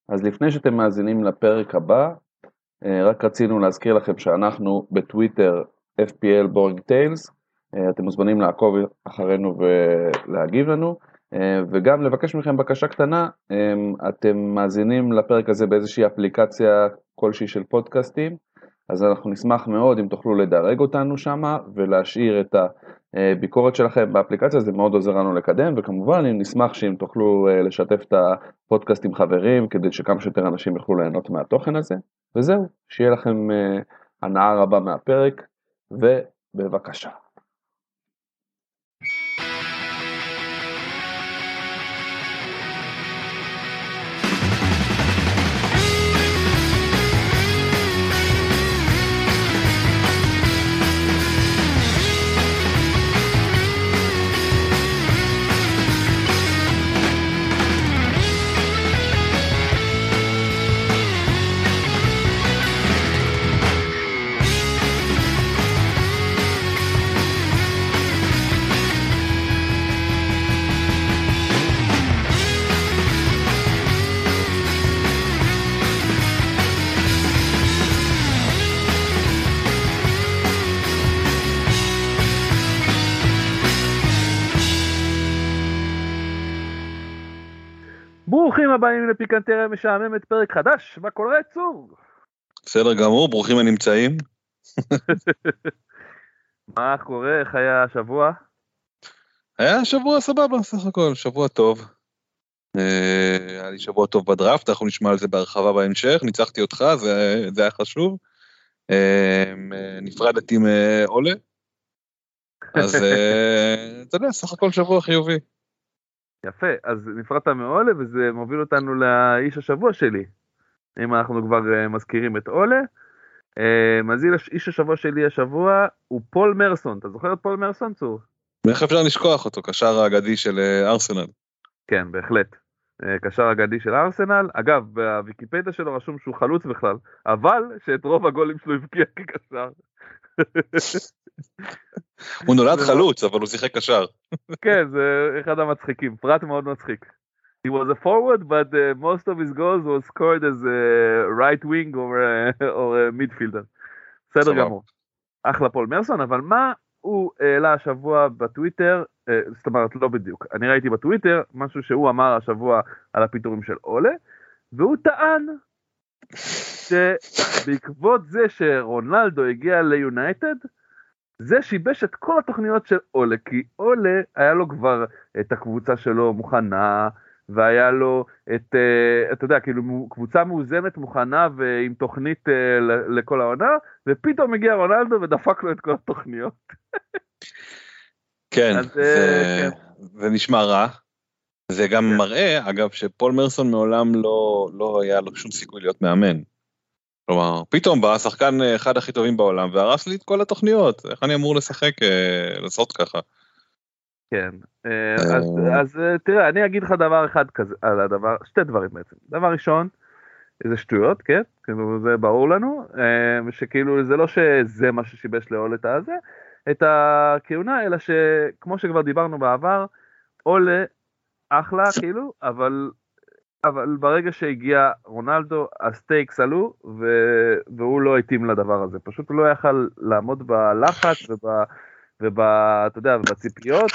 אז לפני שאתם מאזינים לפרק הבא, רק רצינו להזכיר לכם שאנחנו בטוויטר FPL Boring Tales, אתם מוזמנים לעקוב אחרינו ולהגיב לנו, וגם לבקש מכם בקשה קטנה, אתם מאזינים לפרק הזה באיזושהי אפליקציה כלשהי של פודקאסטים, אז אנחנו נשמח מאוד אם תוכלו לדרג אותנו שם ולהשאיר את הביקורת שלכם באפליקציה, זה מאוד עוזר לנו לקדם, וכמובן נשמח שאם תוכלו לשתף את הפודקאסט עם חברים, כדי שכמה שיותר אנשים יוכלו ליהנות מהתוכן הזה, וזהו, שיהיה לכם הנאה רבה מהפרק, ובבקשה. ברוכים הבאים לפיקנטריה משעממת, פרק חדש. מה קורה, צור? בסדר גמור, ברוכים הנמצאים. מה קורה, איך היה השבוע? היה שבוע סבבה, סך הכל, שבוע טוב. היה לי שבוע טוב בדראפט, אנחנו נשמע על זה בהרחבה בהמשך, ניצחתי אותך, זה היה חשוב. נפרדתי מעולה. אז אתה יודע, סך הכל שבוע חיובי. יפה, אז נפרדת מעולה, וזה מוביל אותנו לאיש השבוע שלי. אם אנחנו כבר מזכירים את עולה. אז איש השבוע שלי השבוע הוא פול מרסון. אתה זוכר את פול מרסון, צור? איך אפשר לשכוח אותו, קשר האגדי של ארסנל? כן, בהחלט. קשר אגדי של ארסנל. אגב, בוויקיפדיה שלו רשום שהוא חלוץ בכלל, אבל שאת רוב הגולים שלו הבקיע כקשר. הוא נולד חלוץ, אבל הוא שיחק קשר. כן, זה אחד המצחיקים, פרט מאוד מצחיק. He was a forward, but most of his goals was scored as a right wing or a midfielder. בסדר גמור. אחלה פול מרסון, אבל מה הוא העלה השבוע בטוויטר, זאת אומרת לא בדיוק, אני ראיתי בטוויטר משהו שהוא אמר השבוע על הפיטורים של אולה, והוא טען שבעקבות זה שרונלדו הגיע ליונייטד, זה שיבש את כל התוכניות של אולה, כי אולה היה לו כבר את הקבוצה שלו מוכנה, והיה לו את, אתה יודע, כאילו קבוצה מאוזנת מוכנה ועם תוכנית לכל העונה, ופתאום הגיע רונלדו ודפק לו את כל התוכניות. כן, זה נשמע רע. זה גם מראה, אגב, שפול מרסון מעולם לא היה לו שום סיכוי להיות מאמן. כלומר, פתאום בא שחקן אחד הכי טובים בעולם, והרס לי את כל התוכניות. איך אני אמור לשחק, לעשות ככה? כן, אז תראה, אני אגיד לך דבר אחד כזה, על הדבר, שתי דברים בעצם. דבר ראשון, איזה שטויות, כן? כאילו זה ברור לנו, שכאילו זה לא שזה מה ששיבש לעול את הכהונה, אלא שכמו שכבר דיברנו בעבר, עולה אחלה כאילו, אבל ברגע שהגיע רונלדו, הסטייקס עלו, והוא לא התאים לדבר הזה. פשוט הוא לא יכל לעמוד בלחץ אתה יודע, בציפיות,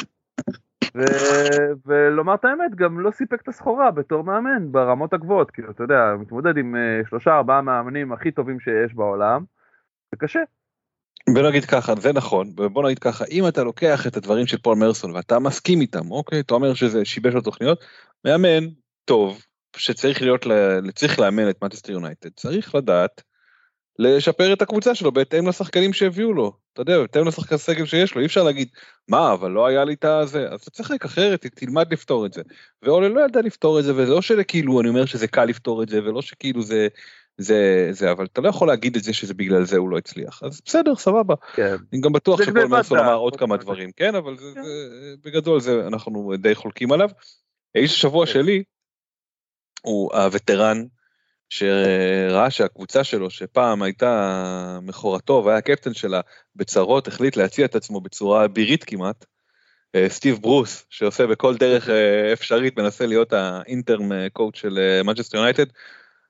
ולומר את האמת, גם לא סיפק את הסחורה בתור מאמן ברמות הגבוהות, כאילו, אתה יודע, מתמודד עם 3-4 מאמנים הכי טובים שיש בעולם, זה קשה. בוא נגיד ככה, זה נכון, בוא נגיד ככה, אם אתה לוקח את הדברים של פול מרסון, ואתה מסכים איתם, אוקיי, אתה אומר שזה שיבש לתוכניות, מאמן טוב, שצריך צריך לאמן את מנצ'סטר יונייטד, צריך לדעת, לשפר את הקבוצה שלו, בהתאם לשחקנים שהביאו לו, אתה יודע, בהתאם לשחקן סגל שיש לו, אי אפשר להגיד, מה, אבל לא היה לי את הזה, אז אתה צריך אחרת, תלמד לפתור את זה, ואולי לא ידע לפתור את זה, ולא שכאילו, אני אומר שזה קל לפתור את זה, ולא שכאילו זה, אבל אתה לא יכול להגיד את זה שזה בגלל זה הוא לא הצליח, אז בסדר, סבבה, אני גם בטוח שפול מרסון אמר עוד כמה דברים, כן, אבל בגדול זה, אנחנו די חולקים עליו, האיש השבוע שלי, הוא הווטרן, שראה שהקבוצה שלו, שפעם הייתה מחורתו, והיה הקפטן שלה בצרות, החליט להציע את עצמו בצורה בירית כמעט, סטיב ברוס, שעושה בכל דרך אפשרית, מנסה להיות האינטרם קואוץ' של מנצ'סטר יונייטד,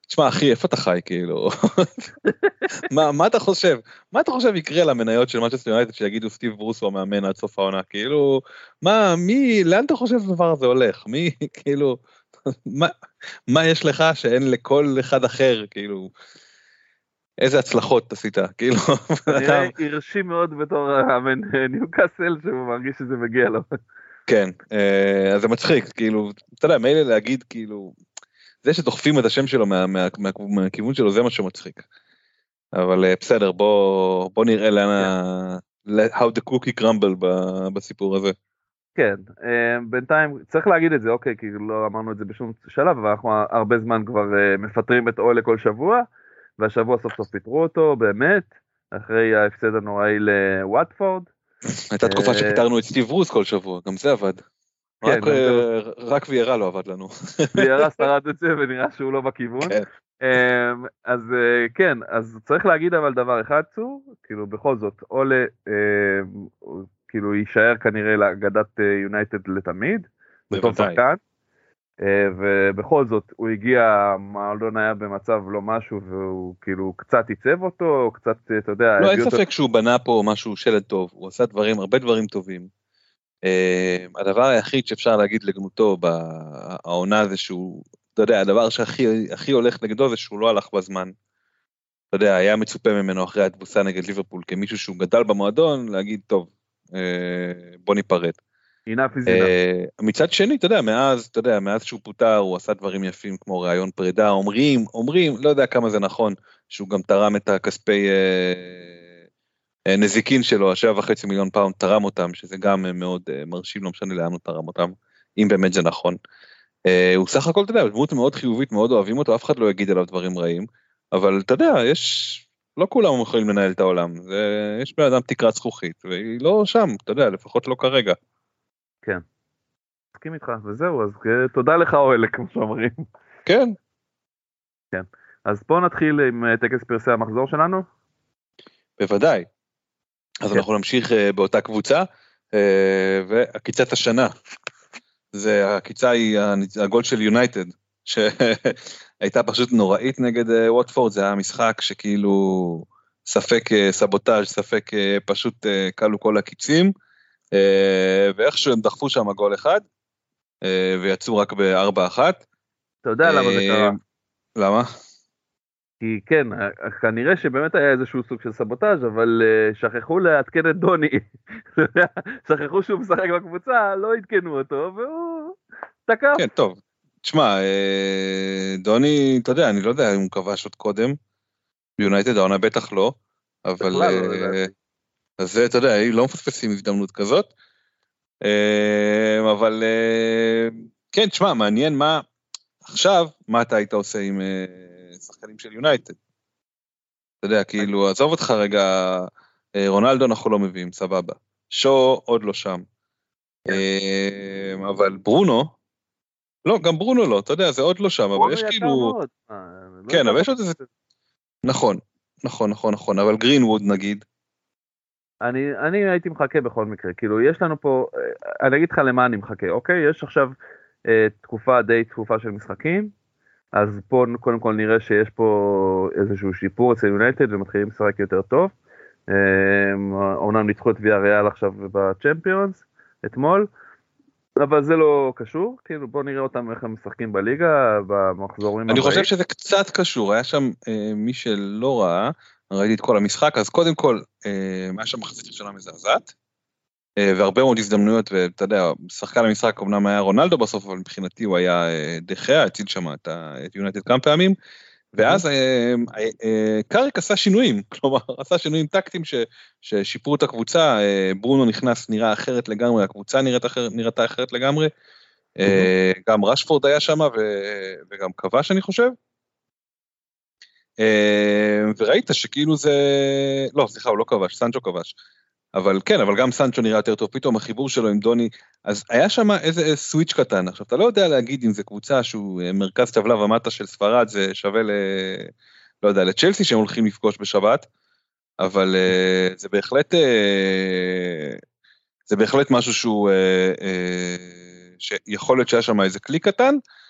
תשמע, אחי, איפה אתה חי, כאילו? מה אתה חושב? מה אתה חושב יקרה למניות של מנצ'סטר יונייטד שיגידו סטיב ברוס הוא המאמן עד סוף העונה? כאילו, לאן אתה חושב הדבר הזה הולך? כאילו, מה יש לך שאין לכל אחד אחר, כאילו, איזה הצלחות עשית, כאילו, אני הרשים מאוד בתור המאמן ניוקאסל, שהוא מרגיש שזה מגיע לו. כן, אז זה מצחיק, כאילו, אתה יודע, מילא להגיד, כאילו, זה שדוחפים את השם שלו מהכיוון שלו, זה מה שמצחיק. אבל בסדר, בוא נראה how the cookie crumble בסיפור הזה. כן, בינתיים צריך להגיד את זה, אוקיי, כי לא אמרנו את זה בשום שלב, אבל אנחנו הרבה זמן כבר מפטרים את אולה כל שבוע, והשבוע סוף סוף פיטרו אותו, באמת, אחרי ההפסד הנוראי לווטפורד. הייתה תקופה שפיטרנו את סטיב ברוס כל שבוע, גם זה עבד. רק וירה לא עבד לנו. וירה שרד את זה ונראה שהוא לא בכיוון. אז כן, אז צריך להגיד אבל דבר אחד צור, כאילו בכל זאת, אולה כאילו יישאר כנראה לאגדת יונייטד לתמיד, בתור שחקן, ובכל זאת הוא הגיע, מועדון היה במצב לא משהו, והוא כאילו קצת עיצב אותו, קצת, אתה יודע... לא, אין ספק שהוא בנה פה משהו שלד טוב, הוא עשה הרבה דברים טובים. הדבר היחיד שאפשר להגיד לגנותו בעונה זה שהוא, אתה יודע, הדבר שהכי הולך נגדו זה שהוא לא הלך בזמן. אתה יודע, היה מצופה ממנו אחרי התבוסה נגד ליברפול, כמישהו שהוא גדל במועדון, להגיד, טוב, בוא ניפרד. מצד שני, אתה יודע, מאז שהוא פוטר, הוא עשה דברים יפים כמו רעיון פרידה, אומרים, לא יודע כמה זה נכון, שהוא גם תרם את הכספי נזיקין שלו, 7.5 מיליון פאונד, תרם אותם, שזה גם מאוד מרשים, לא משנה לאן הוא תרם אותם, אם באמת זה נכון. הוא סך הכל, אתה יודע, דמות מאוד חיובית, מאוד אוהבים אותו, אף אחד לא יגיד עליו דברים רעים, אבל אתה יודע, לא כולם יכולים לנהל את העולם, יש באדם תקרת זכוכית, והיא לא שם, אתה יודע, לפחות לא כרגע. כן, מסכים איתך, וזהו, אז תודה לך אוהלה, כמו שאומרים. כן. כן, אז בואו נתחיל עם טקס פרסי המחזור שלנו. בוודאי. אז אנחנו נמשיך באותה קבוצה, והקיצת השנה, הקיצה היא הגול של יונייטד, שהייתה פשוט נוראית נגד ווטפורד, זה היה משחק שכאילו ספק סבוטאז', ספק פשוט קלו כל הקיצים, ואיכשהו הם דחפו שם גול אחד, ויצאו רק ב-4-1. אתה יודע למה זה קרה? למה? כי כן, כנראה שבאמת היה איזשהו סוג של סבוטאז', אבל שכחו לעדכן את דוני, שכחו שהוא משחק בקבוצה, לא עדכנו אותו, והוא תקף. כן, טוב. תשמע, דוני, אתה יודע, אני לא יודע אם הוא כבש עוד קודם, ביונייטד העונה בטח לא, אבל אז זה, אתה יודע, לא מפספסים הזדמנות כזאת, אבל כן, תשמע, מעניין עכשיו, מה אתה היית עושה עם שחקנים של יונייטד? אתה יודע, כאילו, עזוב אותך רגע, רונלדו אנחנו לא מביאים, סבבה, שו עוד לא שם, אבל ברונו, לא, גם ברונו לא, אתה יודע, זה עוד לא שם, אבל יש כאילו... כן, אבל יש עוד איזה... נכון, אבל גרינווד נגיד. אני הייתי מחכה בכל מקרה, כאילו, יש לנו פה, אני אגיד לך למה אני מחכה, אוקיי? יש עכשיו תקופה די תקופה של משחקים, אז פה קודם כל נראה שיש פה איזשהו שיפור אצל יונייטד, ומתחילים לשחק יותר טוב. אומנם ניצחו את ויאריאל עכשיו בצ'מפיונס, אתמול, אבל זה לא קשור, כאילו בוא נראה אותם איך הם משחקים בליגה, במחזורים הבאים. אני חושב שזה קצת קשור, היה שם מי שלא ראה, ראיתי את כל המשחק, אז קודם כל, היה שם מחצית ראשונה מזעזעת, והרבה מאוד הזדמנויות, ואתה יודע, שחקן המשחק אמנם היה רונלדו בסוף, אבל מבחינתי הוא היה דחיה, הציל שם את יונייטד כמה פעמים, ואז קאריק עשה שינויים, כלומר, עשה שינויים טקטיים ששיפרו את הקבוצה, ברונו נכנס, נראה אחרת לגמרי, הקבוצה נראתה אחרת לגמרי, גם רשפורד היה שם, וגם כבש אני חושב, וראית שכאילו זה, לא, סליחה, הוא לא כבש, סנצ'ו כבש, אבל כן, אבל גם סנצ'ו נראה יותר טוב, פתאום החיבור שלו עם דוני, אז היה שם איזה סוויץ' קטן, עכשיו אתה לא יודע להגיד אם זה קבוצה שהוא מרכז טבלה ומטה של ספרד, זה שווה לא יודע, לצ'לסי שהם הולכים לפגוש בשבת, אבל זה בהחלט משהו שהוא, שיכול להיות שהיה שם איזה קליק קטן,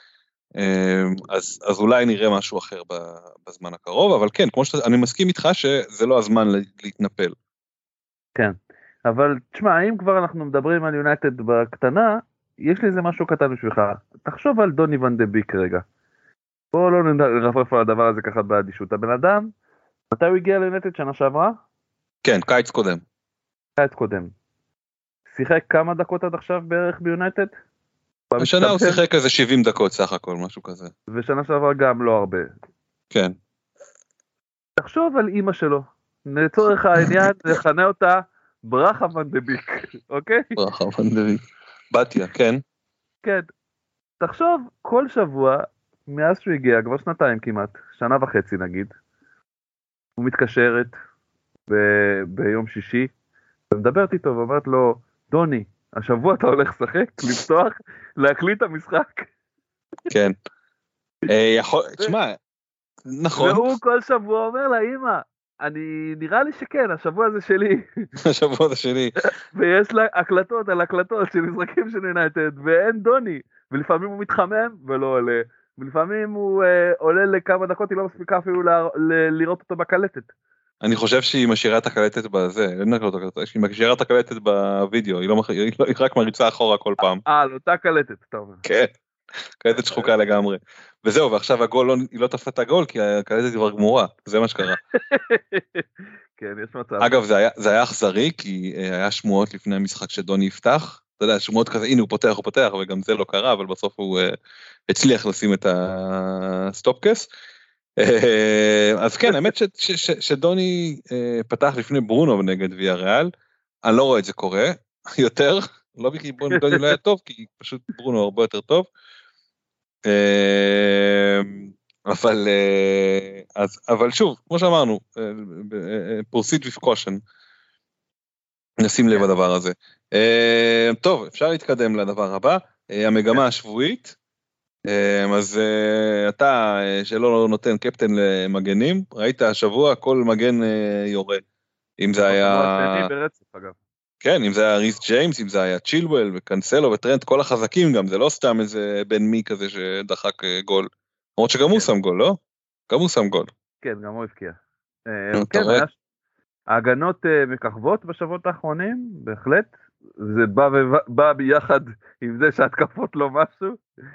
אז אולי נראה משהו אחר בזמן הקרוב, אבל כן, כמו שאני מסכים איתך שזה לא הזמן להתנפל. כן, אבל תשמע, אם כבר אנחנו מדברים על יונייטד בקטנה, יש לי איזה משהו קטן בשבילך. תחשוב על דוני ון דה ביק רגע. בואו לא נרפרף על הדבר הזה ככה באדישות. הבן אדם, מתי הוא הגיע ליונייטד? שנה שעברה? כן, קיץ קודם. קיץ קודם. שיחק כמה דקות עד עכשיו בערך ביונייטד? השנה הוא שיחק איזה 70 דקות סך הכל, משהו כזה. ושנה שעברה גם לא הרבה. כן. תחשוב על אמא שלו. לצורך העניין, נכנה אותה ברכה ון דה ביק, אוקיי? ברכה ון דה ביק. בתיה, כן. כן. תחשוב, כל שבוע, מאז שהוא הגיע, כבר שנתיים כמעט, שנה וחצי נגיד, הוא מתקשרת ביום שישי, ומדברת איתו ואומרת לו, דוני, השבוע אתה הולך לשחק, לפתוח, להקליט את המשחק. כן. תשמע, נכון. והוא כל שבוע אומר לה, אמא, נראה לי שכן, השבוע הזה שלי. השבוע הזה שלי. ויש לה הקלטות על הקלטות של משחקים של יונייטד, ואין דוני. ולפעמים הוא מתחמם ולא עולה. ולפעמים הוא עולה לכמה דקות, היא לא מספיקה אפילו לראות אותו בקלטת. אני חושב שהיא משאירה את הקלטת בזה, היא משאירה את הקלטת בווידאו, היא רק מריצה אחורה כל פעם. לאותה קלטת, אתה אומר. כן, קלטת שחוקה לגמרי. וזהו, ועכשיו הגול, היא לא תפתה את הגול, כי הקלטת כבר גמורה, זה מה שקרה. כן, יש מצב. אגב, זה היה אכזרי, כי היה שמועות לפני המשחק שדוני יפתח, אתה יודע, שמועות כזה, הנה הוא פותח, וגם זה לא קרה, אבל בסוף הוא הצליח לשים את הסטופקס. אז כן, האמת שדוני פתח לפני ברונו נגד ויה ריאל, אני לא רואה את זה קורה, יותר, לא כי דוני לא היה טוב, כי פשוט ברונו הרבה יותר טוב, אבל שוב, כמו שאמרנו, proceed with caution, נשים לב לדבר הזה. טוב, אפשר להתקדם לדבר הבא, המגמה השבועית, אז אתה שלא נותן קפטן למגנים, ראית השבוע כל מגן יורד, אם זה היה... כן, אם זה היה ריס ג'יימס, אם זה היה צ'ילואל וקנסלו וטרנט, כל החזקים גם, זה לא סתם איזה בן מי כזה שדחק גול, למרות שגם הוא שם גול, לא? גם הוא שם גול. כן, גם הוא הפקיע. כן, ההגנות מככבות בשבועות האחרונים, בהחלט, זה בא ביחד עם זה שהתקפות לא משהו.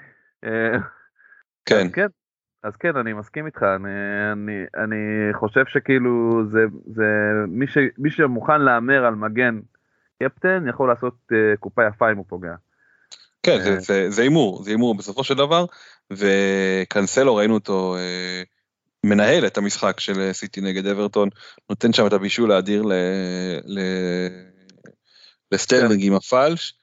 כן. אז כן, אני מסכים איתך, אני חושב שכאילו זה מי שמוכן לאמר על מגן קפטן יכול לעשות קופה יפה אם הוא פוגע. כן, זה אימור בסופו של דבר, וקנסלו ראינו אותו מנהל את המשחק של סיטי נגד אברטון, נותן שם את הבישול האדיר לסטרלינג עם הפלש,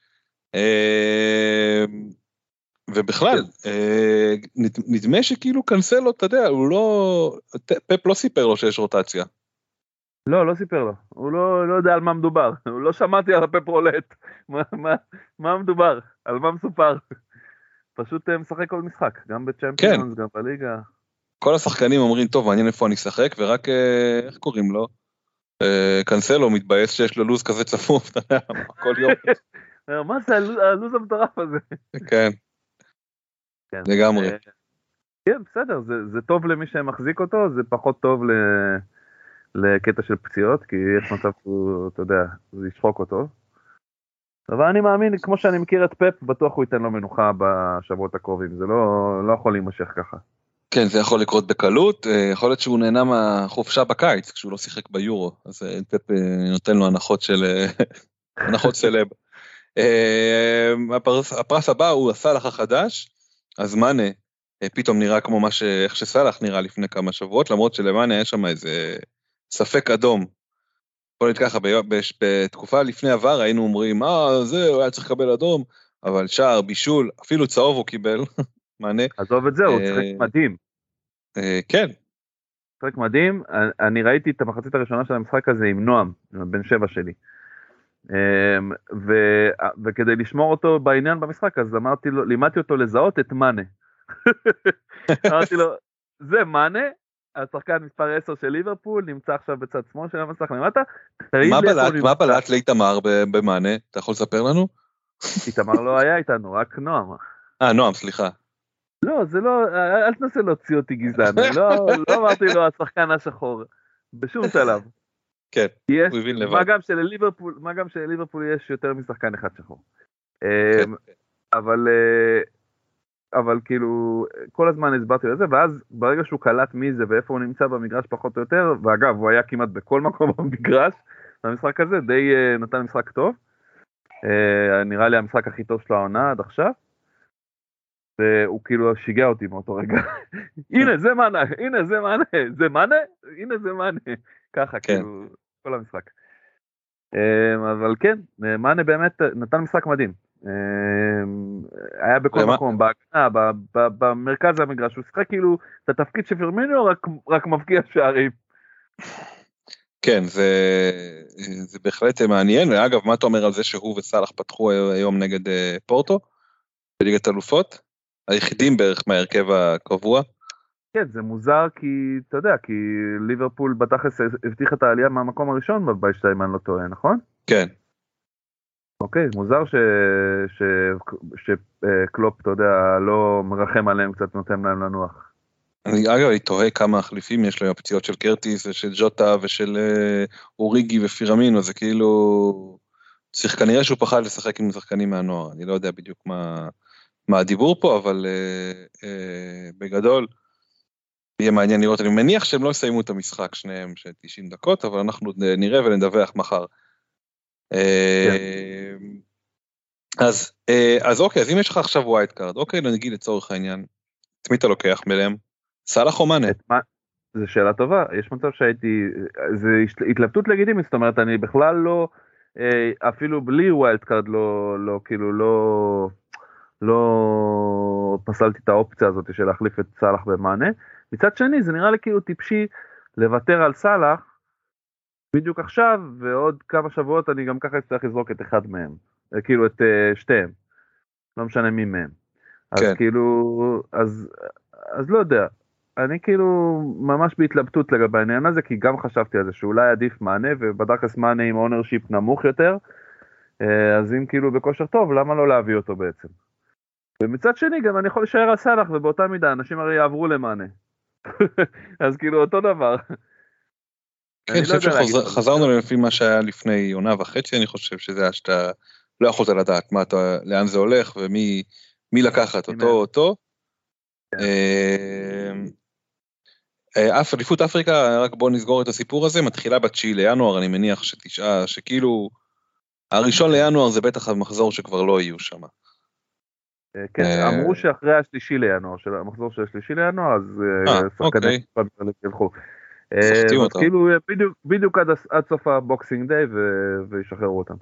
ובכלל, נדמה שכאילו קנסלו, אתה יודע, פפ לא סיפר לו שיש רוטציה. לא סיפר לו, הוא לא יודע על מה מדובר, הוא לא שמעתי על הפפ רולט, מה מדובר, על מה מסופר, פשוט משחק כל משחק, גם בצ'מפיונס, גם בליגה. כל השחקנים אומרים, טוב, מעניין איפה אני אשחק, ורק, איך קוראים לו? קנסלו מתבאס שיש לו לוז כזה צפוף, אתה יודע, כל יום. מה זה הלוז המטורף הזה? כן, לגמרי. כן, בסדר, זה טוב למי שמחזיק אותו, זה פחות טוב לקטע של פציעות, כי יש מצב שהוא, אתה יודע, זה ישחוק אותו. אבל אני מאמין, כמו שאני מכיר את פפ, בטוח הוא ייתן לו מנוחה בשבועות הקרובים, זה לא יכול להימשך ככה. כן, זה יכול לקרות בקלות, יכול להיות שהוא נהנה מהחופשה בקיץ, כשהוא לא שיחק ביורו, אז פפ נותן לו הנחות סלב. הפרס הבא הוא הסלח החדש, אז מאנה פתאום נראה כמו איך שסלח נראה לפני כמה שבועות, למרות שלמאנה היה שם איזה ספק אדום. בוא נגיד ככה, בתקופה לפני עבר היינו אומרים, זהו, היה צריך לקבל אדום, אבל שער, בישול, אפילו צהוב הוא קיבל, מאנה. עזוב את זה, הוא צריך מדהים. כן. צריך מדהים, אני ראיתי את המחצית הראשונה של המשחק הזה עם נועם, בן 7 שלי. וכדי לשמור אותו בעניין במשחק, אז לימדתי אותו לזהות את מאנה. אמרתי לו, זה מאנה, השחקן מספר 10 של ליברפול, נמצא עכשיו בצד שמאל של המסך למטה. מה בלט לאיתמר במאנה? אתה יכול לספר לנו? איתמר לא היה איתנו, רק נועם. נועם, סליחה. לא, זה לא, אל תנסה להוציא אותי גזען, לא אמרתי לו השחקן השחור, בשום שלב. כן, יש, הוא הבין לבד. מה גם שלליברפול יש יותר משחקן אחד שחור. כן. אבל כאילו, כל הזמן הסברתי לזה, ואז ברגע שהוא קלט מי זה ואיפה הוא נמצא במגרש פחות או יותר, ואגב, הוא היה כמעט בכל מקום במגרש, המשחק הזה די נתן משחק טוב, נראה לי המשחק הכי טוב של העונה עד עכשיו, והוא כאילו שיגע אותי מאותו רגע, הנה זה מנה, הנה זה מנה, זה מנה, הנה זה מנה, ככה כאילו, כל המשחק. אבל כן, מנה באמת נתן משחק מדהים. היה בכל מקום, בהגנה, במרכז המגרש, הוא שחק כאילו את התפקיד של פירמינו, רק מבקיע שערים. כן, זה בהחלט מעניין, ואגב, מה אתה אומר על זה שהוא וסלח פתחו היום נגד פורטו, בליגת אלופות? היחידים בערך מהרכב הקבוע? כן, זה מוזר כי, אתה יודע, כי ליברפול בתכלס הבטיחה את העלייה מהמקום הראשון בבית שלהם, אני לא טועה, נכון? כן. אוקיי, מוזר שקלופ, אתה יודע, לא מרחם עליהם, קצת נותן להם לנוח. אגב, אני תוהה כמה החליפים יש להם, הפציעות של קרטיס ושל ג'וטה ושל אוריגי ופירמינו, זה כאילו, צריך כנראה שהוא פחד לשחק עם שחקנים מהנוער, אני לא יודע בדיוק מה הדיבור פה, אבל בגדול, יהיה מעניין לראות, אני מניח שהם לא יסיימו את המשחק שניהם של 90 דקות, אבל אנחנו נראה ונדווח מחר. אז אוקיי, אז אם יש לך עכשיו ווייט קארד, אוקיי, נגיד לצורך העניין, את מי אתה לוקח מלהם? סלח או מנה? זו שאלה טובה, יש מצב שהייתי, זה התלבטות לגיטימית, זאת אומרת, אני בכלל לא, אפילו בלי ווייט קארד, לא, כאילו, לא פסלתי את האופציה הזאת של להחליף את סלח במענה. מצד שני, זה נראה לי כאילו טיפשי לוותר על סלח, בדיוק עכשיו, ועוד כמה שבועות אני גם ככה אצטרך לזרוק את אחד מהם, כאילו את שתיהם, לא משנה מי מהם. אז כאילו, אז לא יודע, אני כאילו ממש בהתלבטות לגבי העניין הזה, כי גם חשבתי על זה שאולי עדיף מענה, ובדקס מענה עם אונרשיפ נמוך יותר, אז אם כאילו בכושר טוב, למה לא להביא אותו בעצם? ומצד שני גם אני יכול להישאר על סלח, ובאותה מידה אנשים הרי יעברו למענה. אז כאילו אותו דבר. כן, אני חושב שחזרנו לפי מה שהיה לפני עונה וחצי, אני חושב שזה היה שאתה לא יכולת לדעת לאן זה הולך, ומי לקחת אותו. אליפות אפריקה, רק בוא נסגור את הסיפור הזה, מתחילה ב9 לינואר, אני מניח שכאילו, הראשון לינואר זה בטח המחזור שכבר לא יהיו שם. כן, אמרו שאחרי השלישי לינואר, של המחזור של השלישי לינואר, אז שחקנים ילכו. אז כאילו בדיוק עד סוף הבוקסינג דיי וישחררו אותם.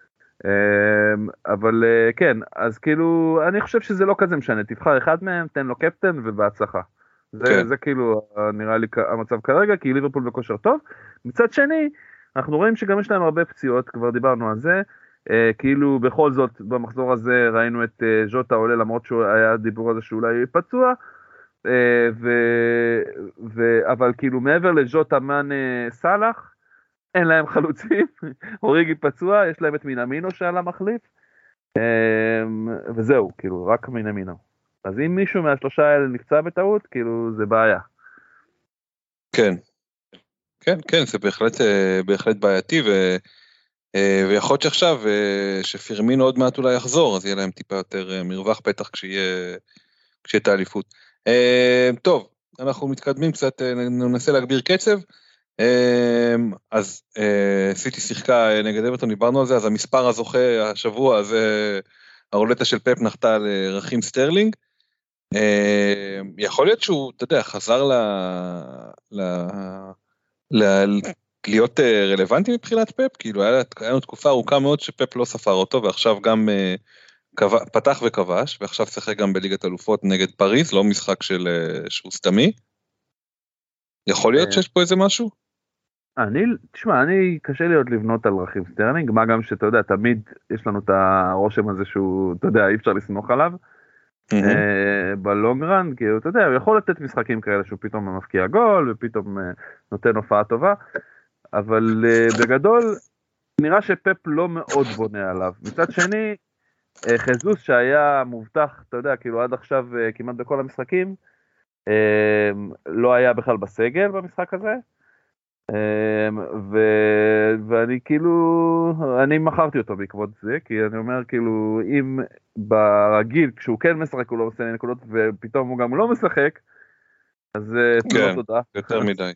אבל כן, אז כאילו אני חושב שזה לא כזה משנה, תבחר אחד מהם, תן לו קפטן ובהצלחה. זה כאילו נראה לי המצב כרגע, כי ליברפול בכושר טוב. מצד שני, אנחנו רואים שגם יש להם הרבה פציעות, כבר דיברנו על זה, כאילו בכל זאת במחזור הזה ראינו את ז'וטה עולה, למרות שהיה דיבור הזה שאולי פצוע, אבל כאילו מעבר לז'וטה מן סלח, אין להם חלוצים, אוריגי פצוע, יש להם את מינמינו שעלה מחליף, וזהו, כאילו רק מינמינו. אז אם מישהו מהשלושה האלה נפצע בטעות, כאילו זה בעיה. כן, זה בהחלט בעייתי, ויכול להיות שעכשיו, שפירמינו עוד מעט אולי יחזור, אז יהיה להם טיפה יותר מרווח פתח כשיהיה את האליפות. טוב, אנחנו מתקדמים קצת, ננסה להגביר קצב, אז סיטי שיחקה נגד אברטון, דיברנו על זה, אז המספר הזוכה השבוע, זה הרולטה של פפ נחתה לרכים סטרלינג, יכול להיות שהוא, אתה יודע, חזר להיות רלוונטי מבחינת פפ, כאילו היה לנו תקופה ארוכה מאוד שפפ לא ספר אותו, ועכשיו גם פתח וכבש, ועכשיו שיחק גם בליגת אלופות נגד פריז, לא משחק שהוא סתמי. יכול להיות שיש פה איזה משהו? תשמע, אני קשה לי עוד לבנות על רכים סטרלינג, מה גם שאתה יודע, תמיד יש לנו את הרושם הזה שהוא, אתה יודע, אי אפשר לסמוך עליו, בלונגרן, כי אתה יודע, הוא יכול לתת משחקים כאלה שהוא פתאום מפקיע גול, ופתאום נותן הופעה טובה, אבל בגדול, נראה שפפ לא מאוד בונה עליו. מצד שני, חזוס שהיה מובטח, אתה יודע, כאילו עד עכשיו כמעט בכל המשחקים, לא היה בכלל בסגל במשחק הזה, ואני כאילו, אני מכרתי אותו בעקבות זה, כי אני אומר כאילו, אם ברגיל, כשהוא כן משחק הוא לא עושה נקודות, ופתאום הוא גם לא משחק, אז תנו לו תודה. יותר מדי.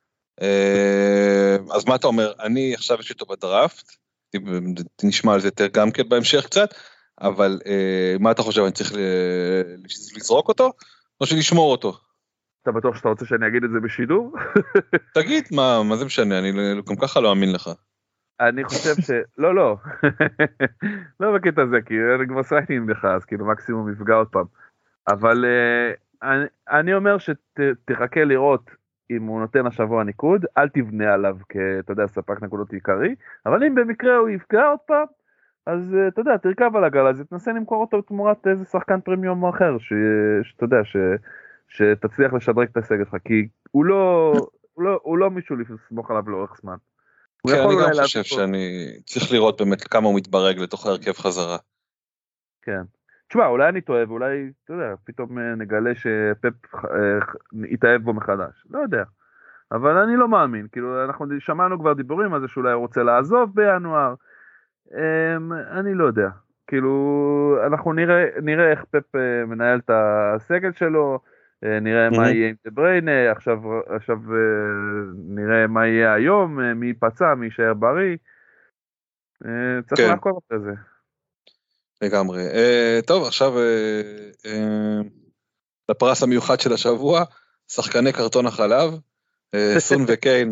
אז מה אתה אומר? אני עכשיו יש איתו בדראפט, נשמע על זה יותר גם כן בהמשך קצת, אבל מה אתה חושב, אני צריך לזרוק אותו, או שנשמור אותו? אתה בטוח שאתה רוצה שאני אגיד את זה בשידור? תגיד, מה זה משנה, אני גם ככה לא אאמין לך. אני חושב לא, לא בקטע הזה, כי אני כבר סייתי עם לך, אז כאילו מקסימום יפגע עוד פעם. אבל אני אומר שתחכה לראות אם הוא נותן השבוע ניקוד, אל תבנה עליו אתה יודע, ספק נקודות עיקרי, אבל אם במקרה הוא יפגע עוד פעם, אז אתה יודע, תרכב על הגל הזה, תנסה למכור אותו תמורת איזה שחקן פרמיום אחר, שאתה יודע, שתצליח לשדרג את הסגל שלך, כי הוא לא מישהו לסמוך עליו לאורך זמן. כן, אני גם חושב שאני צריך לראות באמת כמה הוא מתברג לתוך ההרכב חזרה. כן. תשמע, אולי אני טועה, ואולי, אתה יודע, פתאום נגלה שפפ יתאהב בו מחדש. לא יודע. אבל אני לא מאמין. כאילו, אנחנו שמענו כבר דיבורים על זה שאולי הוא רוצה לעזוב בינואר. אני לא יודע. כאילו, אנחנו נראה איך פפ מנהל את הסגל שלו, נראה מה יהיה עם דבריינה, עכשיו נראה מה יהיה היום, מי פצע, מי יישאר בריא. צריך לעקוב אחרי זה. לגמרי. טוב, עכשיו לפרס המיוחד של השבוע, שחקני קרטון החלב, סון וקיין,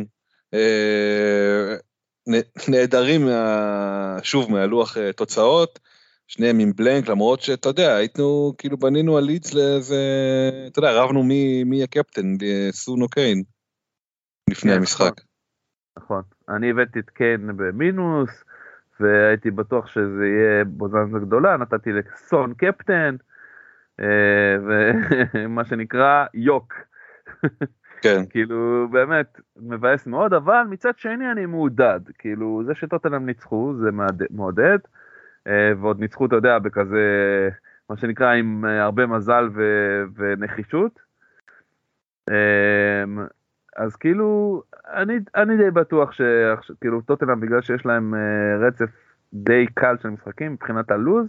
נהדרים שוב מהלוח תוצאות, שניהם עם בלנק, למרות שאתה יודע, היינו, כאילו בנינו על לידס לאיזה, אתה יודע, רבנו מי הקפטן, סון או קיין, לפני המשחק. נכון, אני הבאתי את קיין במינוס, והייתי בטוח שזה יהיה בוזנזה גדולה, נתתי לסון קפטן, ומה שנקרא יוק. כן. כאילו באמת מבאס מאוד, אבל מצד שני אני מעודד, כאילו זה שטוטנהאם ניצחו זה מעודד, ועוד ניצחו אתה יודע בכזה, מה שנקרא עם הרבה מזל ונחישות, אז כאילו אני די בטוח שכאילו טוטנהאם בגלל שיש להם רצף די קל של משחקים מבחינת הלוז,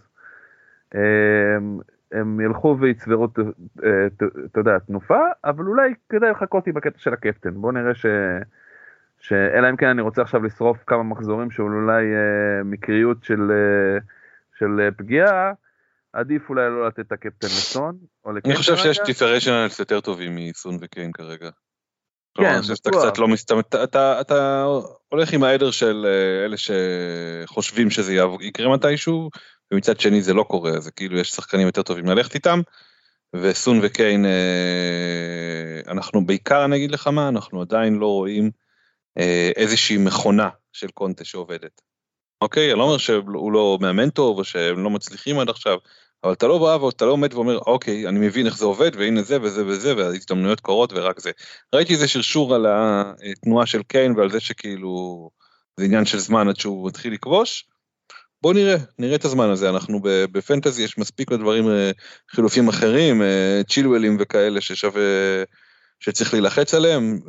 הם ילכו ויצברו, אתה יודע, תנופה, אבל אולי כדאי לחכות עם הקטע של הקפטן. בוא נראה אלא אם כן אני רוצה עכשיו לשרוף כמה מחזורים של אולי מקריות של פגיעה, עדיף אולי לא לתת את הקפטן לסון. אני חושב שיש דיפרנציאלס יותר טובים מסון וקיין כרגע. כן, אתה הולך עם העדר של אלה שחושבים שזה יקרה מתישהו, ומצד שני זה לא קורה, אז כאילו יש שחקנים יותר טובים ללכת איתם, וסון וקיין, אנחנו בעיקר, אני אגיד לך מה, אנחנו עדיין לא רואים איזושהי מכונה של קונטה שעובדת. אוקיי, אני לא אומר שהוא לא מאמן טוב, או שהם לא מצליחים עד עכשיו, אבל אתה לא בא ואתה לא עומד ואומר, אוקיי, אני מבין איך זה עובד, והנה זה וזה וזה, וההזדמנויות קורות ורק זה. ראיתי איזה שרשור על התנועה של קיין, ועל זה שכאילו, זה עניין של זמן עד שהוא מתחיל לכבוש. בוא נראה את הזמן הזה, אנחנו בפנטזי, יש מספיק לדברים חילופים אחרים, צ'ילואלים וכאלה שצריך להילחץ עליהם,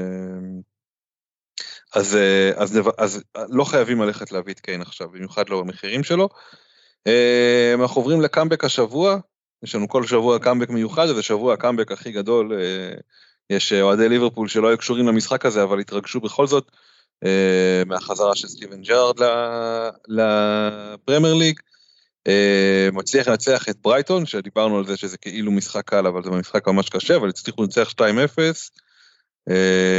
אז לא חייבים ללכת להביא את קיין עכשיו, במיוחד לא במחירים שלו. אנחנו עוברים לקאמבק השבוע, יש לנו כל שבוע קאמבק מיוחד, זה שבוע הקאמבק הכי גדול, יש אוהדי ליברפול שלא היו קשורים למשחק הזה, אבל התרגשו בכל זאת, מהחזרה של סטיבן ג'רארד לפרמייר ליג, מצליח לנצח את ברייטון, שדיברנו על זה שזה כאילו משחק קל, אבל זה משחק ממש קשה, אבל הצליחו לנצח 2-0,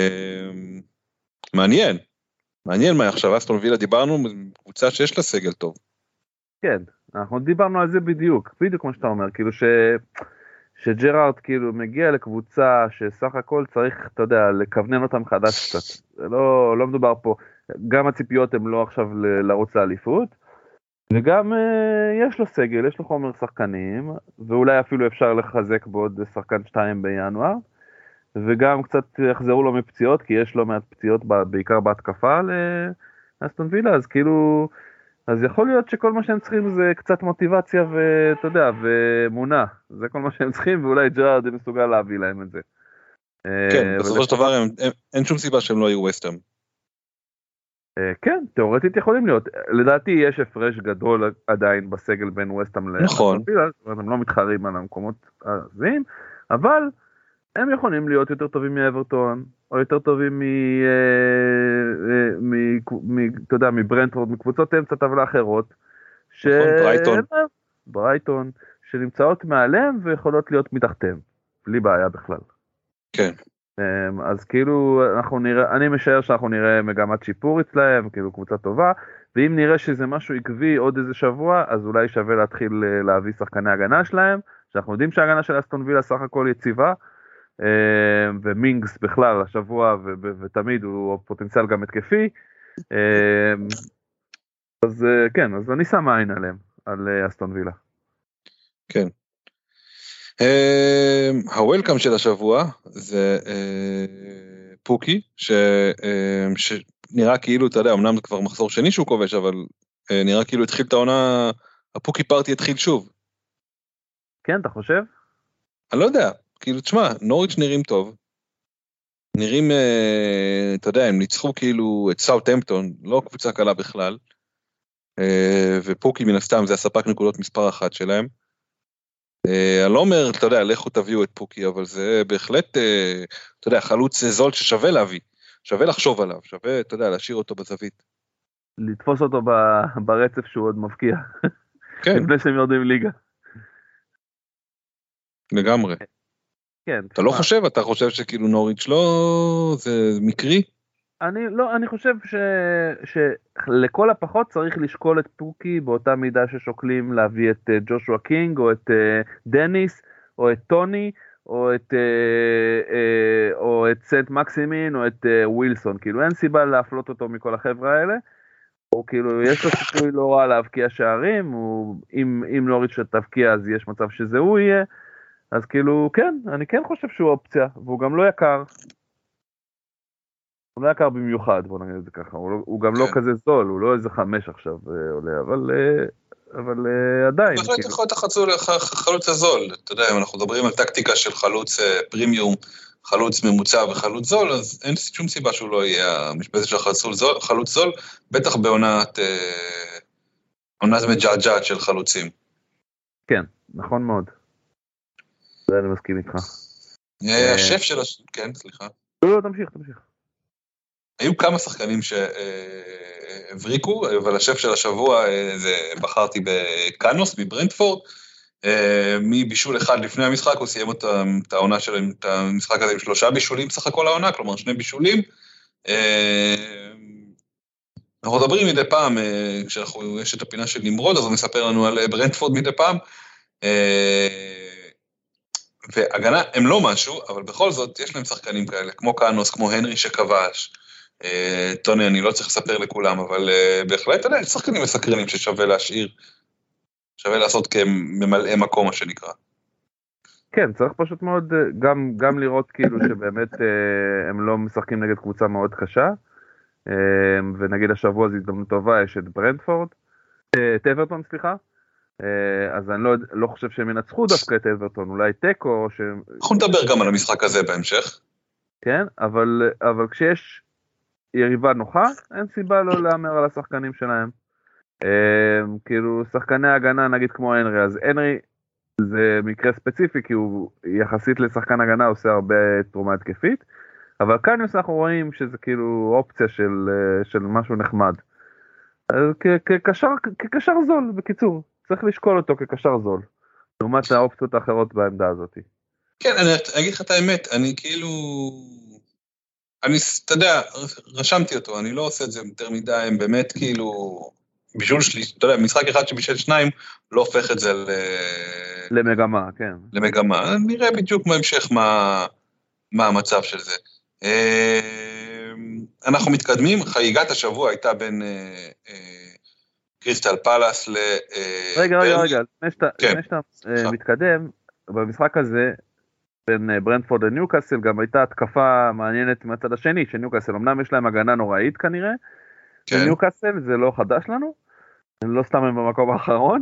מעניין מה עכשיו, אסטון וילה דיברנו, קבוצה שיש לה סגל טוב. כן, אנחנו דיברנו על זה בדיוק כמו שאתה אומר, כאילו שג'רארד כאילו מגיע לקבוצה שסך הכל צריך, אתה יודע, לכוונן אותם חדש קצת, לא מדובר פה, גם הציפיות הן לא עכשיו לרוץ לאליפות, וגם יש לו סגל, יש לו חומר שחקנים, ואולי אפילו אפשר לחזק בעוד שחקן 2 בינואר, וגם קצת יחזרו לו מפציעות, כי יש לו מעט פציעות בעיקר בהתקפה לאסטון וילה, אז כאילו אז יכול להיות שכל מה שהם צריכים זה קצת מוטיבציה ואתה יודע, ומונה, זה כל מה שהם צריכים, ואולי ג'רארד מסוגל להביא להם את זה. כן, בסופו של דבר אין שום סיבה שהם לא יהיו ווסטהאם. כן, תיאורטית יכולים להיות. לדעתי יש הפרש גדול עדיין בסגל בין ווסטהאם נכון. הם לא מתחרים על המקומות הזים, אבל הם יכולים להיות יותר טובים מאברטון, או יותר טובים אתה יודע, מברנטפורד, מקבוצות אמצע טבלה אחרות. ברייטון. ברייטון, שנמצאות מעליהם ויכולות להיות מתחתיהם, בלי בעיה בכלל. כן. אז כאילו אנחנו נראה, אני משער שאנחנו נראה מגמת שיפור אצלהם, כאילו קבוצה טובה, ואם נראה שזה משהו עקבי עוד איזה שבוע, אז אולי שווה להתחיל להביא שחקני הגנה שלהם, שאנחנו יודעים שההגנה של אסטון וילה סך הכל יציבה, ומינגס בכלל השבוע ותמיד הוא פוטנציאל גם התקפי, אז כן, אז אני שם עין עליהם, על אסטון וילה. כן. הוולקאם של השבוע זה פוקי, שנראה כאילו, אתה יודע, אמנם זה כבר מחזור שני שהוא כובש, אבל נראה כאילו התחיל את העונה, הפוקי פארטי התחיל שוב. כן, אתה חושב? אני לא יודע, כאילו, תשמע, נוריץ' נראים טוב, נראים, אתה יודע, הם ניצחו כאילו את סאות'המפטון, לא קבוצה קלה בכלל, ופוקי מן הסתם זה הספק נקודות מספר אחת שלהם. אני לא אומר, אתה יודע, לכו תביאו את פוקי, אבל זה בהחלט, אתה יודע, חלוץ זול ששווה להביא, שווה לחשוב עליו, שווה, אתה יודע, להשאיר אותו בזווית. לתפוס אותו ברצף שהוא עוד מבקיע. כן. לפני שהם יורדים ליגה. לגמרי. כן. אתה לא חושב, אתה חושב שכאילו נוריץ' לא, זה מקרי? אני חושב שלכל הפחות צריך לשקול את פוקי באותה מידה ששוקלים להביא את ג'ושוע קינג או את דניס או את טוני או את סנט מקסימין או את ווילסון, כאילו אין סיבה להפלות אותו מכל החבר'ה האלה, או כאילו יש לו סיכוי לא רע להבקיע שערים, אם נוריץ' שתבקיע אז יש מצב שזה הוא יהיה, אז כאילו כן, אני כן חושב שהוא אופציה, והוא גם לא יקר. הוא לא יקר במיוחד, בוא נגיד את זה ככה, הוא גם לא כזה זול, הוא לא איזה 5 עכשיו עולה, אבל עדיין. בהחלט יכול להיות החלוץ הזול, אתה יודע, אם אנחנו מדברים על טקטיקה של חלוץ פרימיום, חלוץ ממוצע וחלוץ זול, אז אין שום סיבה שהוא לא יהיה המשבצת של חלוץ זול, בטח בעונת מג'עג'עת של חלוצים. כן, נכון מאוד. זה אני מסכים איתך. השף של כן, סליחה. לא, תמשיך. היו כמה שחקנים שהבריקו, אבל השף של השבוע בחרתי בקאנוס מברנטפורד, מבישול אחד לפני המשחק, הוא סיים את העונה שלהם, את המשחק הזה עם 3 בישולים סך הכל העונה, כלומר 2 בישולים. אנחנו מדברים מדי פעם, יש את הפינה של נמרוד, אז הוא מספר לנו על ברנטפורד מדי פעם, והגנה הם לא משהו, אבל בכל זאת יש להם שחקנים כאלה, כמו קאנוס, כמו הנרי שכבש, טוני, אני לא צריך לספר לכולם, אבל בהחלט יש שחקנים מסקרנים ששווה להשאיר, שווה לעשות כממלאי מקום, מה שנקרא. כן, צריך פשוט מאוד גם לראות כאילו שבאמת הם לא משחקים נגד קבוצה מאוד קשה, ונגיד השבוע זו הזדמנות טובה, יש את ברנטפורד, את אברטון, סליחה, אז אני לא חושב שהם ינצחו דווקא את אברטון, אולי טקו, אנחנו נדבר גם על המשחק הזה בהמשך. כן, אבל כשיש יריבה נוחה, אין סיבה לא לאמר על השחקנים שלהם. כאילו שחקני הגנה נגיד כמו הנרי, אז הנרי זה מקרה ספציפי כי הוא יחסית לשחקן הגנה עושה הרבה תרומה התקפית, אבל כאן אנחנו רואים שזה כאילו אופציה של משהו נחמד. אז כקשר זול, בקיצור, צריך לשקול אותו כקשר זול, לעומת האופציות האחרות בעמדה הזאת. כן, אני אגיד לך את האמת, אני כאילו... אתה יודע, רשמתי אותו, אני לא עושה את זה יותר מדי, הם באמת כאילו, בישול שלי, אתה יודע, משחק אחד שבישל 2, לא הופך את זה למגמה, כן. למגמה, נראה בדיוק בהמשך מה המצב של זה. אנחנו מתקדמים, חגיגת השבוע הייתה בין קריסטל פלאס רגע, לפני שאתה מתקדם, במשחק הזה, בין ברנטפורד לניוקאסל, גם הייתה התקפה מעניינת מהצד השני, שניוקאסל, אמנם יש להם הגנה נוראית כנראה, וניוקאסל זה לא חדש לנו, לא סתם הם במקום האחרון,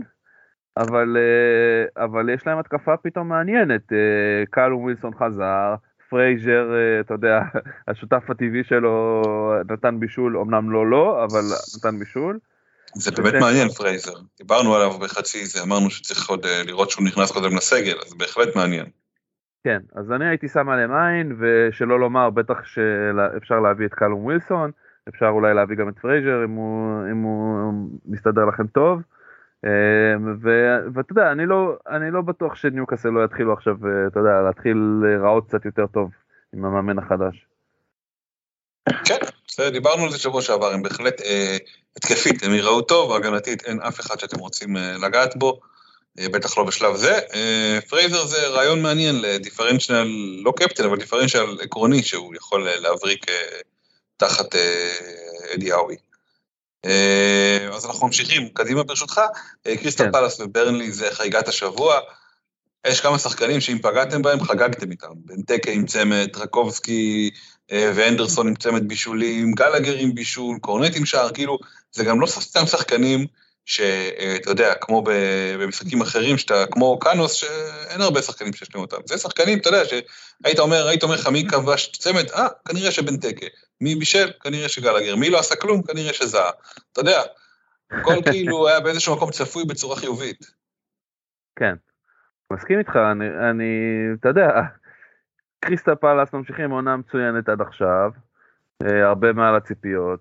אבל יש להם התקפה פתאום מעניינת, קלום ווילסון חזר, פרייזר, אתה יודע, השותף הטבעי שלו נתן בישול, אמנם לא, אבל נתן בישול. זה באמת מעניין פרייזר, דיברנו עליו בחצי זה, אמרנו שצריך עוד לראות שהוא נכנס קודם לסגל, אז בהחלט מעניין. כן, אז אני הייתי שם עליהם עין, ושלא לומר, בטח שאפשר להביא את קלום ווילסון, אפשר אולי להביא גם את פרייזר, אם הוא מסתדר לכם טוב, ואתה יודע, אני לא בטוח שניוקאסל לא יתחילו עכשיו, אתה יודע, להתחיל ראות קצת יותר טוב עם המאמן החדש. כן, דיברנו על זה שבוע שעבר, הם בהחלט התקפית, הם יראו טוב, הגנתית אין אף אחד שאתם רוצים לגעת בו, בטח לא בשלב זה. פרייזר זה רעיון מעניין לדיפרנציאל, לא קפטן, אבל דיפרנציאל עקרוני, שהוא יכול להבריק תחת אדי האווי. אז אנחנו ממשיכים, קדימה ברשותך, קריסטל פלאס וברנלי זה חגיגת השבוע, יש כמה שחקנים שאם פגעתם בהם, חגגתם איתם, בנטקה עם צמד, טרקובסקי ואנדרסון עם צמד בישולים, גלגר עם בישול, קורנט עם שער, כאילו, זה גם לא סתם שחקנים שאתה יודע, כמו במשחקים אחרים, כמו קאנוס, שאין הרבה שחקנים שיש להם אותם, זה שחקנים, אתה יודע, שהיית אומר לך מי כבש צמד, כנראה שבנטקה, מי בישל, כנראה שגלגר, מי לא עשה כלום, כנראה שזהה, אתה יודע, הכל כאילו היה באיזשהו מקום צפוי בצורה חיובית. כן. מסכים איתך, אתה יודע, קריסטל פלאס ממשיכים עונה מצוינת עד עכשיו, הרבה מעל הציפיות,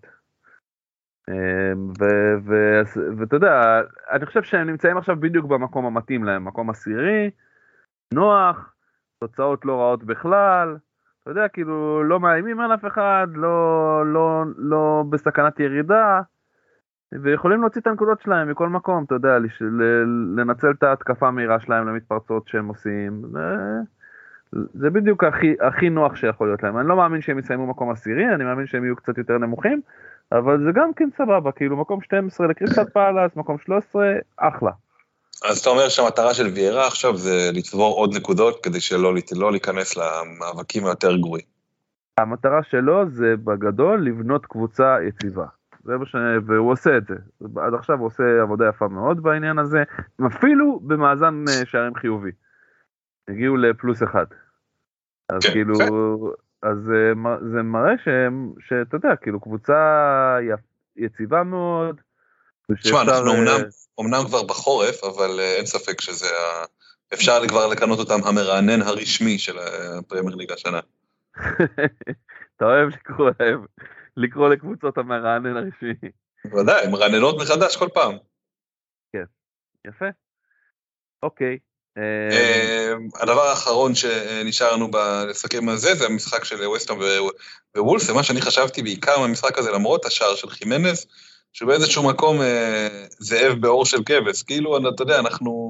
ואתה יודע, אני חושב שהם נמצאים עכשיו בדיוק במקום המתאים להם, מקום עשירי, נוח, תוצאות לא רעות בכלל, אתה יודע, כאילו לא מאיימים על אף אחד, לא בסכנת ירידה, ויכולים להוציא את הנקודות שלהם מכל מקום, אתה יודע, לנצל את ההתקפה המהירה שלהם למתפרצות שהם עושים, זה בדיוק הכי נוח שיכול להיות להם. אני לא מאמין שהם יסיימו מקום עשירי, אני מאמין שהם יהיו קצת יותר נמוכים, אבל זה גם כן סבבה, כאילו מקום 12 לקריסטל פלאס, מקום 13, אחלה. אז אתה אומר שהמטרה של ויירה עכשיו זה לצבור עוד נקודות, כדי שלא להיכנס למאבקים היותר גרועים. המטרה שלו זה בגדול לבנות קבוצה יציבה. והוא עושה את זה, עד עכשיו הוא עושה עבודה יפה מאוד בעניין הזה, אפילו במאזן שערים חיובי, הגיעו לפלוס 1, אז כן, כאילו, אז זה מראה שאתה יודע, כאילו קבוצה יציבה מאוד, תשמע, אנחנו אומנם כבר בחורף, אבל אין ספק שזה, אפשר כבר לקנות אותם המרענן הרשמי של הפרמייר ליג השנה. אתה אוהב לקרוא לקבוצות המרענן הרשמי. ודאי, מרעננות מחדש כל פעם. כן, יפה. אוקיי. הדבר האחרון שנשארנו לסכם על זה המשחק של ווסטהאם ווולפס, ומה שאני חשבתי בעיקר מהמשחק הזה, למרות השער של חימנז, שבאיזשהו מקום זאב באור של כבש, כאילו, אתה יודע,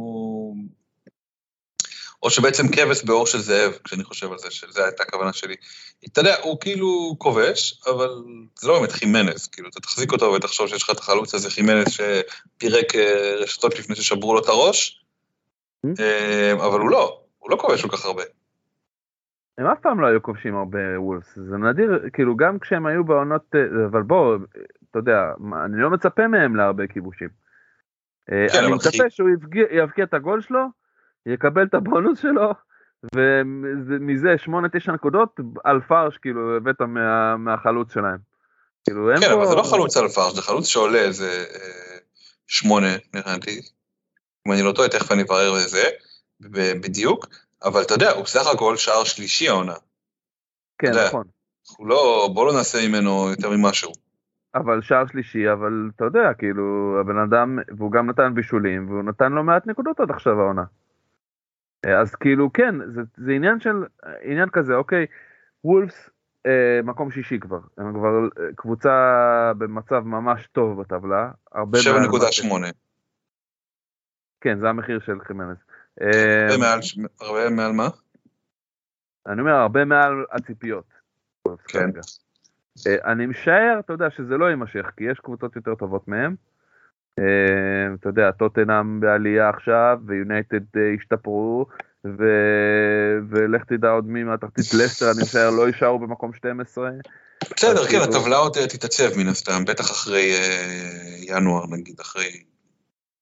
או שבעצם כבש באור של זאב, כשאני חושב על זה, שזה הייתה הכוונה שלי. אתה יודע, הוא כאילו כובש, אבל זה לא באמת חימנז, כאילו, אתה תחזיק אותו ותחשוב שיש לך את החלוץ הזה, חימנז שפירק רשתות לפני ששברו לו את הראש, אבל הוא לא כובש כל כך הרבה. הם אף פעם לא היו כובשים הרבה וולפס, זה נדיר, כאילו, גם כשהם היו בעונות, אבל בוא, אתה יודע, אני לא מצפה מהם להרבה כיבושים. אני מצפה שהוא יבקיע את הגול שלו, יקבל את הבונוס שלו, ומזה 8-9 נקודות על פרש, כאילו, הבאת מהחלוץ שלהם. כן, אבל זה לא חלוץ על פרש, זה חלוץ שעולה איזה 8, נראיתי, אם אני לא טועה, תכף אני אברר לזה, בדיוק, אבל אתה יודע, הוא סך הכל שער שלישי העונה. כן, נכון. בוא לא נעשה ממנו יותר ממשהו. אבל שער שלישי, אבל אתה יודע, כאילו, הבן אדם, והוא גם נתן בישולים, והוא נתן לו מעט נקודות עד עכשיו העונה. אז כאילו, כן, זה עניין כזה, אוקיי, וולפס, מקום שישי כבר, הם כבר קבוצה במצב ממש טוב בטבלה, 7.8. כן, זה המחיר של חימנז. הרבה מעל מה? אני אומר, הרבה מעל הציפיות. כן. אני משער, אתה יודע, שזה לא יימשך, כי יש קבוצות יותר טובות מהם. אתה יודע, טוטנהאם בעלייה עכשיו, ויונייטד השתפרו, ולך תדע עוד מי מהתחתית, לסטר, אני משער, לא יישארו במקום 12. בסדר, כן, הטבלה עוד תתעצב מן הסתם, בטח אחרי ינואר, נגיד, אחרי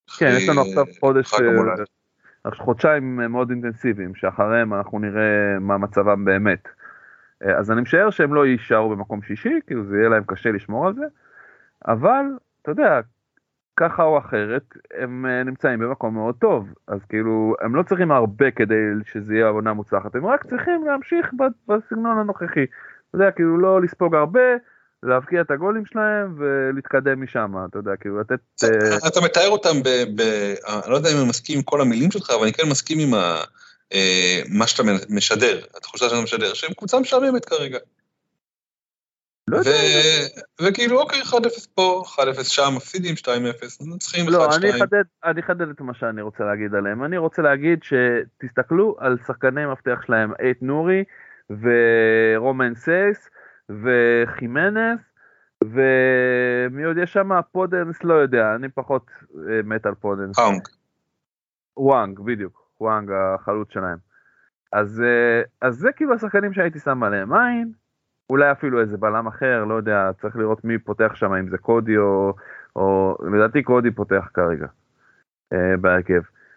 כן, יש לנו עכשיו חודשיים מאוד אינטנסיביים, שאחריהם אנחנו נראה מה מצבם באמת. אז אני משער שהם לא יישארו במקום שישי, כאילו זה יהיה להם קשה לשמור על זה, אבל, אתה יודע, ככה או אחרת, הם נמצאים במקום מאוד טוב, אז כאילו, הם לא צריכים הרבה כדי שזה יהיה עונה מוצלחת, הם רק צריכים להמשיך בסגנון הנוכחי, אתה יודע, כאילו לא לספוג הרבה, להבקיע את הגולים שלהם ולהתקדם משם, אתה יודע, כאילו לתת... אתה מתאר אותם אני לא יודע אם אני מסכים עם כל המילים שלך, אבל אני כן מסכים עם מה שאתה משדר, התחושה שאתה משדר, שהם קבוצה משעממת כרגע. לא יודע. וכאילו, אוקיי, 1-0 פה, 1-0 שם, מפסידים 2-0, צריכים 1-2. לא, אני אחדד את מה שאני רוצה להגיד עליהם. אני רוצה להגיד שתסתכלו על שחקני מפתח שלהם, אייט נורי, ורומן סייס, וחימנס, ומי עוד יש שם? פודנס, לא יודע, אני פחות מת על פודנס. וואנג, בדיוק, וואנג החלוץ שלהם. אז זה כאילו השחקנים שהייתי שם עליהם עין, אולי אפילו איזה בלם אחר, לא יודע, צריך לראות מי פותח שם, אם זה קודי או לדעתי קודי פותח כרגע, בהרכב.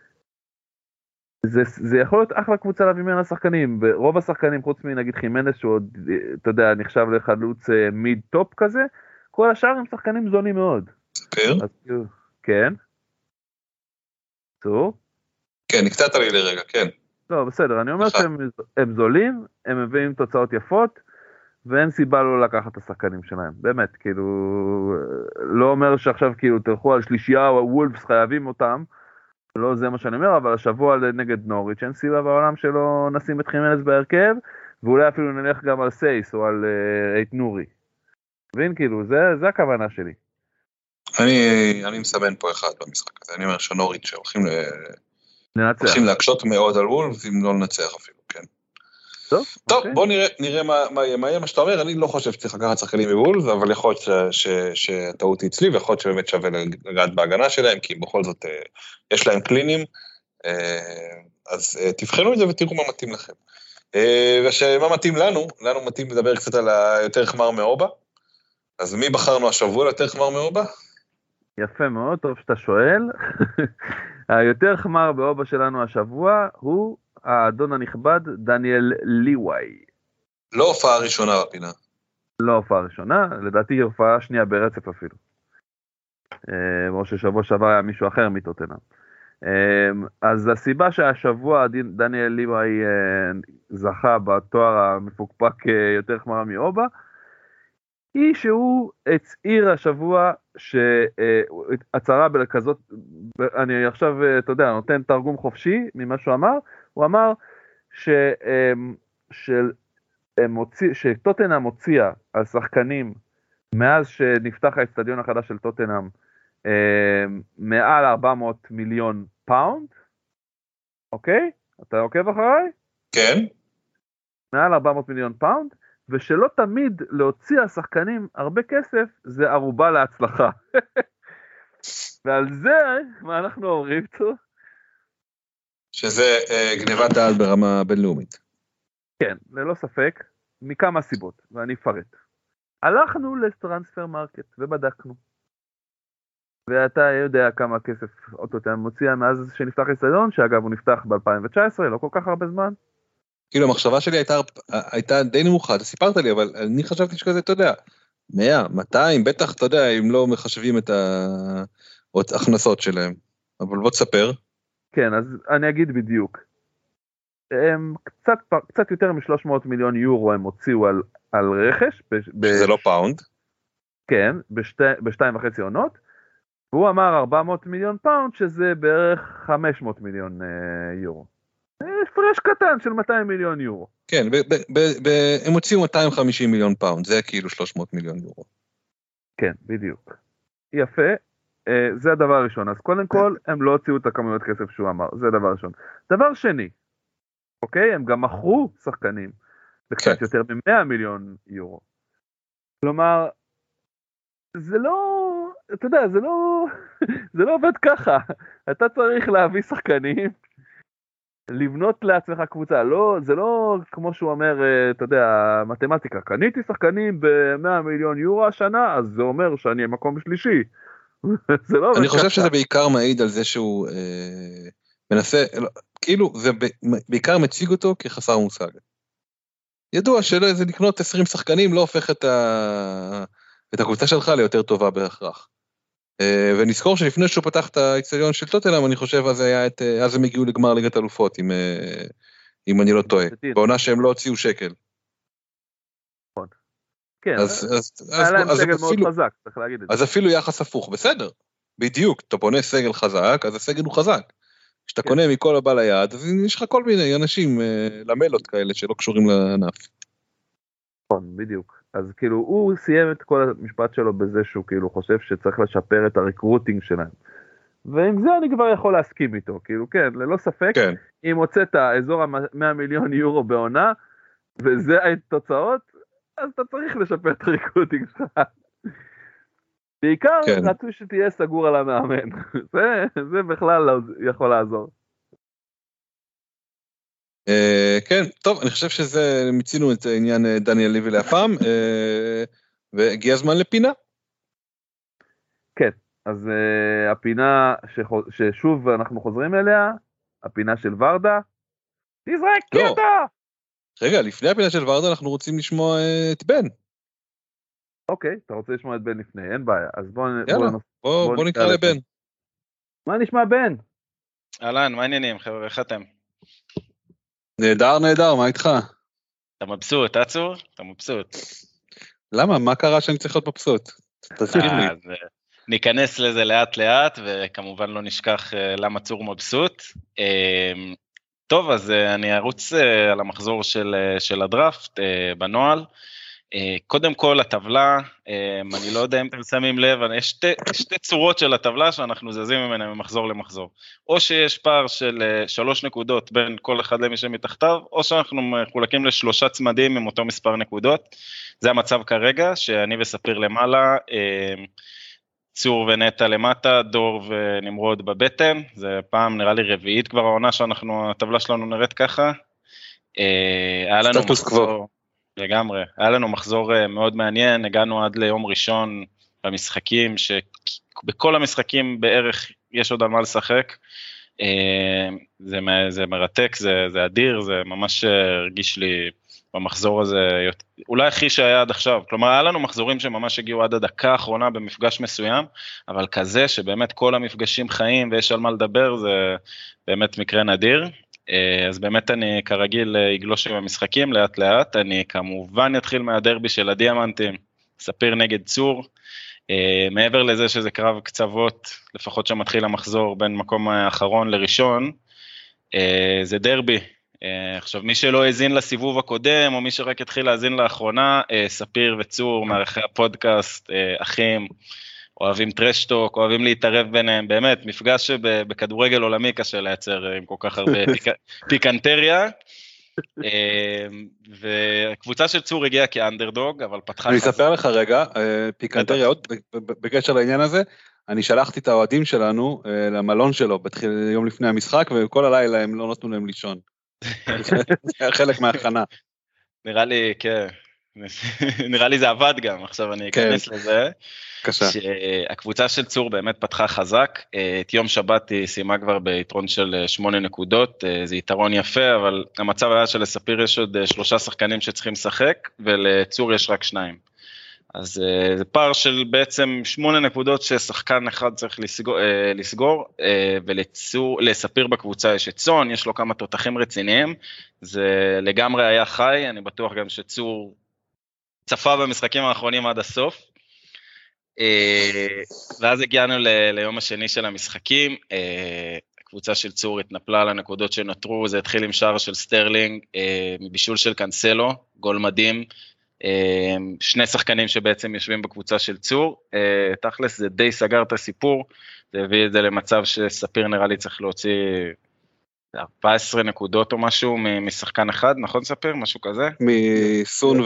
זה יכול להיות אחלה קבוצה להביא ממנה שחקנים, ברוב השחקנים, חוץ מנגיד חימנס, שהוא עוד, אתה יודע, נחשב לחלוץ מיד טופ כזה, כל השאר הם שחקנים זולים מאוד. ספר? כן. צור? כן, נקטעת לי לרגע, כן. לא, בסדר, אני אומר שהם זולים, הם מביאים תוצאות יפות, ואין סיבה לא לקחת את השחקנים שלהם, באמת, כאילו, לא אומר שעכשיו כאילו תלכו על שלישייה או וולפס חייבים אותם, לא זה מה שאני אומר, אבל השבוע נגד נוריץ' אין סיבה בעולם שלא נשים את חימנס בהרכב, ואולי אפילו נלך גם על סייס או על אייט נורי. מבין, כאילו, זה הכוונה שלי. אני מסמן פה אחד במשחק הזה, אני אומר שנוריץ' הולכים להקשות מאוד על וולפס, אם לא לנצח אפילו, כן. טוב, בוא נראה מה יהיה מה שאתה אומר, אני לא חושב שצריך לקחת שחקנים מוולפס, אבל יכול להיות שהטעות היא אצלי, ויכול להיות שבאמת שווה לגעת בהגנה שלהם, כי בכל זאת יש להם קלינים, אז תבחנו את זה ותראו מה מתאים לכם. ושמה מתאים לנו מתאים לדבר קצת על היותר חמר מאובה, אז מי בחרנו השבוע ליותר חמר מאובה? יפה מאוד, טוב שאתה שואל. היותר חמר באובה שלנו השבוע הוא האדון הנכבד, דניאל ליוואי. לא הופעה ראשונה בפינה. לא הופעה ראשונה, לדעתי הופעה שנייה ברצף אפילו. או ששבוע שעבר היה מישהו אחר מטוטנהאם. אז הסיבה שהשבוע דניאל ליוואי זכה בתואר המפוקפק יותר חמרה מאובה, היא שהוא הצעיר השבוע שהצהרה כזאת, אני עכשיו, אתה יודע, נותן תרגום חופשי ממה שהוא אמר, הוא אמר שטוטנהאם הוציאה על שחקנים מאז שנפתח האצטדיון החדש של טוטנהאם מעל 400 מיליון פאונד, אוקיי? אתה עוקב אחריי? כן. מעל 400 מיליון פאונד, ושלא תמיד להוציא על שחקנים הרבה כסף זה ערובה להצלחה. ועל זה מה אנחנו אומרים פה? שזה גניבת דעת ברמה בינלאומית. כן, ללא ספק, מכמה סיבות, ואני אפרט. הלכנו לטרנספר מרקט ובדקנו. ואתה יודע כמה כסף אוטוטנהאם מוציאה מאז שנפתח האצטדיון, שאגב הוא נפתח ב-2019, לא כל כך הרבה זמן. כאילו המחשבה שלי הייתה די נמוכה, אתה סיפרת לי, אבל אני חשבתי שכזה, אתה יודע, 100, 200, בטח, אתה יודע, אם לא מחשבים את ההכנסות שלהם. אבל בוא תספר. כן, אז אני אגיד בדיוק. הם קצת יותר מ-300 מיליון יורו הם הוציאו על רכש. שזה לא פאונד. כן, ב2.5 עונות. והוא אמר 400 מיליון פאונד, שזה בערך 500 מיליון יורו. הפרש קטן של 200 מיליון יורו. כן, הם הוציאו 250 מיליון פאונד, זה כאילו 300 מיליון יורו. כן, בדיוק. יפה, זה הדבר הראשון. אז קודם כל, הם לא הוציאו את הכמויות כסף שהוא אמר, זה דבר ראשון. דבר שני, אוקיי, הם גם מכרו שחקנים, בקצת יותר מ-100 מיליון יורו. כלומר, זה לא, אתה יודע, זה לא עובד ככה. אתה צריך להביא שחקנים, לבנות לעצמך קבוצה, לא, זה לא כמו שהוא אומר, אתה יודע, מתמטיקה, קניתי שחקנים ב-100 מיליון יורו השנה, אז זה אומר שאני מקום שלישי, זה לא אני חושב שזה בעיקר מעיד על זה שהוא מנסה, כאילו זה בעיקר מציג אותו כחסר מושג. ידוע שזה לקנות 20 שחקנים לא הופך את הקבוצה שלך ליותר טובה בהכרח. ונזכור שלפני שהוא פתח את האצטדיון של טוטנהאם, אני חושב אז הם הגיעו לגמר ליגת אלופות, אם אני לא טועה. בעונה שהם לא הוציאו שקל. כן, היה להם סגל מאוד חזק, צריך להגיד את זה. אז אפילו יחס הפוך, בסדר. בדיוק, אתה בונה סגל חזק, אז הסגל הוא חזק. כשאתה קונה מכל הבא ליד, אז יש לך כל מיני אנשים למלות כאלה שלא קשורים לענף. נכון, בדיוק. אז כאילו הוא סיים את כל המשפט שלו בזה שהוא כאילו חושב שצריך לשפר את הריקרוטינג שלהם. ועם זה אני כבר יכול להסכים איתו, כאילו כן, ללא ספק, כן. אם הוצאת אזור 100 מיליון יורו בעונה, וזה התוצאות, אז אתה צריך לשפר את הריקרוטינג שלך. בעיקר כן. רצו שתהיה סגור על המאמן. זה בכלל לא יכול לעזור. כן, טוב, אני חושב שזה, מיצינו את עניין דניאל ליבי להפעם, והגיע הזמן לפינה. כן, אז הפינה ששוב אנחנו חוזרים אליה, הפינה של ורדה, תזרק אותה! רגע, לפני הפינה של ורדה אנחנו רוצים לשמוע את בן. אוקיי, אתה רוצה לשמוע את בן לפני, אין בעיה, אז בוא נקרא לבן. מה נשמע בן? אהלן, מה העניינים חבר'ה, איך אתם? נהדר, מה איתך? אתה מבסוט, צור? אתה מבסוט. למה? מה קרה שאני צריך להיות מבסוט? תזכיר לי. אז ניכנס לזה לאט לאט, וכמובן לא נשכח למה צור מבסוט. טוב, אז אני ארוץ על המחזור של הדראפט בנועל. קודם כל הטבלה, אני לא יודע אם אתם שמים לב, יש שתי צורות של הטבלה שאנחנו זזים ממנה ממחזור למחזור. או שיש פער של 3 נקודות בין כל אחד למי שמתחתיו, או שאנחנו מחולקים ל3 צמדים עם אותו מספר נקודות. זה המצב כרגע, שאני וספיר למעלה, צור ונטע למטה, דור ונמרוד בבטן. זה פעם נראה לי רביעית כבר העונה הטבלה שלנו נראית ככה. סטטוס קוו. לגמרי, היה לנו מחזור מאוד מעניין, הגענו עד ליום ראשון במשחקים, שבכל המשחקים בערך יש עוד על מה לשחק, זה מרתק, זה אדיר, זה ממש הרגיש לי במחזור הזה, אולי הכי שהיה עד עכשיו, כלומר היה לנו מחזורים שממש הגיעו עד הדקה האחרונה במפגש מסוים, אבל כזה שבאמת כל המפגשים חיים ויש על מה לדבר, זה באמת מקרה נדיר. אז באמת אני כרגיל אגלוש עם המשחקים לאט לאט, אני כמובן אתחיל מהדרבי של הדיאמנטים, ספיר נגד צור, מעבר לזה שזה קרב קצוות, לפחות שמתחיל המחזור בין מקום האחרון לראשון, זה דרבי, עכשיו מי שלא האזין לסיבוב הקודם, או מי שרק התחיל להאזין לאחרונה, ספיר וצור, מערכי הפודקאסט, אחים, אוהבים טרשטוק, אוהבים להתערב ביניהם, באמת, מפגש שבכדורגל עולמי קשה לייצר עם כל כך הרבה פיקנטריה, וקבוצה של צור הגיעה כאנדרדוג, אבל פתחה... אני אספר לך רגע, פיקנטריה עוד, בקשר לעניין הזה, אני שלחתי את האוהדים שלנו למלון שלו, יום לפני המשחק, וכל הלילה הם לא נתנו להם לישון. זה היה חלק מההכנה. נראה לי, כן. נראה לי זה עבד גם, עכשיו אני אכנס לזה. שהקבוצה של צור באמת פתחה חזק, את יום שבת היא סיימה כבר ביתרון של 8 נקודות, זה יתרון יפה, אבל המצב היה שלספיר יש עוד 3 שחקנים שצריכים לשחק, ולצור יש רק 2. אז זה פער של בעצם 8 נקודות ששחקן אחד צריך לסגור, ולספיר בקבוצה יש את צון, יש לו כמה תותחים רציניים, זה לגמרי היה חי, אני בטוח גם שצור צפה במשחקים האחרונים עד הסוף, ואז הגענו ליום השני של המשחקים, הקבוצה של צור התנפלה על הנקודות שנותרו, זה התחיל עם שער של סטרלינג, מבישול של קנסלו, גול מדהים, 2 שחקנים שבעצם יושבים בקבוצה של צור, תכלס זה די סגר את הסיפור, זה הביא את זה למצב שספיר נראה לי צריך להוציא 14 נקודות או משהו משחקן אחד, נכון ספיר? משהו כזה? מסון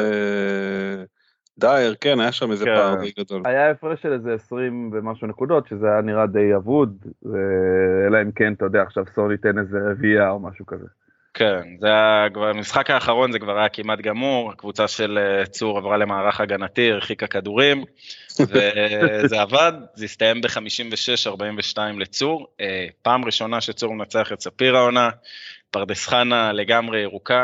דייר, כן, היה שם איזה פער די גדול. היה הפרש של איזה 20 ומשהו נקודות, שזה היה נראה די אבוד, אלא אם כן, אתה יודע, עכשיו סון ייתן איזה רביעייה או משהו כזה. כן, זה היה כבר, המשחק האחרון זה כבר היה כמעט גמור, הקבוצה של צור עברה למערך הגנתי, הרחיקה כדורים, וזה עבד, זה הסתיים ב-56-42 לצור, פעם ראשונה שצור מנצח את ספיר העונה, פרדס חנה לגמרי ירוקה,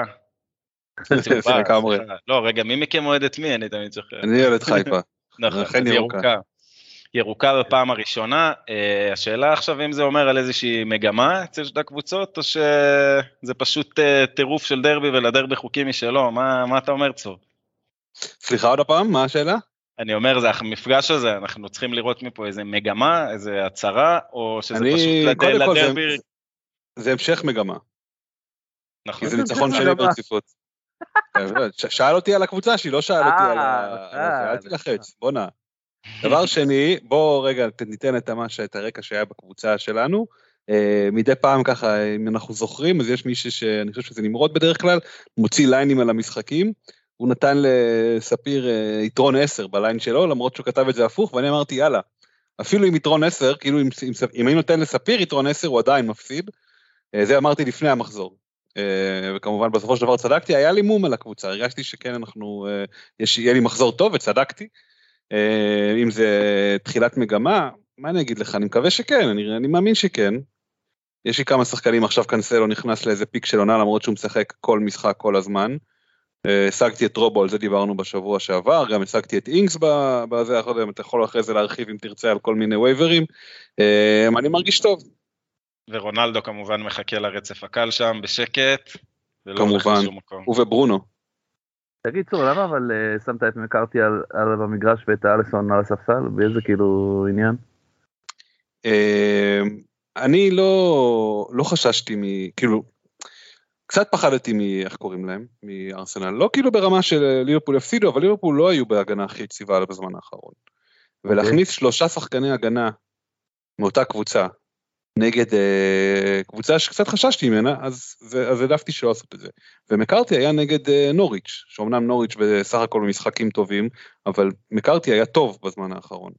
לא רגע, מי מכם אוהד את מי? אני תמיד זוכר. אני אוהד את חיפה. נכון, אז ירוקה בפעם הראשונה, השאלה עכשיו אם זה אומר על איזושהי מגמה אצל שתי הקבוצות, או שזה פשוט טירוף של דרבי ולדרבי חוקים משלו, מה אתה אומר צור? סליחה עוד הפעם, מה השאלה? אני אומר, זה המפגש הזה, אנחנו צריכים לראות מפה איזה מגמה, איזה הצהרה, או שזה פשוט לדרבי... זה המשך מגמה. נכון. כי זה ניצחון שלי ברציפות. שאל אותי על הקבוצה שהיא לא שאל אותי על שאלתי לחץ, בוא נע. דבר שני, בוא רגע ניתן את הרקע שהיה בקבוצה שלנו, מדי פעם ככה, אם אנחנו זוכרים, אז יש מישהו שאני חושב שזה נמרוד בדרך כלל, מוציא ליינים על המשחקים, הוא נתן לספיר יתרון 10 בליין שלו, למרות שהוא כתב את זה הפוך, ואני אמרתי יאללה, אפילו עם יתרון 10, כאילו אם אני נותן לספיר יתרון 10, הוא עדיין מפסיד, זה אמרתי לפני המחזור. וכמובן בסופו של דבר צדקתי, היה לי מום על הקבוצה, הרגשתי שכן יהיה לי מחזור טוב וצדקתי, אם זה תחילת מגמה, מה אני אגיד לך, אני מקווה שכן, אני מאמין שכן, יש לי כמה שחקנים, עכשיו קנסלו נכנס לאיזה פיק של עונה, למרות שהוא משחק כל משחק כל הזמן, השגתי את רובו, על זה דיברנו בשבוע שעבר, גם השגתי את אינגס בזה, אתה יכול אחרי זה להרחיב אם תרצה על כל מיני וייברים, אני מרגיש טוב. ורונלדו כמובן מחכה לרצף הקל שם בשקט, כמובן, וברונו. תגיד צור, למה אבל שמת את מקארתי על המגרש ואת האליסון על הספסל? באיזה כאילו עניין? אני לא חששתי כאילו, קצת פחדתי איך קוראים להם, מארסנל, לא כאילו ברמה של ליברפול הפסידו, אבל ליברפול לא היו בהגנה הכי יציבה בזמן האחרון. ולהכניס 3 שחקני הגנה מאותה קבוצה, נגד קבוצה שקצת חששתי ממנה, אז העדפתי שלא לעשות את זה. ומקארתי היה נגד נוריץ', שאומנם נוריץ' בסך הכל במשחקים טובים, אבל מקארתי היה טוב בזמן האחרון.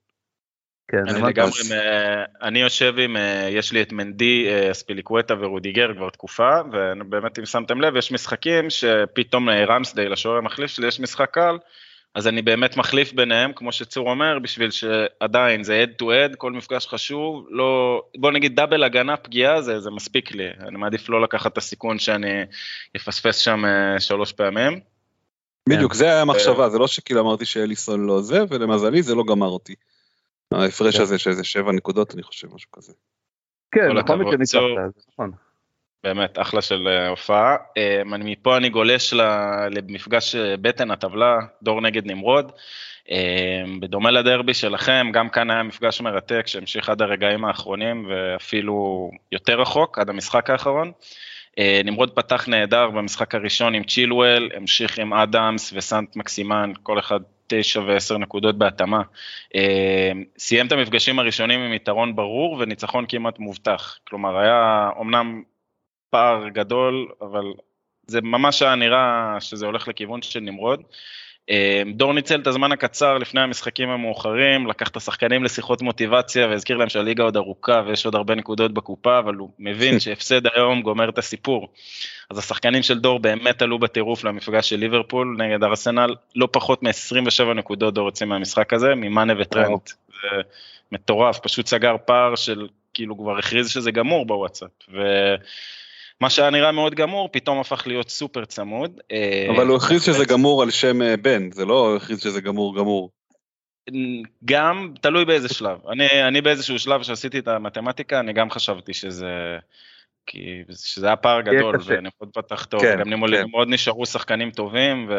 אני יושב עם, יש לי את מנדי, ספיליקווטה ורודיגר כבר תקופה, ובאמת אם שמתם לב, יש משחקים שפתאום רמסדייל, השוער המחליף שלי, יש משחק קל, אז אני באמת מחליף ביניהם, כמו שצור אומר, בשביל שעדיין זה head to head, כל מפגש חשוב, לא, בוא נגיד דאבל הגנה פגיעה, זה מספיק לי, אני מעדיף לא לקחת את הסיכון שאני אפספס שם 3 פעמים. בדיוק, זה היה המחשבה, זה לא שכאילו אמרתי שאליסון לא זה, ולמזלי זה לא גמר אותי. ההפרש הזה שאיזה 7 נקודות, אני חושב משהו כזה. כן, נכון מכן ניצחת, נכון. באמת, אחלה של הופעה. מפה אני גולש למפגש בטן הטבלה, דור נגד נמרוד. בדומה לדרבי שלכם, גם כאן היה מפגש מרתק, שהמשיך עד הרגעים האחרונים, ואפילו יותר רחוק, עד המשחק האחרון. נמרוד פתח נהדר במשחק הראשון עם צ'ילואל, המשיך עם אדמס וסנט מקסימן, כל אחד 9 ו10 נקודות בהתאמה. סיים את המפגשים הראשונים עם יתרון ברור, וניצחון כמעט מובטח. כלומר, היה אומנם פער גדול, אבל זה ממש היה נראה שזה הולך לכיוון של נמרוד. דור ניצל את הזמן הקצר לפני המשחקים המאוחרים, לקח את השחקנים לשיחות מוטיבציה, והזכיר להם שהליגה עוד ארוכה, ויש עוד הרבה נקודות בקופה, אבל הוא מבין שהפסד היום גומר את הסיפור. אז השחקנים של דור באמת עלו בטירוף למפגש של ליברפול, נגד ארסנל, לא פחות מ-27 נקודות דור יוצאים מהמשחק הזה, ממאנה וטרנט. זה מטורף, פשוט סגר פער של, כאילו כבר הכריז שזה גמור בוואטסאפ, מה שהיה נראה מאוד גמור, פתאום הפך להיות סופר צמוד. אבל הוא הכריז שזה גמור על שם בן, זה לא הכריז שזה גמור. גם, תלוי באיזה שלב. אני באיזשהו שלב שעשיתי את המתמטיקה, אני גם חשבתי שזה היה פער גדול, ונמרוד פתח טוב, גם נמרוד נשארו שחקנים טובים,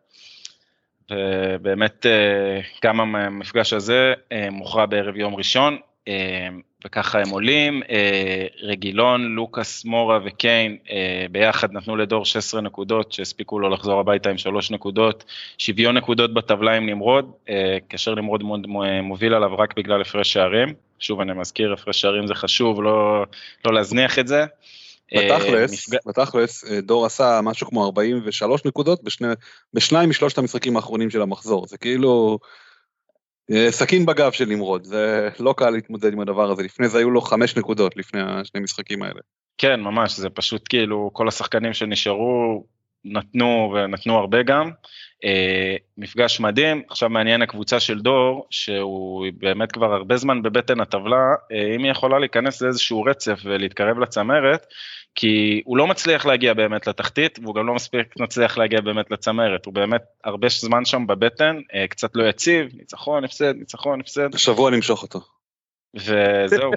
ובאמת גם המפגש הזה מוכרע בערב יום ראשון, וככה הם עולים, רגילון, לוקאס, מורה וקיין, ביחד נתנו לדור 16 נקודות, שהספיקו לו לחזור הביתה עם 3 נקודות, 7 נקודות בטבלה עם נמרוד, כאשר נמרוד מוביל עליו רק בגלל הפרש שערים, שוב אני מזכיר, הפרש שערים זה חשוב, לא להזניח את זה. בתכלס, דור עשה משהו כמו 43 נקודות, בשניים משלושת המשחקים האחרונים של המחזור, זה כאילו סכין בגב של נמרוד, זה לא קל להתמודד עם הדבר הזה, לפני זה היו לו 5 נקודות לפני השני משחקים האלה. כן, ממש, זה פשוט כאילו כל השחקנים שנשארו נתנו ונתנו הרבה גם. מפגש מדהים. עכשיו מעניין הקבוצה של דור, שהוא באמת כבר הרבה זמן בבטן הטבלה, אם היא יכולה להיכנס לאיזשהו רצף ולהתקרב לצמרת, כי הוא לא מצליח להגיע באמת לתחתית, והוא גם לא מספיק מצליח להגיע באמת לצמרת, הוא באמת הרבה זמן שם בבטן, קצת לא יציב, ניצחון, הפסד, ניצחון, הפסד. השבוע נמשוך אותו. וזהו.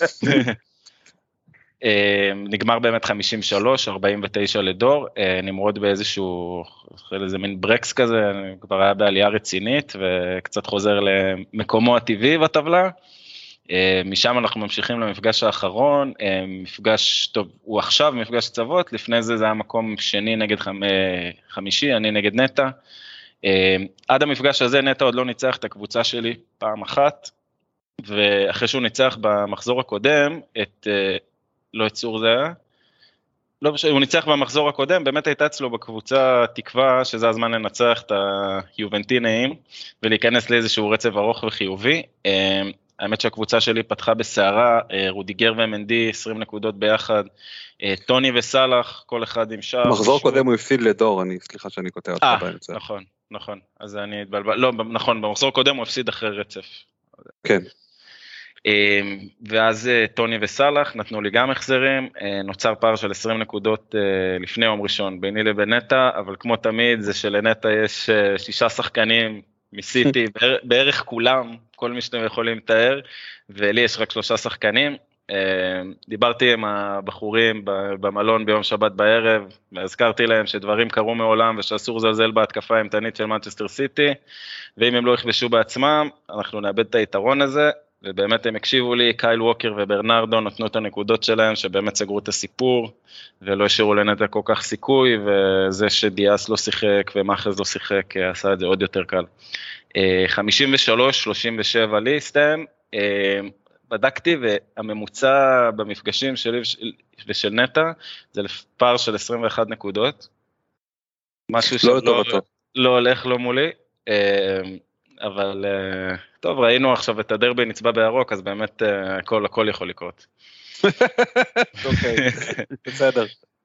נגמר באמת 53, 49 לדור, נמרוד באיזשהו, איזה מין ברקס כזה, כבר היה בעלייה רצינית, וקצת חוזר למקומו הטבעי בטבלה. משם אנחנו ממשיכים למפגש האחרון, מפגש טוב, הוא עכשיו מפגש צוות, לפני זה היה מקום שני נגד חמישי, אני נגד נטה. עד המפגש הזה נטה עוד לא ניצח את הקבוצה שלי פעם אחת, ואחרי שהוא ניצח במחזור הקודם, לא את צור זה היה, לא, הוא ניצח במחזור הקודם, באמת הייתה אצלו בקבוצה תקווה, שזה הזמן לנצח את היובנטינאים, ולהיכנס לאיזשהו רצף ארוך וחיובי. האמת שהקבוצה שלי פתחה בסערה, רודיגר ומנדי 20 נקודות ביחד, טוני וסלח, כל אחד עם שער. מחזור קודם הוא הפסיד לדור, סליחה שאני קוטע אותך באמצע. נכון, אז אני התבלבל, לא, נכון, במחזור קודם הוא הפסיד אחרי רצף. כן. ואז טוני וסלח נתנו לי גם החזרים, נוצר פער של 20 נקודות לפני יום ראשון, ביני לבין נטה, אבל כמו תמיד זה שלנטה יש 6 שחקנים מסיטי, בערך כולם, כל מי שאתם יכולים לתאר, ולי יש רק 3 שחקנים. דיברתי עם הבחורים במלון ביום שבת בערב, והזכרתי להם שדברים קרו מעולם, ושאסור זלזל בהתקפה האימתנית של מנצ'סטר סיטי, ואם הם לא יכבשו בעצמם, אנחנו נאבד את היתרון הזה, ובאמת הם הקשיבו לי, קייל ווקר וברנרדו נתנו את הנקודות שלהם, שבאמת סגרו את הסיפור, ולא השאירו לנטה כל כך סיכוי, וזה שדיאס לא שיחק ומאחז לא שיחק, עשה את זה עוד יותר קל. 53-37 ליסטן, בדקתי, והממוצע במפגשים שלי ושל נטה, זה פער של 21 נקודות, משהו שלא הולך לא מולי, אבל טוב, ראינו עכשיו את הדרבי נצבע בירוק, אז באמת הכל יכול לקרות. אוקיי, בסדר.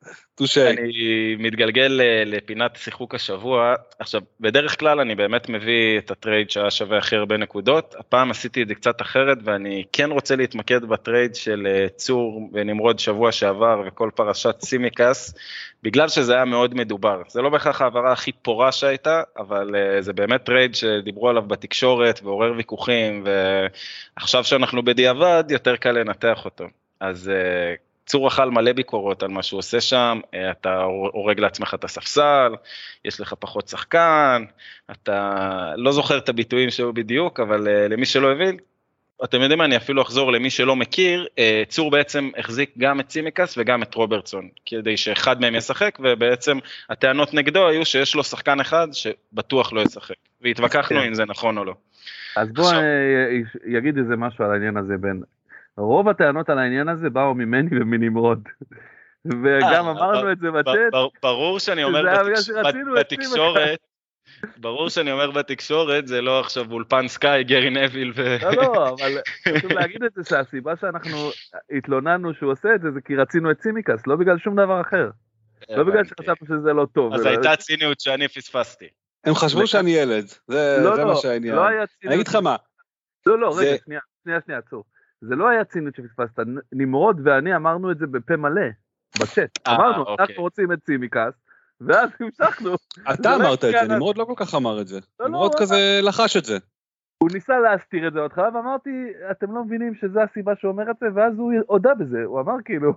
אני מתגלגל לפינת שיחוק השבוע. עכשיו, בדרך כלל אני באמת מביא את הטרייד שהיה שווה הכי הרבה נקודות, הפעם עשיתי את זה קצת אחרת, ואני כן רוצה להתמקד בטרייד של צור ונמרוד שבוע שעבר, וכל פרשת סימיקס, בגלל שזה היה מאוד מדובר. זה לא בהכרח העברה הכי פורה שהייתה, אבל זה באמת טרייד שדיברו עליו בתקשורת, ועורר ויכוחים, ועכשיו שאנחנו בדיעבד, יותר קל לנתח אותו. אז צור אכל מלא ביקורות על מה שהוא עושה שם, אתה הורג לעצמך את הספסל, יש לך פחות שחקן, אתה לא זוכר את הביטויים שהוא בדיוק, אבל למי שלא הבין, אתם יודעים מה, אני אפילו אחזור למי שלא מכיר, צור בעצם החזיק גם את סימיקס וגם את רוברטסון, כדי שאחד מהם ישחק, ובעצם הטענות נגדו היו שיש לו שחקן אחד שבטוח לא ישחק, והתווכחנו אם זה נכון או לא. אז בוא יגיד איזה משהו על העניין הזה בין... רוב הטענות על העניין הזה באו ממני ומנמרוד, וגם אמרנו את זה בצ'אט. ברור שאני אומר בתקשורת, ברור שאני אומר בתקשורת, זה לא עכשיו אולפן סקאי, גרי נביל לא, אבל חשוב להגיד את זה, שהסיבה שאנחנו התלוננו שהוא עושה את זה, זה כי רצינו את סימיקס, לא בגלל שום דבר אחר. לא בגלל שחשבנו שזה לא טוב. אז הייתה ציניות שאני פספסתי. הם חשבו שאני ילד, זה מה שהעניין. אני אגיד לך מה. לא, רגע, שנייה, עצור. זה לא היה ציניות שפספסת, נמרוד ואני אמרנו את זה בפה מלא, בצ'אט. אמרנו, אנחנו רוצים את סימיקס, ואז המשכנו. אתה אמרת את זה, נמרוד לא כל כך אמר את זה. נמרוד כזה לחש את זה. הוא ניסה להסתיר את זה אותך, ואמרתי, אתם לא מבינים שזה הסיבה שהוא אומר את זה, ואז הוא הודע בזה, הוא אמר כאילו,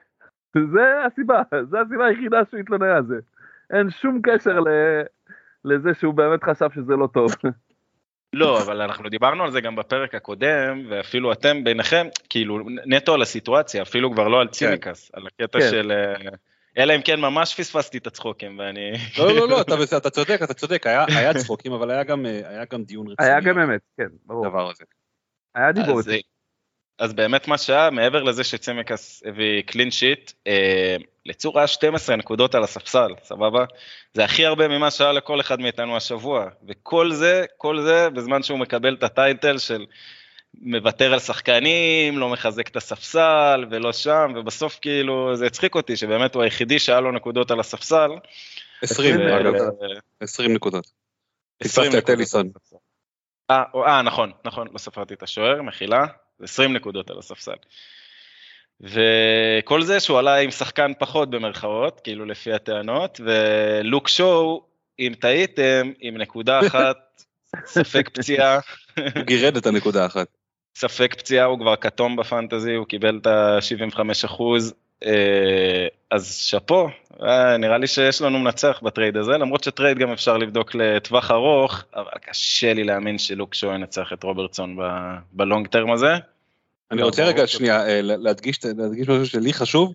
זה הסיבה היחידה שהוא התלונן על זה. אין שום קשר לזה שהוא באמת חשב שזה לא טוב. לא, אבל אנחנו דיברנו על זה גם בפרק הקודם, ואפילו אתם ביניכם, כאילו נטו על הסיטואציה, אפילו כבר לא על צימיקס, על הקטע של... אלא אם כן ממש פספסתי את הצחוקים, ואני... לא, אתה צודק, היה צחוקים, אבל היה גם דיון רציני. היה גם אמת, כן, ברור. דבר הזה. היה דיבור. אז באמת מה שהיה, מעבר לזה שצימקס הביא קלין שיט, לצור היה 12 נקודות על הספסל, סבבה? זה הכי הרבה ממה שהיה לכל אחד מאיתנו השבוע, וכל זה בזמן שהוא מקבל את הטייטל של מוותר על שחקנים, לא מחזק את הספסל, ולא שם, ובסוף כאילו זה הצחיק אותי, שבאמת הוא היחידי שהיה לו נקודות על הספסל. 20 אגב, 20 נקודות. 20 נקודות. נכון, לא ספרתי את השוער, מחילה, 20 נקודות על הספסל. וכל זה שהוא עלה עם שחקן פחות במרכאות, כאילו לפי הטענות, ולוק שואו, אם טעיתם, עם נקודה אחת, ספק פציעה. הוא גירד את הנקודה אחת. ספק פציעה, הוא כבר כתום בפנטזי, הוא קיבל את ה-75%, אז שפו, נראה לי שיש לנו מנצח בטרייד הזה, למרות שטרייד גם אפשר לבדוק לטווח ארוך, אבל קשה לי להאמין שלוק שואו ינצח את רוברטסון בלונג טרם הזה. אני רוצה רגע שנייה להדגיש משהו שלי חשוב,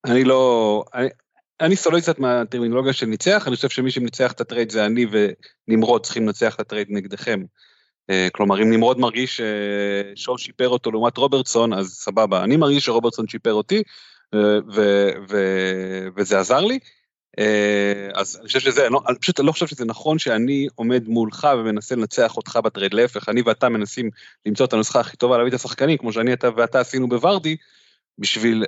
אני סולד קצת מהטרמינולוגיה של ניצח, אני חושב שמי שמניצח את הטרייד זה אני ונמרוד צריכים לנצח את הטרייד נגדכם, כלומר אם נמרוד מרגיש ששואו שיפר אותו לעומת רוברטסון, אז סבבה, אני מרגיש שרוברטסון שיפר אותי, וזה עזר לי, אז אני חושב שזה, אני פשוט לא חושב שזה נכון שאני עומד מולך ומנסה לנצח אותך בטרייד, להפך, אני ואתה מנסים למצוא את הנוסחה הכי טובה להביא את השחקנים, כמו שאני ואתה עשינו בוורדי, בשביל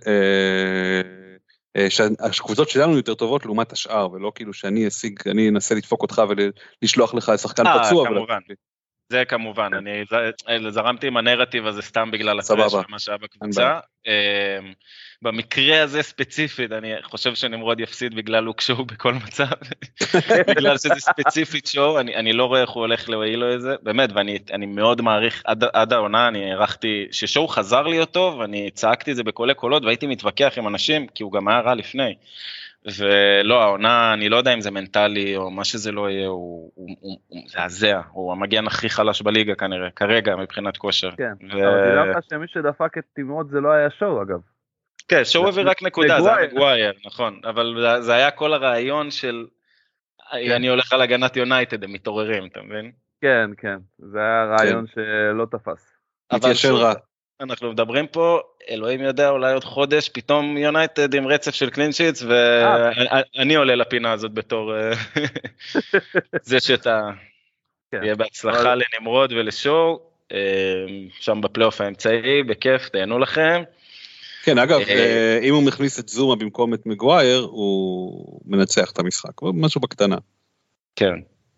שהקבוצות שלנו יותר טובות לעומת השאר, ולא כאילו שאני אנסה לדפוק אותך ולשלוח לך שחקן פצוע. כמובן, זה כמובן, אני זרמתי עם הנרטיב הזה סתם בגלל הטרש ומה שהיה בקבוצה. במקרה הזה ספציפית, אני חושב שנמרוד יפסיד בגלל לוק שואו בכל מצב, בגלל שזה ספציפית שואו, אני לא רואה איך הוא הולך להועיל לו את זה, באמת, ואני מאוד מעריך, עד העונה אני הערכתי, ששואו חזר לי אותו, ואני צעקתי את זה בקולי קולות, והייתי מתווכח עם אנשים, כי הוא גם היה רע לפני, ולא, העונה, אני לא יודע אם זה מנטלי, או מה שזה לא יהיה, הוא זעזע, הוא המגן הכי חלש בליגה כנראה, כרגע מבחינת כושר. כן, אבל תדע לך שמי שדפק את נמרוד זה לא היה שואו אגב. כן, שואו הביא רק נקודה, זה היה מגווייר, נכון, אבל זה היה כל הרעיון של, אני הולך על הגנת יונייטד, הם מתעוררים, אתה מבין? כן, כן, זה היה רעיון שלא תפס. אבל שוב, אנחנו מדברים פה, אלוהים יודע, אולי עוד חודש, פתאום יונייטד עם רצף של קלינשיטס, ואני עולה לפינה הזאת בתור זה שאתה תהיה בהצלחה לנמרוד ולשואו, שם בפלייאוף האמצעי, בכיף, תהנו לכם. כן, אגב, אם הוא מכניס את זומה במקום את מגווייר, הוא מנצח את המשחק, משהו בקטנה. כן.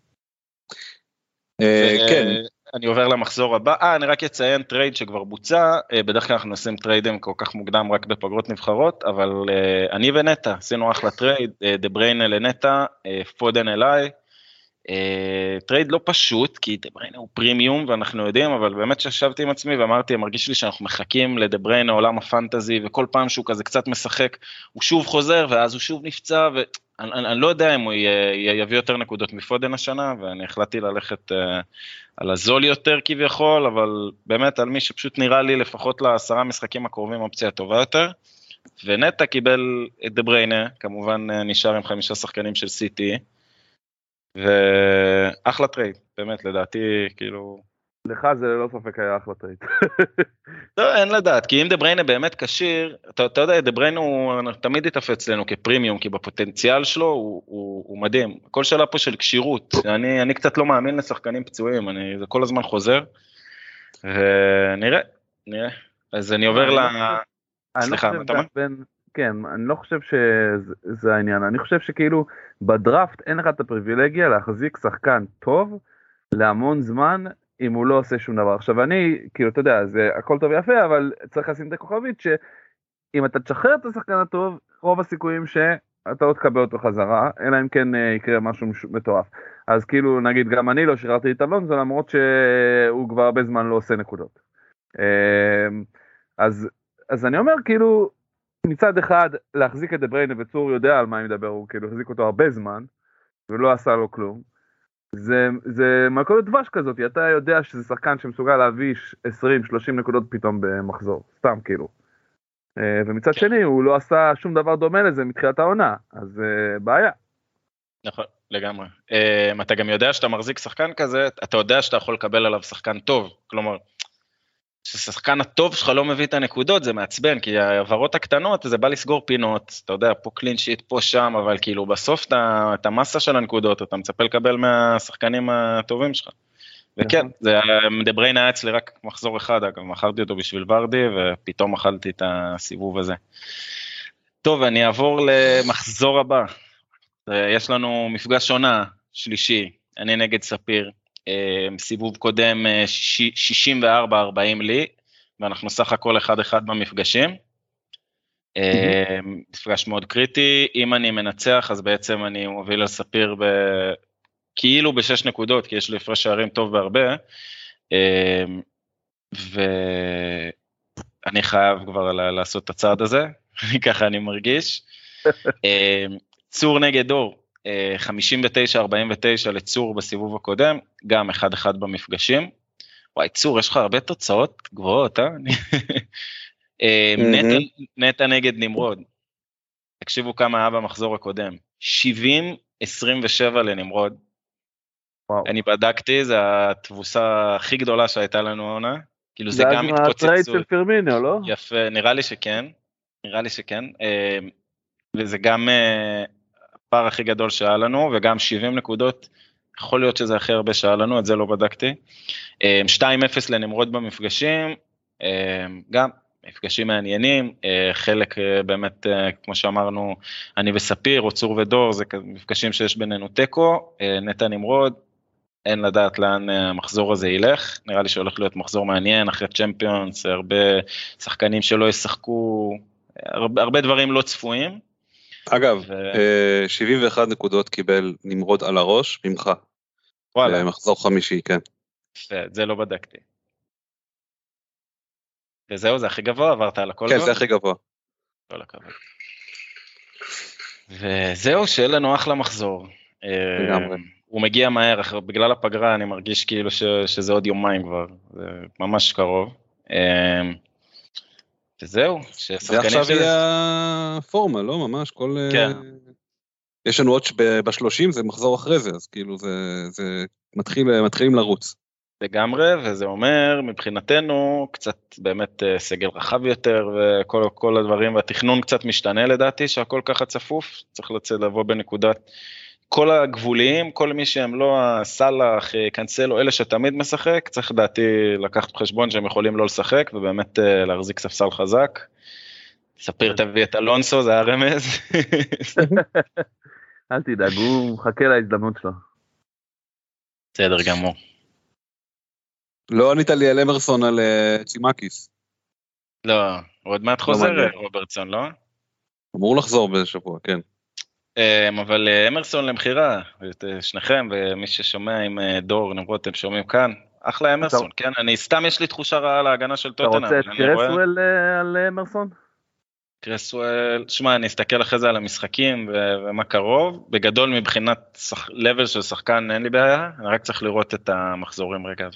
כן. אני עובר למחזור הבא, אני רק אציין טרייד שכבר בוצע, בדרך כלל אנחנו עושים טריידים כל כך מוקדם רק בפגרות נבחרות, אבל אני ונטה עשינו אחלה טרייד, דה בריינה לנטה, פודן אליי, טרייד לא פשוט, כי דה בריינה הוא פרימיום ואנחנו יודעים, אבל באמת שישבתי עם עצמי ואמרתי, מרגיש לי שאנחנו מחכים לדה בריינה עולם הפנטזי, וכל פעם שהוא כזה קצת משחק, הוא שוב חוזר ואז הוא שוב נפצע, ואני לא יודע אם הוא יביא יותר נקודות מפודן השנה, ואני החלטתי ללכת על הזול יותר כביכול, אבל באמת על מי שפשוט נראה לי לפחות ל10 משחקים הקרובים אופציה טובה יותר, ונטה קיבל את דה בריינה, כמובן נשאר עם 5 שחקנים של סיטי, ואחלה טרייד, באמת לדעתי כאילו... לך זה ללא ספק היה אחלה טרייד. לא, אין לדעת, כי אם דה בריינה באמת קשיר, אתה יודע, דה בריינה הוא תמיד יתאפס אצלנו כפרימיום, כי בפוטנציאל שלו הוא מדהים. כל שאלה פה של קשירות, אני קצת לא מאמין לשחקנים פצועים, זה כל הזמן חוזר, ונראה. אז אני עובר סליחה, מה אתה אומר? כן, אני לא חושב שזה העניין, אני חושב שכאילו בדראפט אין לך את הפריבילגיה להחזיק שחקן טוב להמון זמן, אם הוא לא עושה שום דבר. עכשיו אני, כאילו, אתה יודע, זה הכל טוב ויפה, אבל צריך לשים את הכוכבית, שאם אתה תשחרר את השחקן הטוב, רוב הסיכויים שאתה לא תקבל אותו חזרה, אלא אם כן יקרה משהו מטורף. אז כאילו, נגיד, גם אני לא שחררתי את אלונזו, למרות שהוא כבר הרבה זמן לא עושה נקודות. אז אני אומר, כאילו, מצד אחד, להחזיק את דה בריינה, וצור יודע על מה אני מדבר, הוא כאילו החזיק אותו הרבה זמן, ולא עשה לו כלום. זה מלכודת דבש כזאת, אתה יודע שזה שחקן שמסוגל להביא 20-30 נקודות פתאום במחזור, סתם כאילו. ומצד שני, הוא לא עשה שום דבר דומה לזה מתחילת העונה, אז בעיה. נכון, לגמרי. אתה גם יודע שאתה מחזיק שחקן כזה, אתה יודע שאתה יכול לקבל עליו שחקן טוב, כלומר, ששחקן הטוב שלך לא מביא את הנקודות, זה מעצבן, כי העברות הקטנות, זה בא לסגור פינות, אתה יודע, פה קלין שיט, פה שם, אבל כאילו בסוף את המסה של הנקודות, אתה מצפה לקבל מהשחקנים הטובים שלך. וכן, מדבריין היה אצלי רק מחזור אחד, אגב, מכרתי אותו בשביל ורדי, ופתאום אכלתי את הסיבוב הזה. טוב, אני אעבור למחזור הבא. יש לנו מפגש עונה שלישי, אני נגד ספיר, סיבוב קודם 64-40 לי, ואנחנו סך הכל 1-1 במפגשים. מפגש מאוד קריטי, אם אני מנצח, אז בעצם אני מוביל על ספיר כאילו ב6 נקודות, כי יש לי הפרש שערים טוב בהרבה, ואני חייב כבר לעשות את הצעד הזה, ככה אני מרגיש. צור נגד דור, 59-49 לצור בסיבוב הקודם, גם 1-1 במפגשים. וואי, צור, יש לך הרבה תוצאות גבוהות, נטע נגד נמרוד. תקשיבו כמה היה במחזור הקודם. 70-27 לנמרוד. וואו. אני בדקתי, זה התבוסה הכי גדולה שהייתה לנו העונה. כאילו זה גם התפוצצות. זה הטרייד של פירמיניו, לא? יפה, נראה לי שכן. וזה גם הפער הכי גדול שהיה לנו, וגם 70 נקודות, יכול להיות שזה הכי הרבה שהיה לנו, את זה לא בדקתי. 2-0 לנמרוד במפגשים, גם מפגשים מעניינים, חלק באמת, כמו שאמרנו, אני וספיר, או צור ודור, זה מפגשים שיש בינינו טקו, נטע נמרוד, אין לדעת לאן המחזור הזה ילך, נראה לי שהולך להיות מחזור מעניין, אחרי צ'מפיונס, הרבה שחקנים שלא ישחקו, הרבה דברים לא צפויים. אגב, 71 נקודות קיבל נמרוד על הראש ממך. וואלה. מחזור חמישי, כן. זה לא בדקתי. וזהו, זה הכי גבוה, עברת על הכל? כן, זה הכי גבוה. כל הכבוד. וזהו, שיהיה לנו אחלה מחזור. לגמרי. הוא מגיע מהר, בגלל הפגרה אני מרגיש כאילו שזה עוד יומיים כבר, זה ממש קרוב. וזהו, זה עכשיו יהיה פורמה, לא? ממש, כן. יש לנו עוד ב-30, זה מחזור אחרי זה, אז כאילו זה מתחילים לרוץ. לגמרי, וזה אומר מבחינתנו קצת באמת סגל רחב יותר, וכל הדברים, והתכנון קצת משתנה לדעתי, שהכל ככה צפוף, צריך לבוא בנקודת, כל הגבוליים, כל מי שהם לא הסלח, קנסלו, אלה שתמיד משחק, צריך לדעתי לקחת בחשבון שהם יכולים לא לשחק, ובאמת להחזיק ספסל חזק. ספיר תביא את אלונסו, זה הרמז. אל תדאג, הוא מחכה להזדמנות שלו. בסדר גמור. לא ענית לי על אמרסון על צימקיס. לא, עוד מעט חוזר רוברטסון, לא? אמור לחזור בשבוע, כן. אבל אמרסון למחירה, שניכם ומי ששומע עם דור, נמרוד, אתם שומעים כאן, אחלה אמרסון, כן? אני סתם יש לי תחושה רעה על ההגנה של טוטנהאם. אתה רוצה את קרסוול על אמרסון? קרסוול, שמע, אני אסתכל אחרי זה על המשחקים ומה קרוב, בגדול מבחינת לבל של שחקן אין לי בעיה, אני רק צריך לראות את המחזורים רגע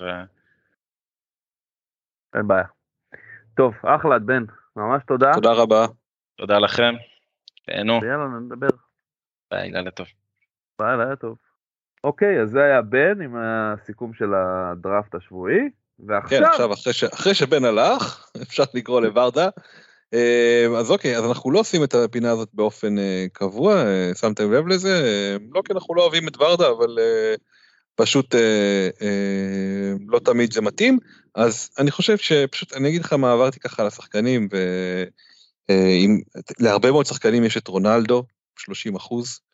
אין בעיה. טוב, אחלה, בן, ממש תודה. תודה רבה. תודה לכם. תהנו. יאללה, נדבר. ביי, לילה טוב. ביי, לילה טוב. אוקיי, אז זה היה בן עם הסיכום של הדראפט השבועי, ועכשיו... כן, עכשיו, אחרי שבן הלך, אפשר לקרוא לוורדה. אז אוקיי, אז אנחנו לא עושים את הפינה הזאת באופן קבוע, שמתם לב לזה, לא כי אנחנו לא אוהבים את וורדה, אבל פשוט לא תמיד זה מתאים, אז אני חושב שפשוט, אני אגיד לך מה עברתי ככה על השחקנים, להרבה מאוד שחקנים יש את רונלדו, 30%,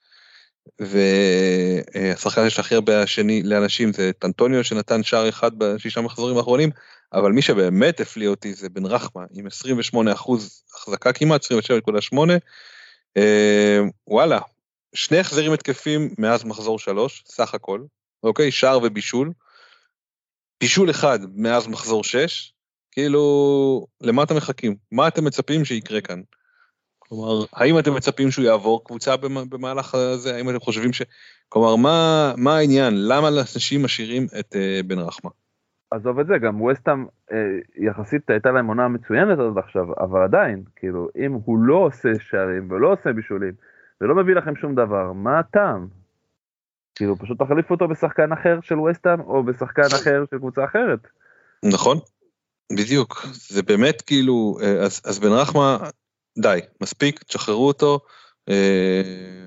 והשחקן שהכי הרבה השני לאנשים זה אנטוניו שנתן שער אחד בשישה מחזורים האחרונים, אבל מי שבאמת הפליא אותי זה בן רחמה, עם 28% החזקה כמעט, 27.8, וואלה, שני החזרים התקפים מאז מחזור 3, סך הכל, אוקיי, שער ובישול, בישול אחד מאז מחזור 6, כאילו, למה אתם מחכים? מה אתם מצפים שיקרה כאן? כלומר, האם אתם מצפים שהוא יעבור קבוצה במהלך הזה? האם אתם חושבים כלומר, מה העניין? למה אנשים משאירים את בן רחמה? עזוב את זה, גם ווסטהאם יחסית הייתה להם עונה מצוינת עד עכשיו, אבל עדיין, כאילו, אם הוא לא עושה שערים ולא עושה בישולים, ולא מביא לכם שום דבר, מה הטעם? כאילו, פשוט תחליף אותו בשחקן אחר של ווסטהאם, או בשחקן אחר של קבוצה אחרת. נכון, בדיוק. זה באמת כאילו, אז בן רחמה, די, מספיק, תשחררו אותו,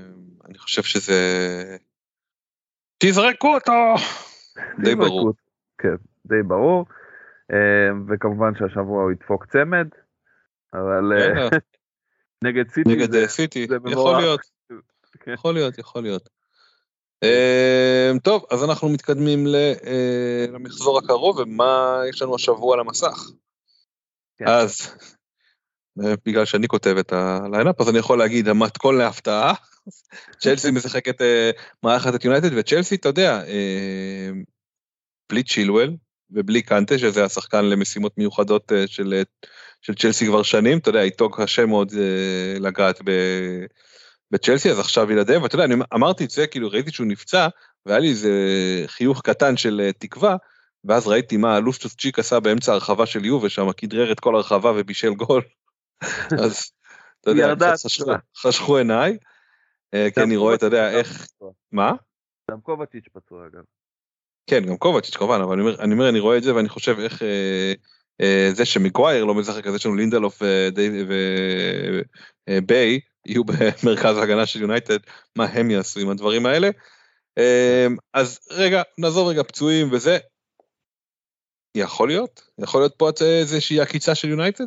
אני חושב שזה... תזרקו אותו! די ברור. כן, די ברור, וכמובן שהשבוע הוא ידפוק צמד, אבל נגד סיטי נגד סיטי, יכול להיות, יכול להיות. טוב, אז אנחנו מתקדמים למחזור הקרוב, ומה יש לנו השבוע על המסך? אז, בגלל שאני כותב את הליינאפ, אז אני יכול להגיד, המתכון להפתעה, צ'לסי משחקת מארחת את יונייטד, וצ'לסי, אתה יודע, בלי צ'ילואל, ובלי קנטה, שזה השחקן למשימות מיוחדות של צ'לסי כבר שנים, אתה יודע, איתו קשה מאוד לגעת בצ'לסי, אז עכשיו ילדיהם, ואתה יודע, אני אמרתי את זה, כאילו ראיתי שהוא נפצע, והיה לי איזה חיוך קטן של תקווה, ואז ראיתי מה לוסטוס צ'יק עשה באמצע הרחבה של יובה, שם כדרר את כל הרחבה ובישל גול, אז אתה יודע, חשכו עיניי, כי אני רואה, אתה יודע, איך, מה? גם קובצ'יץ' פצוע אגב. כן, גם קובצ'יץ' כמובן, אבל אני רואה את זה, ואני חושב איך זה שמגווייר לא משחק, אז יש לנו לינדלוף וביי, יהיו במרכז ההגנה של יונייטד, מה הם יעשו עם הדברים האלה. אז רגע, נעזוב רגע פצועים וזה, יכול להיות פה איזושהי עקיצה של יונייטד?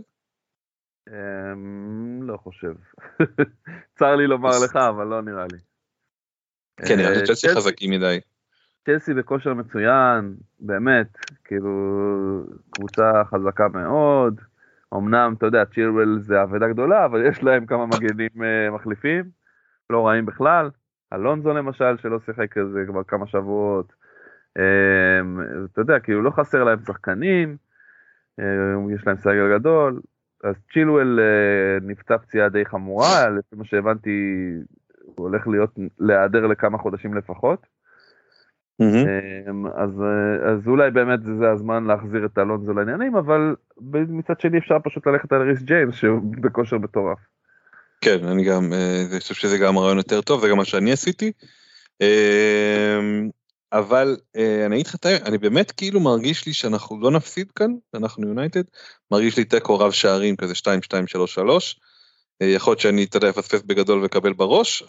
לא חושב. צר לי לומר לך, אבל לא נראה לי. כן, נראה לי צ'לסי חזקים מדי. צ'לסי בכושר מצוין, באמת, כאילו, קבוצה חזקה מאוד, אמנם, אתה יודע, צ'ילואל זה עבודה גדולה, אבל יש להם כמה מגנים מחליפים, לא רעים בכלל, אלונזו למשל, שלא שיחק כזה כבר כמה שבועות, אתה יודע, כאילו לא חסר להם שחקנים, יש להם סגל גדול, אז צ'ילואל נפצע פציעה די חמורה, לפי מה שהבנתי, הוא הולך להיעדר לכמה חודשים לפחות, אז אולי באמת זה הזמן להחזיר את אלונזו לעניינים, אבל מצד שני אפשר פשוט ללכת על ריס ג'יימס שהוא בכושר מטורף. כן, אני גם חושב שזה גם רעיון יותר טוב, זה גם מה שאני עשיתי, אבל אני אגיד לך, אני באמת כאילו מרגיש לי שאנחנו לא נפסיד כאן, אנחנו יונייטד, מרגיש לי תיקו רב שערים כזה 2-2-3-3, יכול להיות שאני תדע אפספס בגדול וקבל בראש,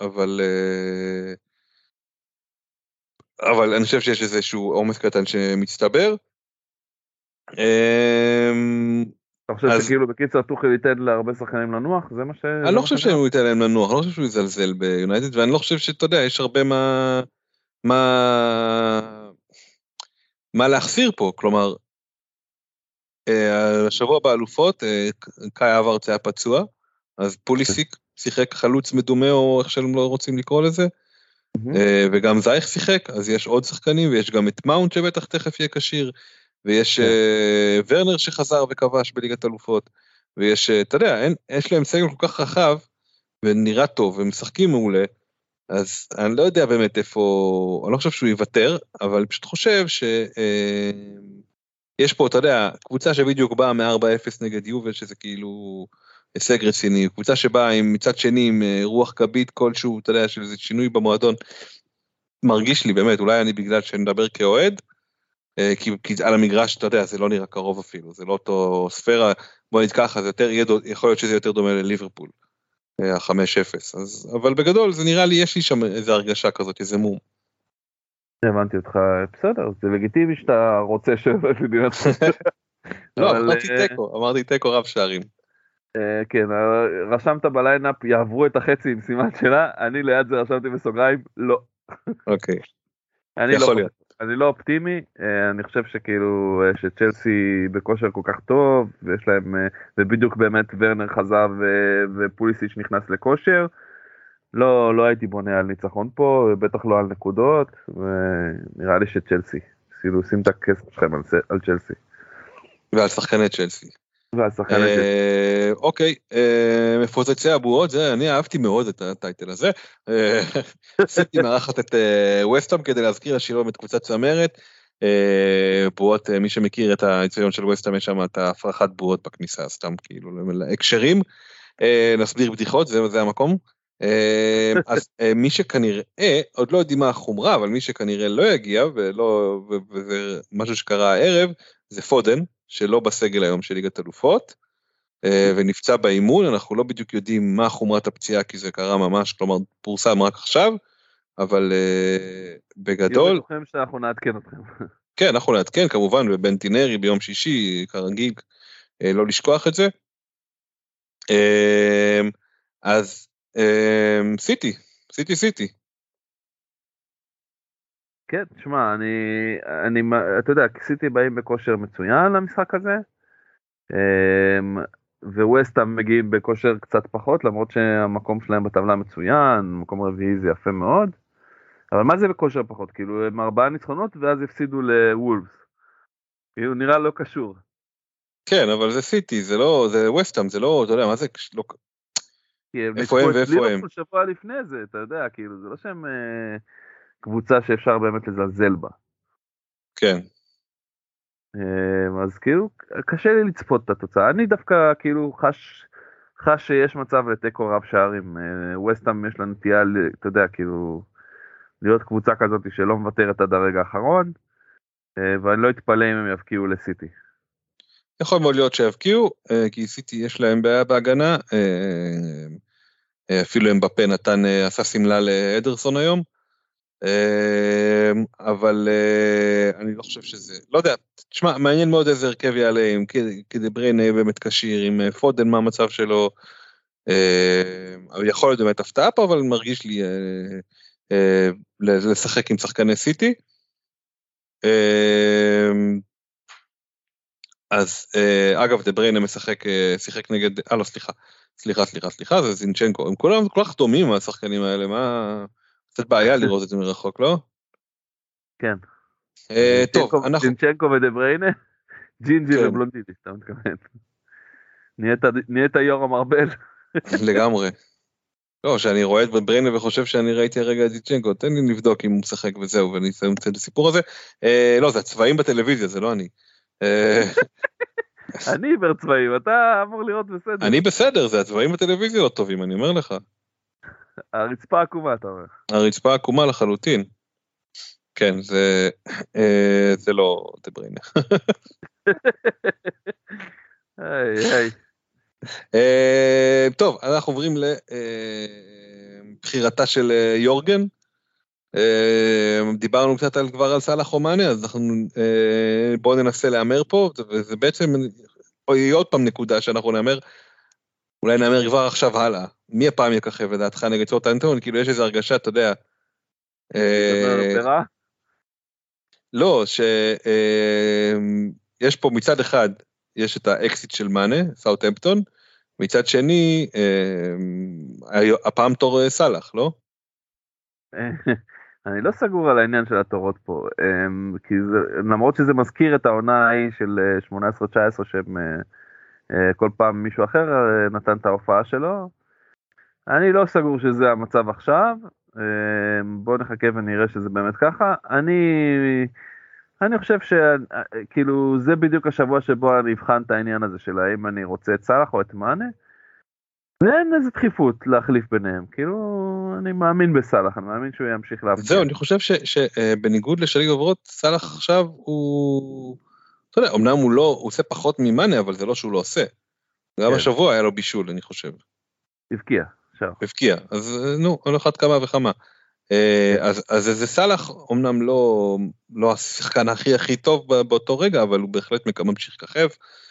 אבל אני חושב שיש איזשהו עומס קטן שמצטבר. אתה חושב שכאילו בקיצר טוחל ייתן להרבה שחקנים לנוח? זה מה ש... אני לא חושב שהוא ייתן להם לנוח, אני לא חושב שהוא יזלזל ביונייטד, ואני לא חושב שאתה יודע, יש הרבה מה להחסיר פה, כלומר, השבוע באלופות, קאי אברץ היה פצוע, אז פוליסיק שיחק חלוץ מדומה, או איך שהם לא רוצים לקרוא לזה, וגם זייך שיחק, אז יש עוד שחקנים, ויש גם את מאונט שבטח תכף יהיה קשיר, ויש ורנר שחזר וכבש בליגת אלופות, ויש, אתה יודע, יש להם סגל כל כך רחב, ונראה טוב, ומשחקים מעולה, אז אני לא יודע באמת איפה, אני לא חושב שהוא יוותר, אבל אני פשוט חושב יש פה, אתה יודע, קבוצה שבדיוק באה מ-4-0 נגד יובל, שזה כאילו הישג רציני, קבוצה שבאה עם מצד שני עם רוח קבית כלשהו, אתה יודע, של איזה שינוי במועדון, מרגיש לי באמת, אולי אני בגלל שאני מדבר כאוהד, כי על המגרש, אתה יודע, זה לא נראה קרוב אפילו, זה לא אותו ספירה, בוא נגיד ככה, יכול להיות שזה יותר דומה לליברפול, ה-5-0, אבל בגדול זה נראה לי, יש לי שם איזו הרגשה כזאת, איזה מום. הבנתי אותך, בסדר, זה לגיטימי שאתה רוצה שמדינת... לא, אמרתי תיקו רב שערים. כן, רשמת בליינאפ, יעברו את החצי עם סימן שלה, אני ליד זה רשמתי בסוגריים, לא. אוקיי, יכול להיות. אני לא אופטימי, אני חושב שכאילו שצ'לסי בכושר כל כך טוב, ויש להם, ובדיוק באמת ורנר חזר ופוליסיץ' נכנס לכושר, לא הייתי בונה על ניצחון פה, בטח לא על נקודות, ונראה לי שצ'לסי, כאילו שים את הכסף שלכם על צ'לסי. ועל שחקני צ'לסי. צ'לסי. אוקיי, מפוצצי הבועות, זה, אני אהבתי מאוד את הטייטל הזה, עשיתי מארחת את ווסטהאם כדי להזכיר השילום את קבוצת צמרת, בועות, מי שמכיר את היציון של ווסטהאם, יש שם את ההפרחת בועות בכניסה, סתם כאילו להקשרים, נסביר בדיחות, זה המקום, אז מי שכנראה, עוד לא יודעים מה החומרה, אבל מי שכנראה לא יגיע, וזה משהו שקרה הערב, זה פודן, שלא בסגל היום של ליגת אלופות, ונפצע באימון, אנחנו לא בדיוק יודעים מה חומרת הפציעה, כי זה קרה ממש, כלומר, פורסם רק עכשיו, אבל בגדול... יום בטוחים שאנחנו נעדכן אתכם. כן, אנחנו נעדכן כמובן, ובנטינרי ביום שישי, כרגיל, לא לשכוח את זה. אז סיטי. כן, תשמע, אתה יודע, סיטי באים בכושר מצוין למשחק הזה, וווסטהאם מגיעים בכושר קצת פחות, למרות שהמקום שלהם בטבלה מצוין, מקום רביעי זה יפה מאוד, אבל מה זה בכושר פחות? כאילו, הם 4 ניצחונות ואז הפסידו לוולפס. כאילו, נראה לא קשור. כן, אבל זה סיטי, זה לא, זה ווסטהאם, זה לא, אתה יודע, מה זה, לא... איפה הם ואיפה הם? שבוע לפני זה, אתה יודע, כאילו, זה לא שהם קבוצה שאפשר באמת לזלזל בה. כן. אז כאילו, קשה לי לצפות את התוצאה. אני דווקא כאילו חש שיש מצב לתיקו רב שערים. ווסטהאם יש לה נטייה, אתה יודע, כאילו, להיות קבוצה כזאת שלא מוותרת עד הרגע האחרון, ואני לא אתפלא אם הם יבקיעו לסיטי. יכול מאוד להיות שיבקיעו, כי סיטי יש להם בעיה בהגנה, אפילו אמבפה נתן, עשה סמלה לאדרסון היום, אבל אני לא חושב שזה, לא יודע, תשמע, מעניין מאוד איזה הרכב יעלה, אם כדי בריין באמת קשיר, עם פודן מה המצב שלו, יכול להיות באמת הפתעה פה, אבל מרגיש לי לשחק עם שחקני סיטי, אז אגב דבריינה שיחק נגד, לא סליחה, זה זינצ'נקו, הם כולם כל כך דומים השחקנים האלה, מה, קצת בעיה לראות את זה מרחוק, לא? כן. טוב, אנחנו... זינצ'נקו ודבריינה, ג'ינג'י ובלונדיני, אתה מתכוון. נהיית יורם ארבל. לגמרי. לא, שאני רואה את בריינה וחושב שאני ראיתי הרגע את זינצ'נקו, תן לי לבדוק אם הוא משחק וזהו, ואני אסיים את הסיפור הזה. לא, זה הצבעים בטלוויזיה, זה לא אני. אני עיוור צבעים, אתה אמור לראות בסדר. אני בסדר, זה הצבעים בטלוויזיה לא טובים, אני אומר לך. הרצפה עקומה, אתה אומר. הרצפה עקומה לחלוטין. כן, זה לא דבריינה. טוב, אנחנו עוברים לבחירתה של יורגן. דיברנו קצת כבר על סלאח אומאנה, אז בואו ננסה לאמר פה, וזה בעצם יהיה עוד פעם נקודה שאנחנו נאמר, אולי נאמר כבר עכשיו הלאה, מי הפעם יככב לדעתך נגד סאות'המפטון, כאילו יש איזו הרגשה, אתה יודע, לא, שיש פה מצד אחד, יש את האקסיט של מאנה, סאות'המפטון, מצד שני, הפעם תור סלאח, לא? אני לא סגור על העניין של התורות פה, כי למרות שזה מזכיר את העונה ההיא של 18-19, שהם כל פעם מישהו אחר נתן את ההופעה שלו, אני לא סגור שזה המצב עכשיו, בואו נחכה ונראה שזה באמת ככה, אני חושב שכאילו זה בדיוק השבוע שבו אני אבחן את העניין הזה של האם אני רוצה את סלאח או את מאנה, ואין איזה דחיפות להחליף ביניהם, כאילו אני מאמין בסלאח, אני מאמין שהוא ימשיך להבקיע. זהו, אני חושב שבניגוד לשליג עוברות, סלאח עכשיו הוא, אתה יודע, אמנם הוא לא, הוא עושה פחות ממאנה, אבל זה לא שהוא לא עושה. גם השבוע היה לו בישול, אני חושב. הבקיע, אז נו, על אחת כמה וכמה. אז זה סלאח, אמנם לא השחקן הכי טוב באותו רגע, אבל הוא בהחלט ממשיך ככב,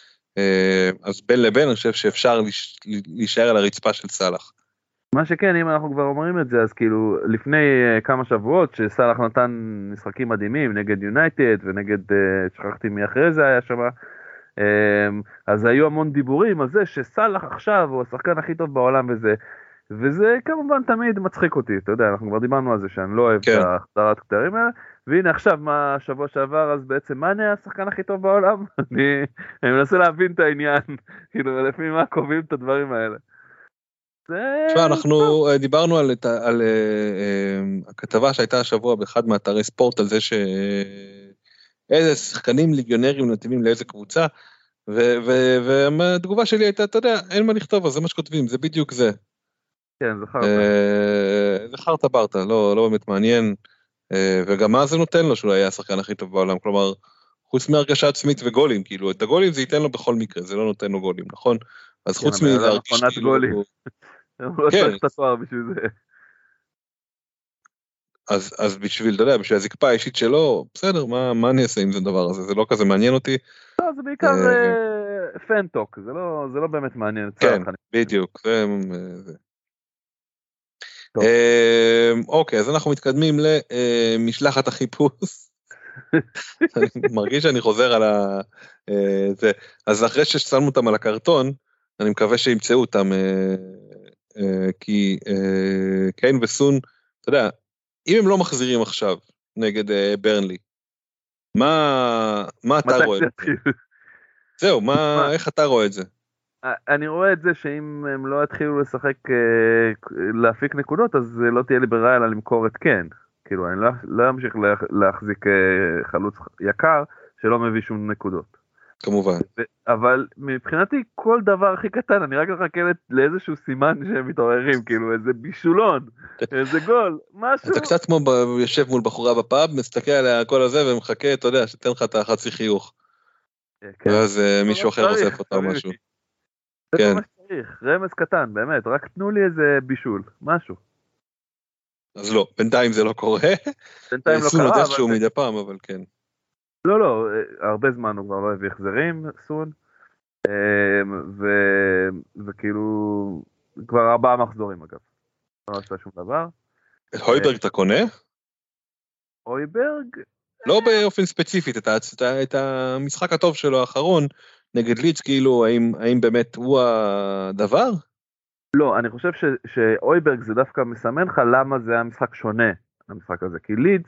אז בין לבין אני חושב שאפשר להישאר על הרצפה של סלאח. מה שכן, אם אנחנו כבר אומרים את זה, אז כאילו לפני כמה שבועות שסלאח נתן משחקים מדהימים נגד יונייטד ונגד, שכחתי מי אחרי זה היה שם, אז היו המון דיבורים על זה שסלאח עכשיו הוא השחקן הכי טוב בעולם וזה כמובן תמיד מצחיק אותי, אתה יודע, אנחנו כבר דיברנו על זה שאני לא אוהב את החזרת כתרים האלה, והנה עכשיו מה השבוע שעבר, אז בעצם מה נהיה השחקן הכי טוב בעולם? אני מנסה להבין את העניין, כאילו לפי מה קובעים את הדברים האלה. תשמע, אנחנו דיברנו על הכתבה שהייתה השבוע באחד מאתרי ספורט, על זה שאיזה שחקנים ליגיונרים נתיבים לאיזה קבוצה, והתגובה שלי הייתה, אתה יודע, אין מה לכתוב, אז זה מה שכותבים, זה בדיוק זה. כן, זכרת ברטה, לא באמת מעניין, וגם מה זה נותן לו שהוא היה השחקן הכי טוב בעולם, כלומר, חוץ מהרגשה עצמית וגולים, כאילו, את הגולים זה ייתן לו בכל מקרה, זה לא נותן לו גולים, נכון? אז חוץ מלהרגיש כאילו... הוא לא צריך את התואר בשביל זה. אז בשביל, אתה יודע, בשביל הזקפה האישית שלו, בסדר, מה אני אעשה עם זה דבר הזה? זה לא כזה מעניין אותי. לא, זה בעיקר פנטוק, זה לא באמת מעניין. כן, בדיוק. אוקיי, אז אנחנו מתקדמים למשלחת החיפוש. אני מרגיש שאני חוזר על זה. אז אחרי ששמנו אותם על הקרטון, אני מקווה שימצאו אותם, כי קיין וסון, אתה יודע, אם הם לא מחזירים עכשיו נגד ברנלי, מה אתה רואה? זהו, איך אתה רואה את זה? אני רואה את זה שאם הם לא יתחילו לשחק, להפיק נקודות, אז לא תהיה לי ברירה אלא למכור את קיין. כאילו, אני לא אמשיך להחזיק חלוץ יקר שלא מביא שום נקודות. כמובן. אבל מבחינתי כל דבר הכי קטן, אני רק מחכה לאיזשהו סימן שהם מתעוררים, כאילו איזה בישולון, איזה גול, משהו. אתה קצת כמו יושב מול בחורה בפאב, מסתכל עליה כל הזה ומחכה, אתה יודע, שתן לך את החצי חיוך. ואז מישהו אחר עושה אותה או משהו. זה ממש צריך, רמז קטן, באמת, רק תנו לי איזה בישול, משהו. אז לא, בינתיים זה לא קורה. בינתיים לא סון עוד קרה, איכשהו מדי פעם, אבל כן. לא, הרבה זמן הוא כבר לא הביא החזרים, סון, וכאילו, כבר 4 מחזורים אגב, לא עשה שום דבר. את הויברג אתה קונה? הויברג? לא באופן ספציפית, את המשחק הטוב שלו האחרון, נגד ליץ, כאילו, האם באמת הוא הדבר? לא, אני חושב שאויברג זה דווקא מסמן לך למה זה היה משחק שונה, המשחק הזה, כי ליץ,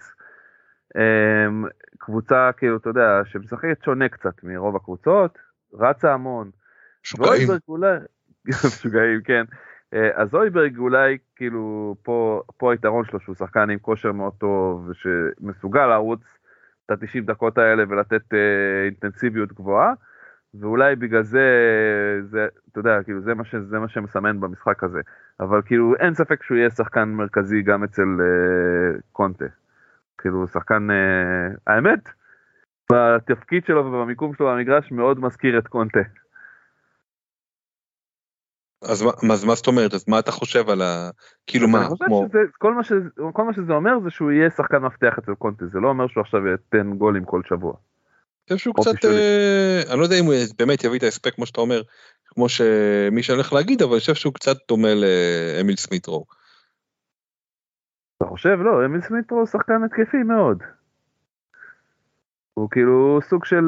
קבוצה, כאילו, אתה יודע, שמשחקת שונה קצת מרוב הקבוצות, רצה המון. שוגעים. שוגעים, כן. אז אויברג אולי, כאילו, פה היתרון שלו, שהוא שחקן עם כושר מאוד טוב, ושמסוגל לערוץ את ה-90 דקות האלה ולתת אינטנסיביות גבוהה, ואולי בגלל זה, אתה יודע, כאילו, זה מה שמסמן במשחק הזה. אבל כאילו, אין ספק שהוא יהיה שחקן מרכזי גם אצל קונטה. כאילו, שחקן, האמת, בתפקיד שלו ובמיקום שלו במגרש מאוד מזכיר את קונטה. אז מה זאת אומרת? אז מה אתה חושב על כאילו מה? אני חושב כל מה שזה אומר זה שהוא יהיה שחקן מפתח אצל קונטה, זה לא אומר שהוא עכשיו ייתן גולים כל שבוע. אני חושב שהוא קצת, אני לא יודע אם הוא באמת יביא את ההספק כמו שאתה אומר, כמו שמי שהולך להגיד, אבל אני חושב שהוא קצת דומה לאמיל סמית-רו. אתה חושב? לא, אמיל סמית-רו הוא שחקן התקפי מאוד. הוא כאילו סוג של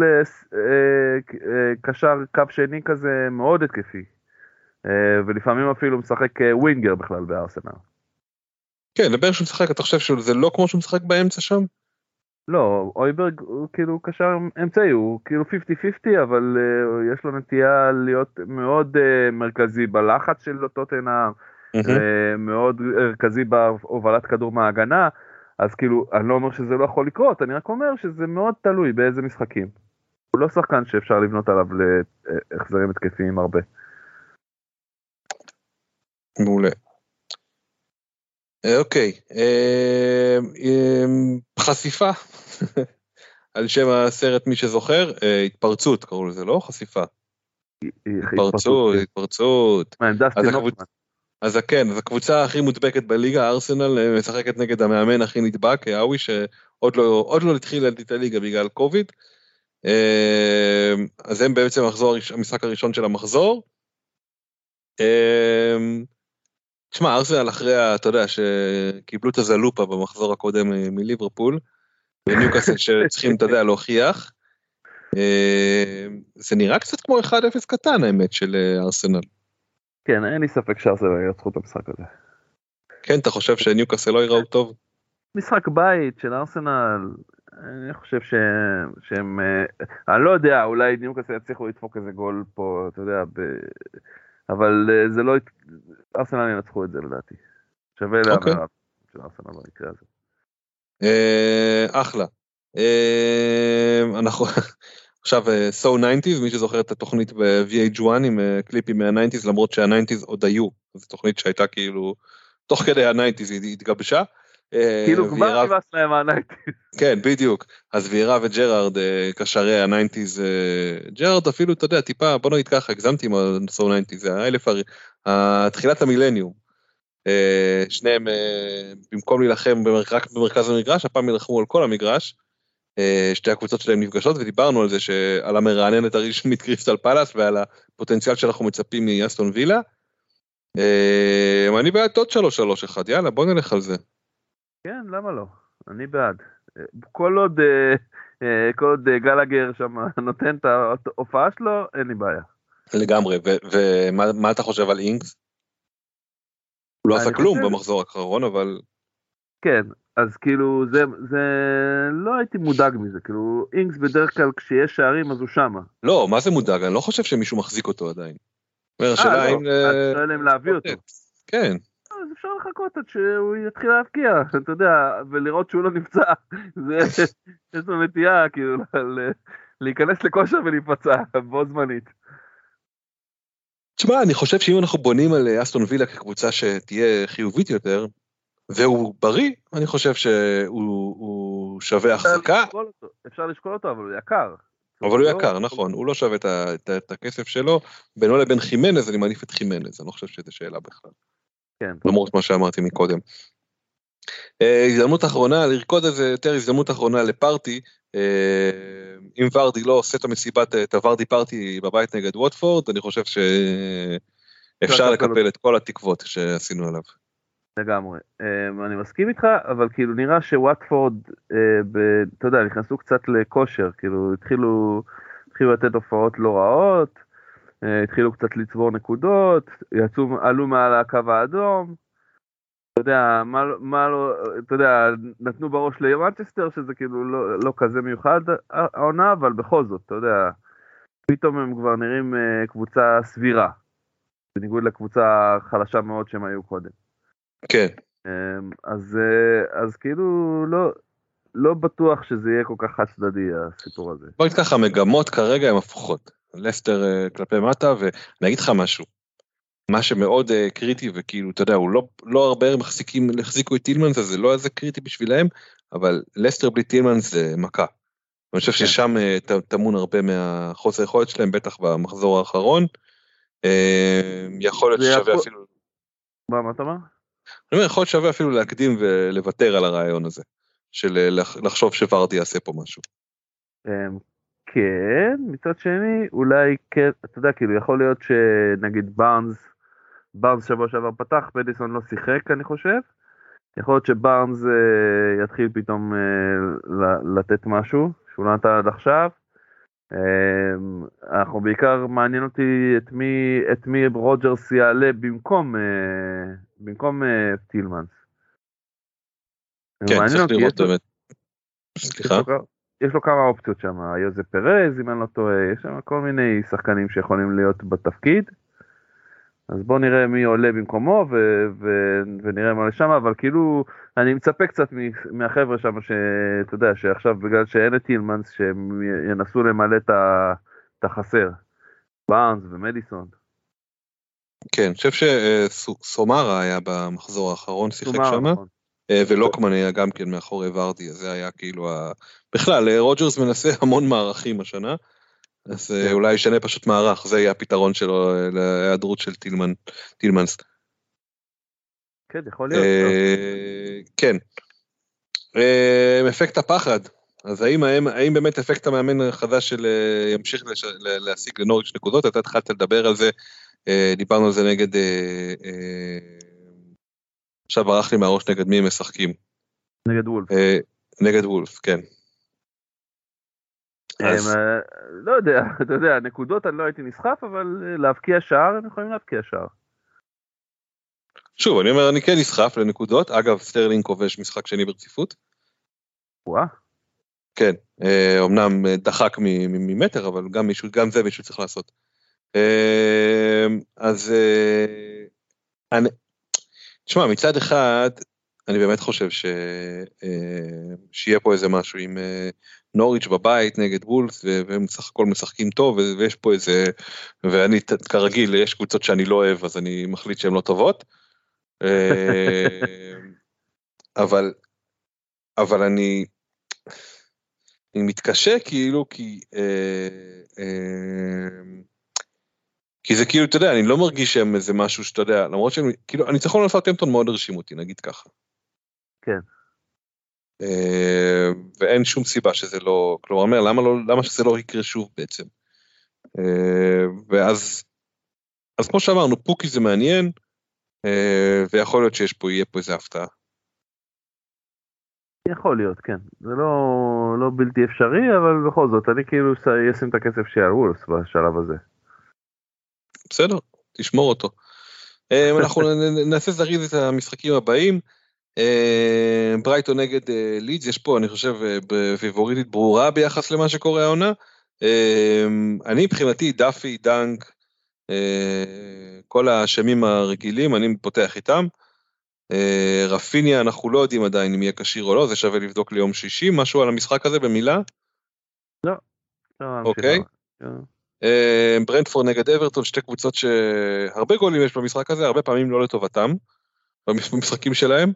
קשר קו שני כזה מאוד התקפי. ולפעמים אפילו משחק ווינגר בכלל בארסנל. כן, לדבר שהוא משחק, אתה חושב שזה לא כמו שהוא משחק באמצע שם? לא, אויברג הוא כאילו קשר אמצעי, הוא כאילו 50-50, אבל יש לו נטייה להיות מאוד מרכזי בלחץ של טוטנהאם, מאוד מרכזי בהובלת כדור מההגנה, אז כאילו, אני לא אומר שזה לא יכול לקרות, אני רק אומר שזה מאוד תלוי באיזה משחקים. הוא לא שחקן שאפשר לבנות עליו להחזרים התקפיים הרבה. מעולה. אוקיי, חשיפה, על שם הסרט מי שזוכר, התפרצות קראו לזה, לא? חשיפה. התפרצות. אז כן, אז הקבוצה הכי מודבקת בליגה, ארסנל, משחקת נגד המאמן הכי נדבק, האווי, שעוד לא התחיל את הליגה בגלל קוביד, אז הם בעצם המשחק הראשון של המחזור, תשמע, ארסנל אחרי, אתה יודע, שקיבלו את הזלופה במחזור הקודם מליברפול, וניוקאסל שצריכים, אתה יודע, להוכיח, זה נראה קצת כמו 1-0 קטן, האמת, של ארסנל. כן, אין לי ספק שארסנל ינצחו את המשחק הזה. כן, אתה חושב שניוקאסל לא יראו טוב? משחק בית של ארסנל, אני חושב שהם, אני לא יודע, אולי ניוקאסל יצליחו לדפוק איזה גול פה, אתה יודע, אבל זה לא, ארסנל ינצחו את זה לדעתי. שווה להמר של ארסנל במקרה הזה. אחלה. אנחנו עכשיו So 90's, מי שזוכר את התוכנית ב-VH1 עם קליפים מה-90's, למרות שה-90's עוד היו. זו תוכנית שהייתה כאילו, תוך כדי ה-90's היא התגבשה. כאילו כבר נמאס להם ה-90's. כן, בדיוק. אז וירה וג'רארד, קשרי ה-90's, ג'רארד אפילו, אתה יודע, טיפה, בוא נגיד ככה, הגזמתי עם ה-So 90's, זה תחילת המילניום. שניהם, במקום להילחם רק במרכז המגרש, הפעם ילחמו על כל המגרש, שתי הקבוצות שלהם נפגשות, ודיברנו על זה, על המרעננת הרשמית קריסטל פלאס, ועל הפוטנציאל שאנחנו מצפים מאסטון וילה. אני בעד עוד 3-3-1, יאללה, בוא נלך על זה. כן, למה לא? אני בעד. כל עוד גלגר שם נותן את ההופעה שלו, אין לי בעיה. לגמרי, ומה אתה חושב על אינגס? הוא לא עשה כלום במחזור האחרון, אבל... כן, אז כאילו, זה לא הייתי מודאג מזה, כאילו, אינגס בדרך כלל כשיש שערים אז הוא שמה. לא, מה זה מודאג? אני לא חושב שמישהו מחזיק אותו עדיין. לא, אז שואל להם להביא אותו. כן. אז אפשר לחכות עד שהוא יתחיל להפקיע, אתה יודע, ולראות שהוא לא נפצע. יש לו נטייה, כאילו, להיכנס לכושר ולהיפצע, בו זמנית. תשמע, אני חושב שאם אנחנו בונים על אסטון וילה כקבוצה שתהיה חיובית יותר, והוא בריא, אני חושב שהוא שווה החזקה. אפשר לשקול אותו, אבל הוא יקר. אבל הוא יקר, נכון, הוא לא שווה את הכסף שלו, בינו לבין חימנז, אני מעדיף את חימנז, אני לא חושב שזו שאלה בכלל. כן. למרות מה שאמרתי מקודם. הזדמנות אחרונה, לרקוד איזה יותר הזדמנות אחרונה לפארטי, אם ורדי לא עושה את הוורדי פארטי בבית נגד ווטפורד, אני חושב שאפשר לקפל את כל התקוות שעשינו עליו. לגמרי, אני מסכים איתך, אבל כאילו נראה שוואטפורד, אתה יודע, נכנסו קצת לכושר, כאילו התחילו לתת הופעות לא רעות, התחילו קצת לצבור נקודות, עלו מעל הקו האדום, אתה יודע, נתנו בראש למנצ'סטר, שזה כאילו לא כזה מיוחד העונה, אבל בכל זאת, אתה יודע, פתאום הם כבר נראים קבוצה סבירה, בניגוד לקבוצה חלשה מאוד שהם היו קודם. כן. אז כאילו לא בטוח שזה יהיה כל כך חד צדדי הסיפור הזה. בוא נגיד ככה, המגמות כרגע הן הפוכות. לסטר כלפי מטה, ואני אגיד לך משהו. מה שמאוד קריטי, וכאילו, אתה יודע, הוא לא הרבה החזיקו את טילמנס, אז זה לא איזה קריטי בשבילהם, אבל לסטר בלי טילמנס זה מכה. אני חושב ששם תמון הרבה מהחוסר יכולת שלהם, בטח במחזור האחרון. יכול להיות ששווה אפילו... מה אתה אומר? אני אומר, יכול להיות שווה אפילו להקדים ולוותר על הרעיון הזה, של לחשוב שוורדי יעשה פה משהו. כן, מצד שני, אולי כן, אתה יודע, כאילו, יכול להיות שנגיד בארנס שבוע שעבר פתח, מדיסון לא שיחק, אני חושב. יכול להיות שבארנס יתחיל פתאום לתת משהו, שהוא לא נתן עד עכשיו. אנחנו בעיקר מעניין אותי את מי רוג'רס יעלה במקום טילמנס. כן, צריך לראות באמת. סליחה? יש לו כמה אופציות שם, יוזה פרז, אם אני לא טועה, יש שם כל מיני שחקנים שיכולים להיות בתפקיד, אז בואו נראה מי עולה במקומו, ונראה מה לשם, אבל כאילו, אני מצפה קצת מהחבר'ה שם, שאתה יודע, שעכשיו בגלל שאין את טילמנס, שהם ינסו למלא את החסר, בארנס ומדיסון. כן, אני חושב שסומרה היה במחזור האחרון, שיחק שם, ולוקמן היה גם כן מאחורי ורדי, אז זה היה כאילו, בכלל, רוג'רס מנסה המון מערכים השנה, אז אולי ישנה פשוט מערך, זה יהיה הפתרון שלו להיעדרות של טילמנס. כן, יכול להיות. כן. אפקט הפחד, אז האם באמת אפקט המאמן החדש של ימשיך להשיג לנוריץ' נקודות, אתה התחלת לדבר על זה, דיברנו על זה נגד, עכשיו ברח לי מהראש נגד מי הם משחקים. נגד וולף. נגד וולף, כן. לא יודע, אתה יודע, נקודות אני לא הייתי נסחף, אבל להבקיע שער, הם יכולים להבקיע שער. שוב, אני אומר, אני כן נסחף לנקודות, אגב, סטרלינג כובש משחק שני ברציפות. וואה. כן, אמנם דחק ממטר, אבל גם זה מישהו צריך לעשות. אז, תשמע, מצד אחד, אני באמת חושב שיהיה פה איזה משהו עם נוריץ' בבית נגד וולס, והם סך הכל משחקים טוב, ויש פה איזה, ואני כרגיל, יש קבוצות שאני לא אוהב, אז אני מחליט שהן לא טובות, אבל אני מתקשה כאילו, כי זה כאילו, אתה יודע, אני לא מרגיש שהם איזה משהו שאתה יודע, למרות שהם, כאילו, הניצחון על סאות'המפטון מאוד הרשים אותי, נגיד ככה. כן. ואין שום סיבה שזה לא, כלומר, למה שזה לא יקרה שוב בעצם? ואז כמו שאמרנו, פוקי זה מעניין, ויכול להיות יהיה פה איזה הפתעה. יכול להיות, כן. זה לא בלתי אפשרי, אבל בכל זאת, אני כאילו אשים את הכסף שעל וולס בשלב הזה. בסדר, תשמור אותו. אנחנו נעשה זריז את המשחקים הבאים. ברייטון נגד לידס, יש פה, אני חושב, פיבוריטית ברורה ביחס למה שקורה העונה. אני מבחינתי, דאפי, דנק, כל השמים הרגילים, אני פותח איתם. רפיניה, אנחנו לא יודעים עדיין אם יהיה קשיר או לא, זה שווה לבדוק ליום שישי, משהו על המשחק הזה במילה? לא. אוקיי. ברנטפורד נגד אברטון, שתי קבוצות שהרבה גולים יש במשחק הזה, הרבה פעמים לא לטובתם, במשחקים שלהם.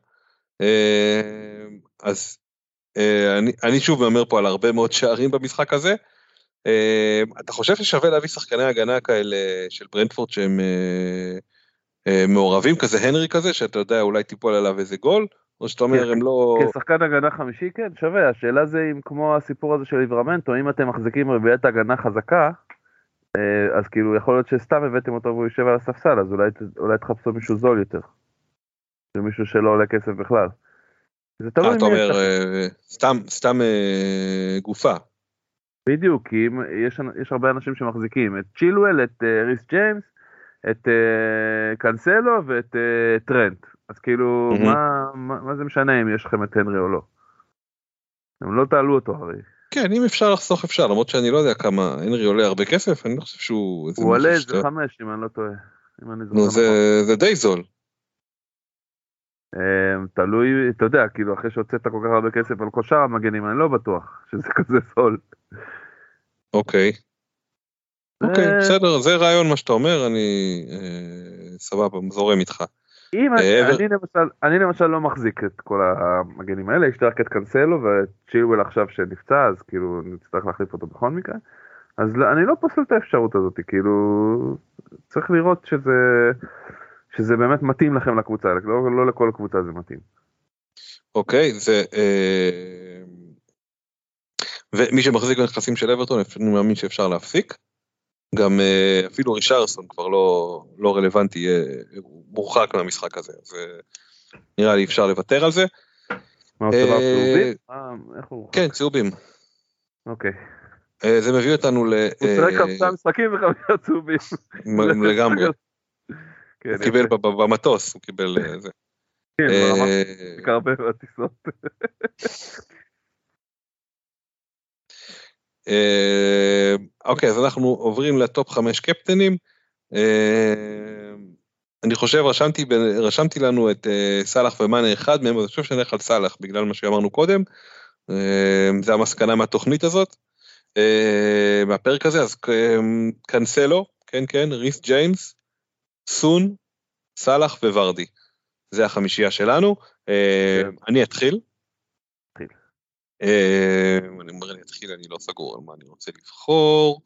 אז אני שוב מאמר פה על הרבה מאוד שערים במשחק הזה. אתה חושב ששווה להביא שחקני הגנה כאלה של ברנטפורד שהם מעורבים, כזה הנרי כזה, שאתה יודע אולי טיפול עליו איזה גול, או שאתה אומר הם לא... כשחקן הגנה חמישי, כן, שווה. השאלה זה אם כמו הסיפור הזה של ליברמנטו, אם אתם מחזיקים רביעיית הגנה חזקה, אז כאילו יכול להיות שסתם הבאתם אותו והוא יושב על הספסל, אז אולי תחפשו מישהו זול יותר. מישהו שלא עולה כסף בכלל. זה תלוי אתה אומר, סתם גופה. בדיוק, כי יש הרבה אנשים שמחזיקים את צ'ילואל, את ריס ג'יימס, את קנסלו ואת טרנט. אז כאילו, מה זה משנה אם יש לכם את הנרי או לא? הם לא תעלו אותו הרי. כן, אם אפשר לחסוך אפשר, למרות שאני לא יודע כמה, הנרי עולה הרבה כסף, אני לא חושב שהוא... הוא עולה איזה 5, אם אני לא טועה. זה די זול. תלוי, אתה יודע, כאילו אחרי שהוצאת כל כך הרבה כסף על כל שאר המגנים, אני לא בטוח שזה כזה זול. אוקיי, בסדר, זה רעיון מה שאתה אומר, אני סבבה, זורם איתך. אני למשל לא מחזיק את כל המגנים האלה, יש רק את קנסלו ואת צ'ילואל עכשיו שנפצע, אז כאילו נצטרך להחליף אותו בכל מקרה, אז אני לא פוסל את האפשרות הזאת, כאילו צריך לראות שזה באמת מתאים לכם לקבוצה, לא לכל קבוצה זה מתאים. אוקיי, זה... ומי שמחזיק בנכסים של אברטון, אני מאמין שאפשר להפסיק. גם אפילו רישרסון כבר לא רלוונטי, מורחק מהמשחק הזה, אז נראה לי אפשר לוותר על זה. מה, הוא צבע צהובים? כן, צהובים. אוקיי. זה מביא אותנו ל... הוא צריך 5 משחקים ו5 צהובים. לגמרי. הוא קיבל במטוס, הוא קיבל זה. כן, ברמה, בעיקר הרבה בטיסות. אוקיי, אז אנחנו עוברים לטופ 5 קפטנים. אני חושב, רשמתי לנו את סלח ומאנה אחד מהם, אני חושב שנלך על סלח, בגלל מה שאמרנו קודם. זה המסקנה מהתוכנית הזאת, מהפרק הזה. אז קנסלו, כן, ריס ג'יימס, סון, סלח וורדי. זה החמישייה שלנו. אני אתחיל. אני אתחיל, אני לא סגור על מה אני רוצה לבחור.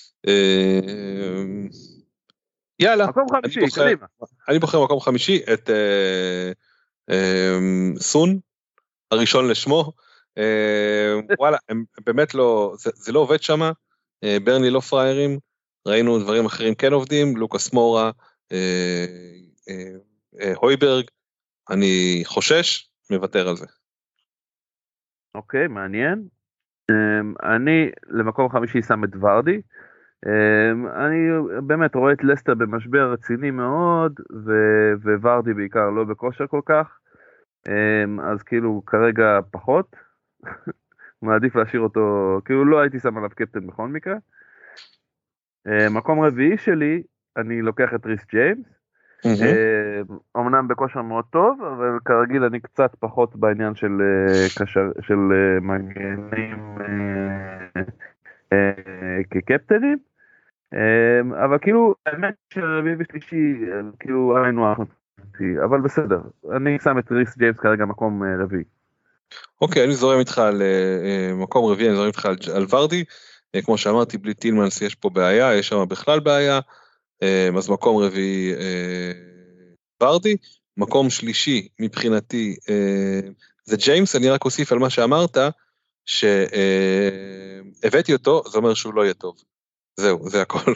יאללה. מקום חמישי, קדימה. אני בוחר מקום חמישי את סון, הראשון לשמו. וואלה, הם באמת לא, זה לא עובד שמה. ברני לא פריירים, ראינו דברים אחרים כן עובדים, לוקאס מורה, הויברג, אני חושש, מוותר על זה. אוקיי, מעניין. אני למקום חמישי שם את ורדי. אני באמת רואה את לסטר במשבר רציני מאוד, וורדי בעיקר לא בכושר כל כך. אז כאילו כרגע פחות. מעדיף להשאיר אותו, כאילו לא הייתי שם עליו קפטן בכל מקרה. מקום רביעי שלי, אני לוקח את ריס ג'יימס. אמנם בכושר מאוד טוב, אבל כרגיל אני קצת פחות בעניין של מגנים כקפטנים, אבל כאילו האמת שרביעי ושלישי כאילו היינו אבל בסדר, אני שם את ריס ג'יימס כרגע מקום רביעי. אוקיי, אני זורם איתך על מקום רביעי, אני זורם איתך על ורדי, כמו שאמרתי, בלי טילמנס יש פה בעיה, יש שם בכלל בעיה. אז מקום רביעי ברדי, מקום שלישי מבחינתי זה ג'יימס. אני רק אוסיף על מה שאמרת, שהבאתי אותו, זה אומר שהוא לא יהיה טוב. זהו, זה הכל.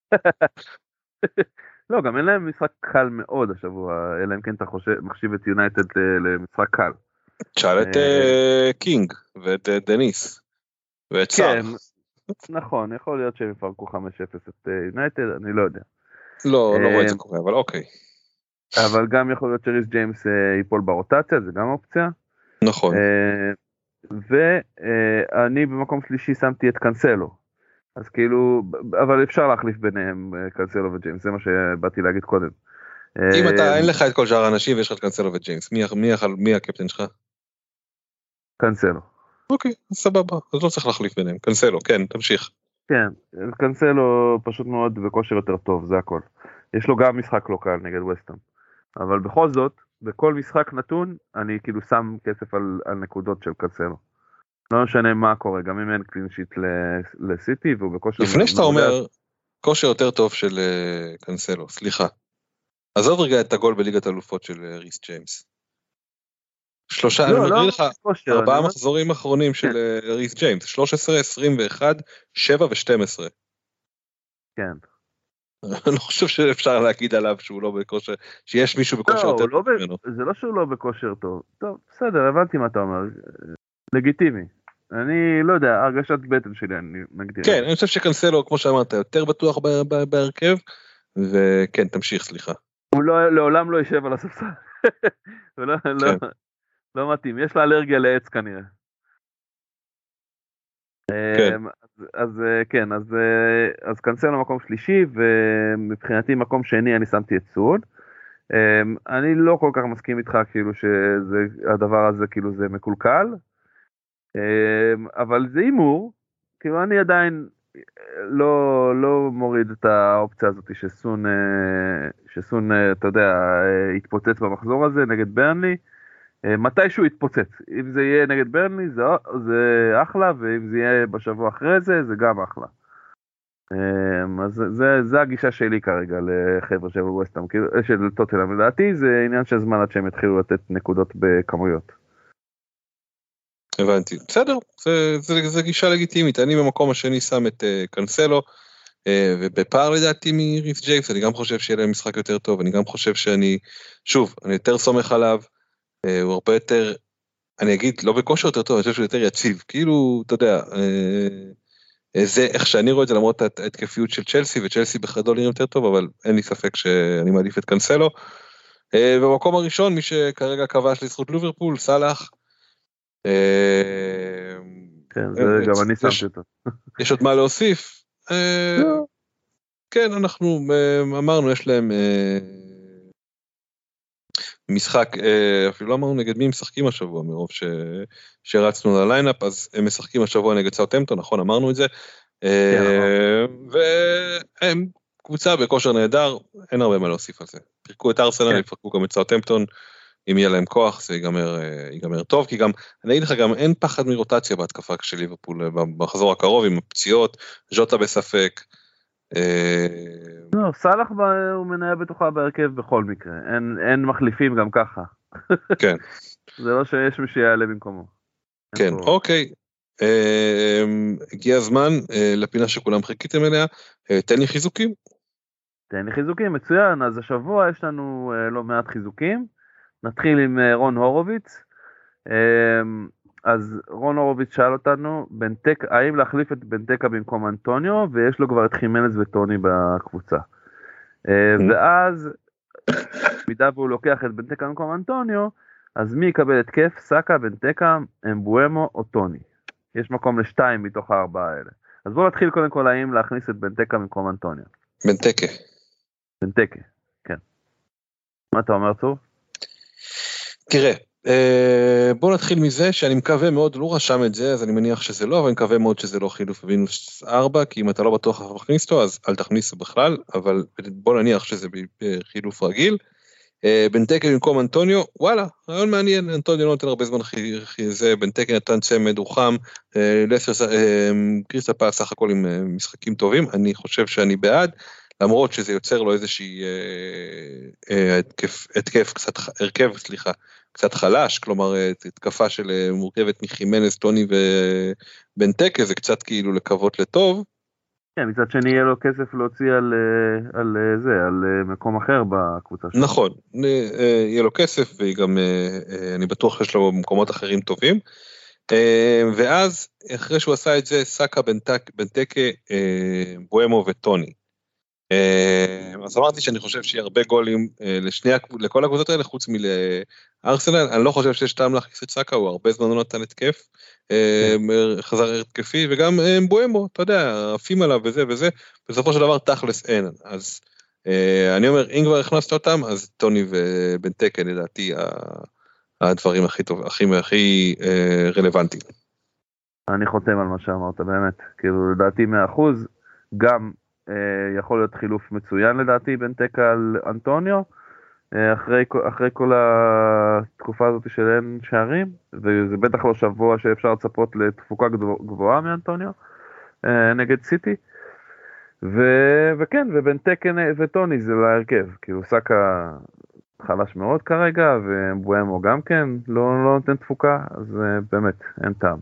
לא, גם אין להם משחק קל מאוד השבוע, אלא אם כן אתה מחשיב את יונייטד למשחק קל. תשאל את קינג ואת דניס ואת סאר. נכון, יכול להיות שהם יפרקו 5-0 את יונייטד, אני לא יודע. לא רואה את זה קורה, אבל אוקיי. אבל גם יכול להיות שריס ג'יימס ייפול ברוטציה, זה גם אופציה. נכון. ואני במקום שלישי שמתי את קנסלו. אז כאילו, אבל אפשר להחליף ביניהם קנסלו וג'יימס, זה מה שבאתי להגיד קודם. אם אתה, אין לך את כל שאר האנשים ויש לך את קנסלו וג'יימס, מי הקפטן שלך? קנסלו. אוקיי, סבבה, אז לא צריך להחליף ביניהם. קנסלו, כן, תמשיך. כן, קנסלו פשוט מאוד בכושר יותר טוב, זה הכל. יש לו גם משחק לא קל נגד וסטהאם. אבל בכל זאת, בכל משחק נתון, אני כאילו שם כסף על נקודות של קנסלו. לא משנה מה קורה, גם אם אין קלינשיט לסיטי, והוא בכושר... לפני שאתה אומר, כושר יותר טוב של קנסלו, סליחה. עזוב רגע את הגול בליגת האלופות של ריס ג'יימס. אני מגריא לך 4 מחזורים אחרונים של ריס ג'יימס, 13, 21, 7 ו-12. כן. אני לא חושב שאפשר להגיד עליו שהוא לא בכושר, שיש מישהו בכושר יותר טוב ממנו. זה לא שהוא לא בכושר טוב. טוב, בסדר, הבנתי מה אתה אומר. לגיטימי. אני לא יודע, הרגשת בטן שלי, אני מגדיר. כן, אני חושב שקנסלו, כמו שאמרת, יותר בטוח בהרכב, וכן, תמשיך, סליחה. הוא לעולם לא יישב על הספסל. הוא לא מתאים, יש לה אלרגיה לעץ כנראה. כן. אז כן, אז קנסלו מקום שלישי, ומבחינתי מקום שני אני שמתי את סון. אני לא כל כך מסכים איתך כאילו שהדבר הזה כאילו זה מקולקל, אבל זה אימור, כאילו אני עדיין לא מוריד את האופציה הזאת שסון אתה יודע יתפוצץ במחזור הזה נגד ברנלי, מתישהו יתפוצץ, אם זה יהיה נגד ברנלי זה אחלה, ואם זה יהיה בשבוע אחרי זה גם אחלה. אז זה הגישה שלי כרגע לחבר'ה של ווסטהאם, של טוטנהאם. לדעתי זה עניין של זמן עד שהם יתחילו לתת נקודות בכמויות. הבנתי, בסדר, זה גישה לגיטימית. אני במקום השני שם את קנסלו, ובפער לדעתי מריס ג'יימס, אני גם חושב שיהיה להם משחק יותר טוב, אני גם חושב שאני יותר סומך עליו, הוא הרבה יותר, אני אגיד, לא בכושר יותר טוב, אני חושב שהוא יותר יציב, כאילו, אתה יודע, זה איך שאני רואה את זה, למרות ההתקפיות של צ'לסי, וצ'לסי בכלל נראים יותר טוב, אבל אין לי ספק שאני מעדיף את קנסלו. במקום הראשון, מי שכרגע כבש לזכות ליברפול, סלאח. כן, זה גם אני שמתי אותו. יש עוד מה להוסיף? כן, אנחנו אמרנו, יש להם משחק, אפילו לא אמרנו נגד מי הם משחקים השבוע, מרוב שרצנו לליינאפ, אז הם משחקים השבוע נגד סאות'המפטון, נכון, אמרנו את זה, והם קבוצה בכושר נהדר, אין הרבה מה להוסיף על זה. פרקו את ארסנל, יפרקו גם את סאות'המפטון, אם יהיה להם כוח, זה ייגמר טוב, כי גם, אני אגיד לך גם, אין פחד מרוטציה בהתקפה של ליברפול, במחזור הקרוב עם הפציעות, ז'וטה בספק. לא, סלאח הוא מנהל בתוכה בהרכב בכל מקרה, אין מחליפים גם ככה. כן. זה לא שיש מי שיעלה במקומו. כן, אוקיי. הגיע הזמן לפינה שכולם חיכיתם אליה, תן לי חיזוקים. תן לי חיזוקים, מצוין, אז השבוע יש לנו לא מעט חיזוקים, נתחיל עם רון הורוביץ. אז רון הורוביץ שאל אותנו, האם להחליף את בנטקה במקום אנטוניו, ויש לו כבר את חימנז וטוני בקבוצה. ואז, מידה והוא לוקח את בנטקה במקום אנטוניו, אז מי יקבל את כיף? סאקה, בנטקה, אמבואמו או טוני. יש מקום לשתיים מתוך 4 האלה. אז בואו נתחיל קודם כל, האם להכניס את בנטקה במקום אנטוניו. בנטקה, כן. מה אתה אומר, צור? תראה, בוא נתחיל מזה שאני מקווה מאוד, לא רשם את זה, אז אני מניח שזה לא, אבל אני מקווה מאוד שזה לא חילוף מינוס 4, כי אם אתה לא בטוח איך להכניס אותו, אז אל תכניסו בכלל, אבל בוא נניח שזה בחילוף רגיל. בנטקה במקום אנטוניו, וואלה, רעיון מעניין, אנטוניו לא נותן הרבה זמן זה, בנטקה נתן צמד, הוא חם, קריסטל פלאס סך הכל עם משחקים טובים, אני חושב שאני בעד, למרות שזה יוצר לו איזושהי הרכב קצת חלש, כלומר התקפה של מורכבת מחימנז, טוני ובנטקה, זה קצת כאילו לקוות לטוב. כן, מצד שני יהיה לו כסף להוציא על מקום אחר בקבוצה שלו. נכון, יהיה לו כסף, וגם אני בטוח שיש לו מקומות אחרים טובים, ואז אחרי שהוא עשה את זה, סאקה, בנטקה, בואמו וטוני. אז אמרתי שאני חושב שיהיה הרבה גולים לכל הקבוצות האלה, חוץ מלארסנל, אני לא חושב שיש טעם להכניס את סאקה, הוא הרבה זמן לא נתן התקף, חזר התקפי, וגם בואמו, אתה יודע, עפים עליו וזה וזה, בסופו של דבר תכלס אין, אז אני אומר, אם כבר הכנסת אותם, אז טוני ובנטקה לדעתי הדברים הכי טוב, הכי רלוונטיים. אני חותם על מה שאמרת, באמת, כאילו לדעתי 100%, גם יכול להיות חילוף מצוין לדעתי בנטקה על אנטוניו, אחרי כל התקופה הזאת של אין שערים, וזה בטח לא שבוע שאפשר לצפות לתפוקה גבוהה מאנטוניו, נגד סיטי, וכן, ובנטקה וטוני זה להרכב, כאילו סאקה חלש מאוד כרגע, ובואמו גם כן לא נותן תפוקה, אז באמת, אין טעם.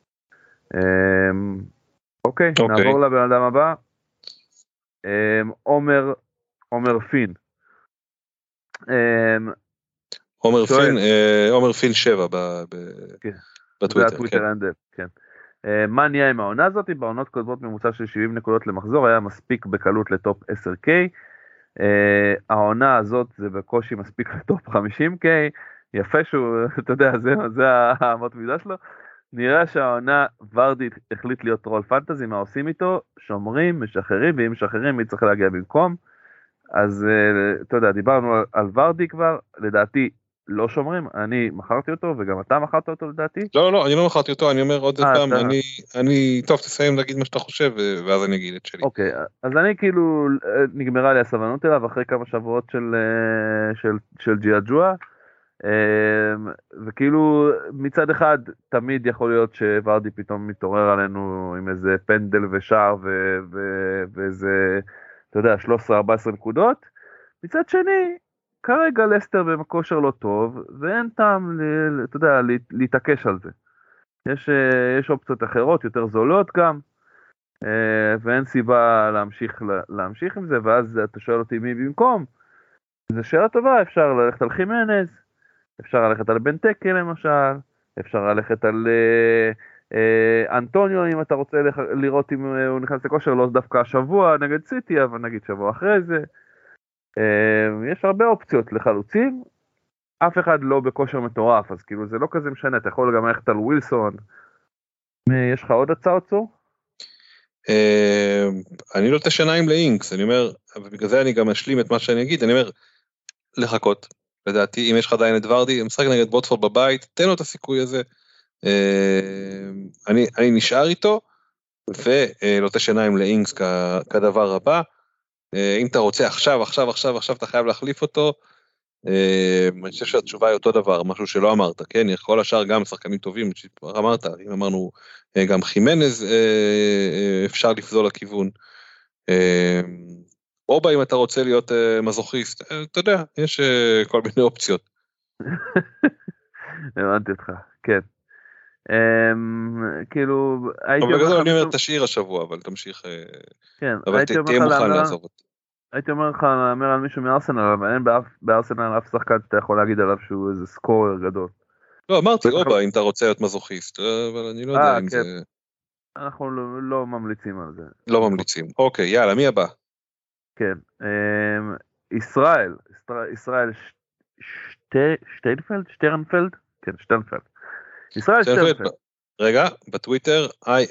אוקיי, נעבור לבן אדם הבא, עומר פין. עומר פין 7 בטוויטר. כן. מה נהיה עם העונה הזאת? בעונות קודמות ממוצע של 70 נקודות למחזור, היה מספיק בקלות לטופ 10K, העונה הזאת זה בקושי מספיק לטופ 50K, יפה שהוא, אתה יודע, זה האמות מידה שלו, נראה שהעונה ורדי החליט להיות טרול פנטזי, מה עושים איתו? שומרים, משחררים, ואם משחררים מי צריך להגיע במקום, אז אתה יודע, דיברנו על ורדי כבר, לדעתי לא שומרים, אני מכרתי אותו, וגם אתה מכרת אותו לדעתי? לא, אני לא מכרתי אותו, אני אומר עוד פעם, טוב, תסיים להגיד מה שאתה חושב, ואז אני אגיד את שלי. אוקיי, אז אני כאילו, נגמרה לי הסבלנות אליו, אחרי כמה שבועות של ג'יאג'ואה, וכאילו מצד אחד תמיד יכול להיות שוורדי פתאום מתעורר עלינו עם איזה פנדל ושער ואיזה, אתה יודע, 13-14 נקודות, מצד שני כרגע לסטר במכושר לא טוב ואין טעם, אתה יודע, להתעקש על זה. יש אופציות אחרות יותר זולות גם, ואין סיבה להמשיך עם זה, ואז אתה שואל אותי מי במקום, זו שאלה טובה, אפשר ללכת על חימנז, אפשר ללכת על בנטקה למשל, אפשר ללכת על אנטוניו אם אתה רוצה לראות אם הוא נכנס לכושר, לא דווקא השבוע נגד סיטי, אבל נגיד שבוע אחרי זה. יש הרבה אופציות לחלוצים, אף אחד לא בכושר מטורף, אז כאילו זה לא כזה משנה, אתה יכול גם ללכת על ווילסון. יש לך עוד הצעות צור? אני לא תשניים לאינקס, אני אומר, ובגלל זה אני גם אשלים את מה שאני אגיד, אני אומר, לחכות. לדעתי, אם יש לך עדיין את ורדי, משחק נגד בוטפורד בבית, תן לו את הסיכוי הזה. אני נשאר איתו, ולא תשניים לאינקס כדבר הבא. אם אתה רוצה עכשיו, אתה חייב להחליף אותו. אני חושב שהתשובה היא אותו דבר, משהו שלא אמרת, כן? כל השאר גם שחקנים טובים, אמרת, אם אמרנו גם חימנז, אפשר לפזול לכיוון. או אם אתה רוצה להיות מזוכיסט, אתה יודע, יש כל מיני אופציות. הבנתי אותך, כן. כאילו, אבל בגלל אני אומר, תשאיר השבוע, אבל תמשיך, אבל תהיה מוכן לעזוב אותי. הייתי אומר לך, להאמר על מישהו מארסנל, אבל אין בארסנל אף שחקן שאתה יכול להגיד עליו שהוא איזה סקורר גדול. לא, אמרתי, אובה, אם אתה רוצה להיות מזוכיסט, אבל אני לא יודע אם זה... אנחנו לא ממליצים על זה. לא ממליצים. אוקיי, יאללה, מי הבא? כן, ישראל שטרנפלד? כן, שטרנפלד. ישראל שטרנפלד. רגע, בטוויטר,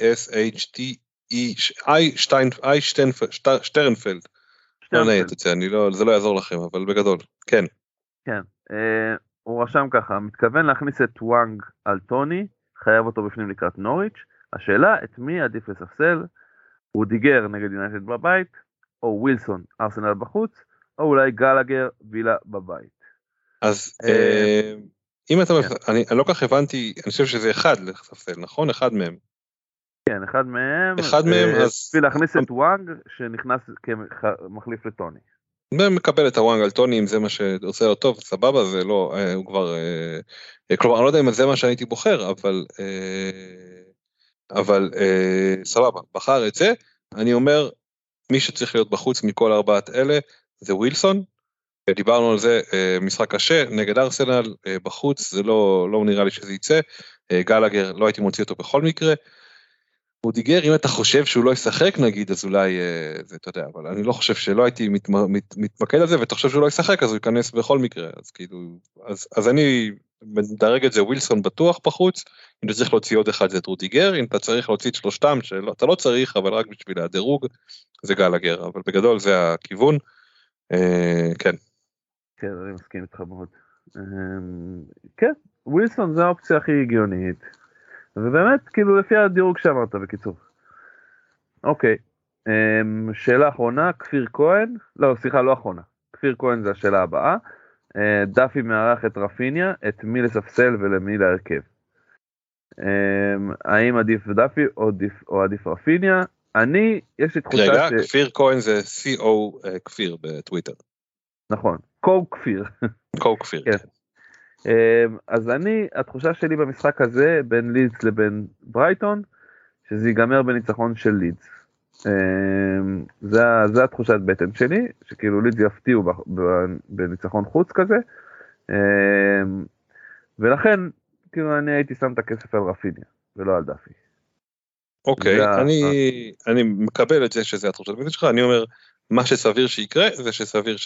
שטרנפלד. זה לא יעזור לכם, אבל בגדול, כן. כן, הוא רשם ככה, מתכוון להכניס את וואנג על טוני, חייב אותו בפנים לקראת נוריץ', השאלה, את מי עדיף לספסל, הוא דיגר נגד יונייטד בבית, או ווילסון, ארסנל בחוץ, או אולי גלגר, וילה בבית. אז אם אתה, אני לא כך הבנתי, אני חושב שזה אחד לספסל, נכון? אחד מהם. כן, אחד מהם, אז... בשביל להכניס את וואנג, שנכנס כמחליף לטוני. מקבל את הוואנג על טוני, אם זה מה שעושה לו טוב, סבבה, זה לא, הוא כבר, כלומר, אני לא יודע אם זה מה שהייתי בוחר, אבל סבבה, בחר את זה, אני אומר, מי שצריך להיות בחוץ מכל ארבעת אלה, זה ווילסון, דיברנו על זה, משחק קשה, נגד ארסנל, בחוץ, זה לא נראה לי שזה יצא, גלגר, לא הייתי מוציא אותו בכל מקרה, רודיגר, אם אתה חושב שהוא לא ישחק נגיד, אז אולי, זה אתה יודע, אבל אני לא חושב שלא הייתי מתמקד על זה, ואתה חושב שהוא לא ישחק, אז הוא ייכנס בכל מקרה, אז כאילו, אז אני מדרג את זה, ווילסון בטוח בחוץ, אם אתה צריך להוציא עוד אחד זה את רודיגר, אם אתה צריך להוציא את שלושתם, שאתה לא צריך, אבל רק בשביל הדירוג, זה גלגר, אבל בגדול זה הכיוון, כן. כן, אני מסכים איתך מאוד. כן, ווילסון זה האופציה הכי הגיונית, ובאמת, כאילו לפי הדירוג שאמרת, בקיצור. אוקיי, שאלה אחרונה, כפיר כהן, לא, סליחה, לא אחרונה, כפיר כהן זה השאלה הבאה, דפי מארח את רפיניה, את מי לספסל ולמי להרכב. האם עדיף דפי או עדיף רפיניה? יש לי תחושה רגע, כפיר כהן זה CO כפיר בטוויטר. נכון, קו כפיר. קו כפיר, כן. אז התחושה שלי במשחק הזה, בין לידס לבין ברייטון, שזה ייגמר בניצחון של לידס. זה התחושת בטן שלי, שכאילו לידס יפתיעו בניצחון חוץ כזה, ולכן, כאילו אני הייתי שם את הכסף על רפיניה, ולא על דפי. אוקיי, אני מקבל את זה שזה התחושת בטן שלך, אני אומר, מה שסביר שיקרה, זה שסביר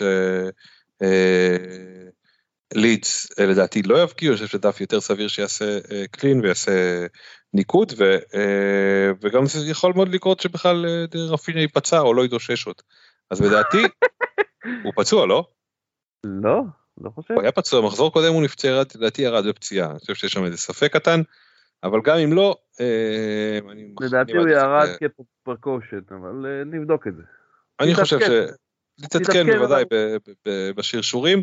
לידס לדעתי לא יבקיעו, אני חושב שדף יותר סביר שיעשה קלין ויעשה ניקוד, וגם זה יכול מאוד לקרות שבכלל רפיניה ייפצע או לא ידושש עוד. אז בדעתי, הוא פצוע, לא? לא, לא חושב. הוא היה פצוע, מחזור קודם הוא נפצע, לדעתי ירד בפציעה, אני חושב שיש שם איזה ספק קטן, אבל גם אם לא, לדעתי הוא ירד כפרקושן, אבל נבדוק את זה. אני חושב שתתעדכן בוודאי בשרשורים,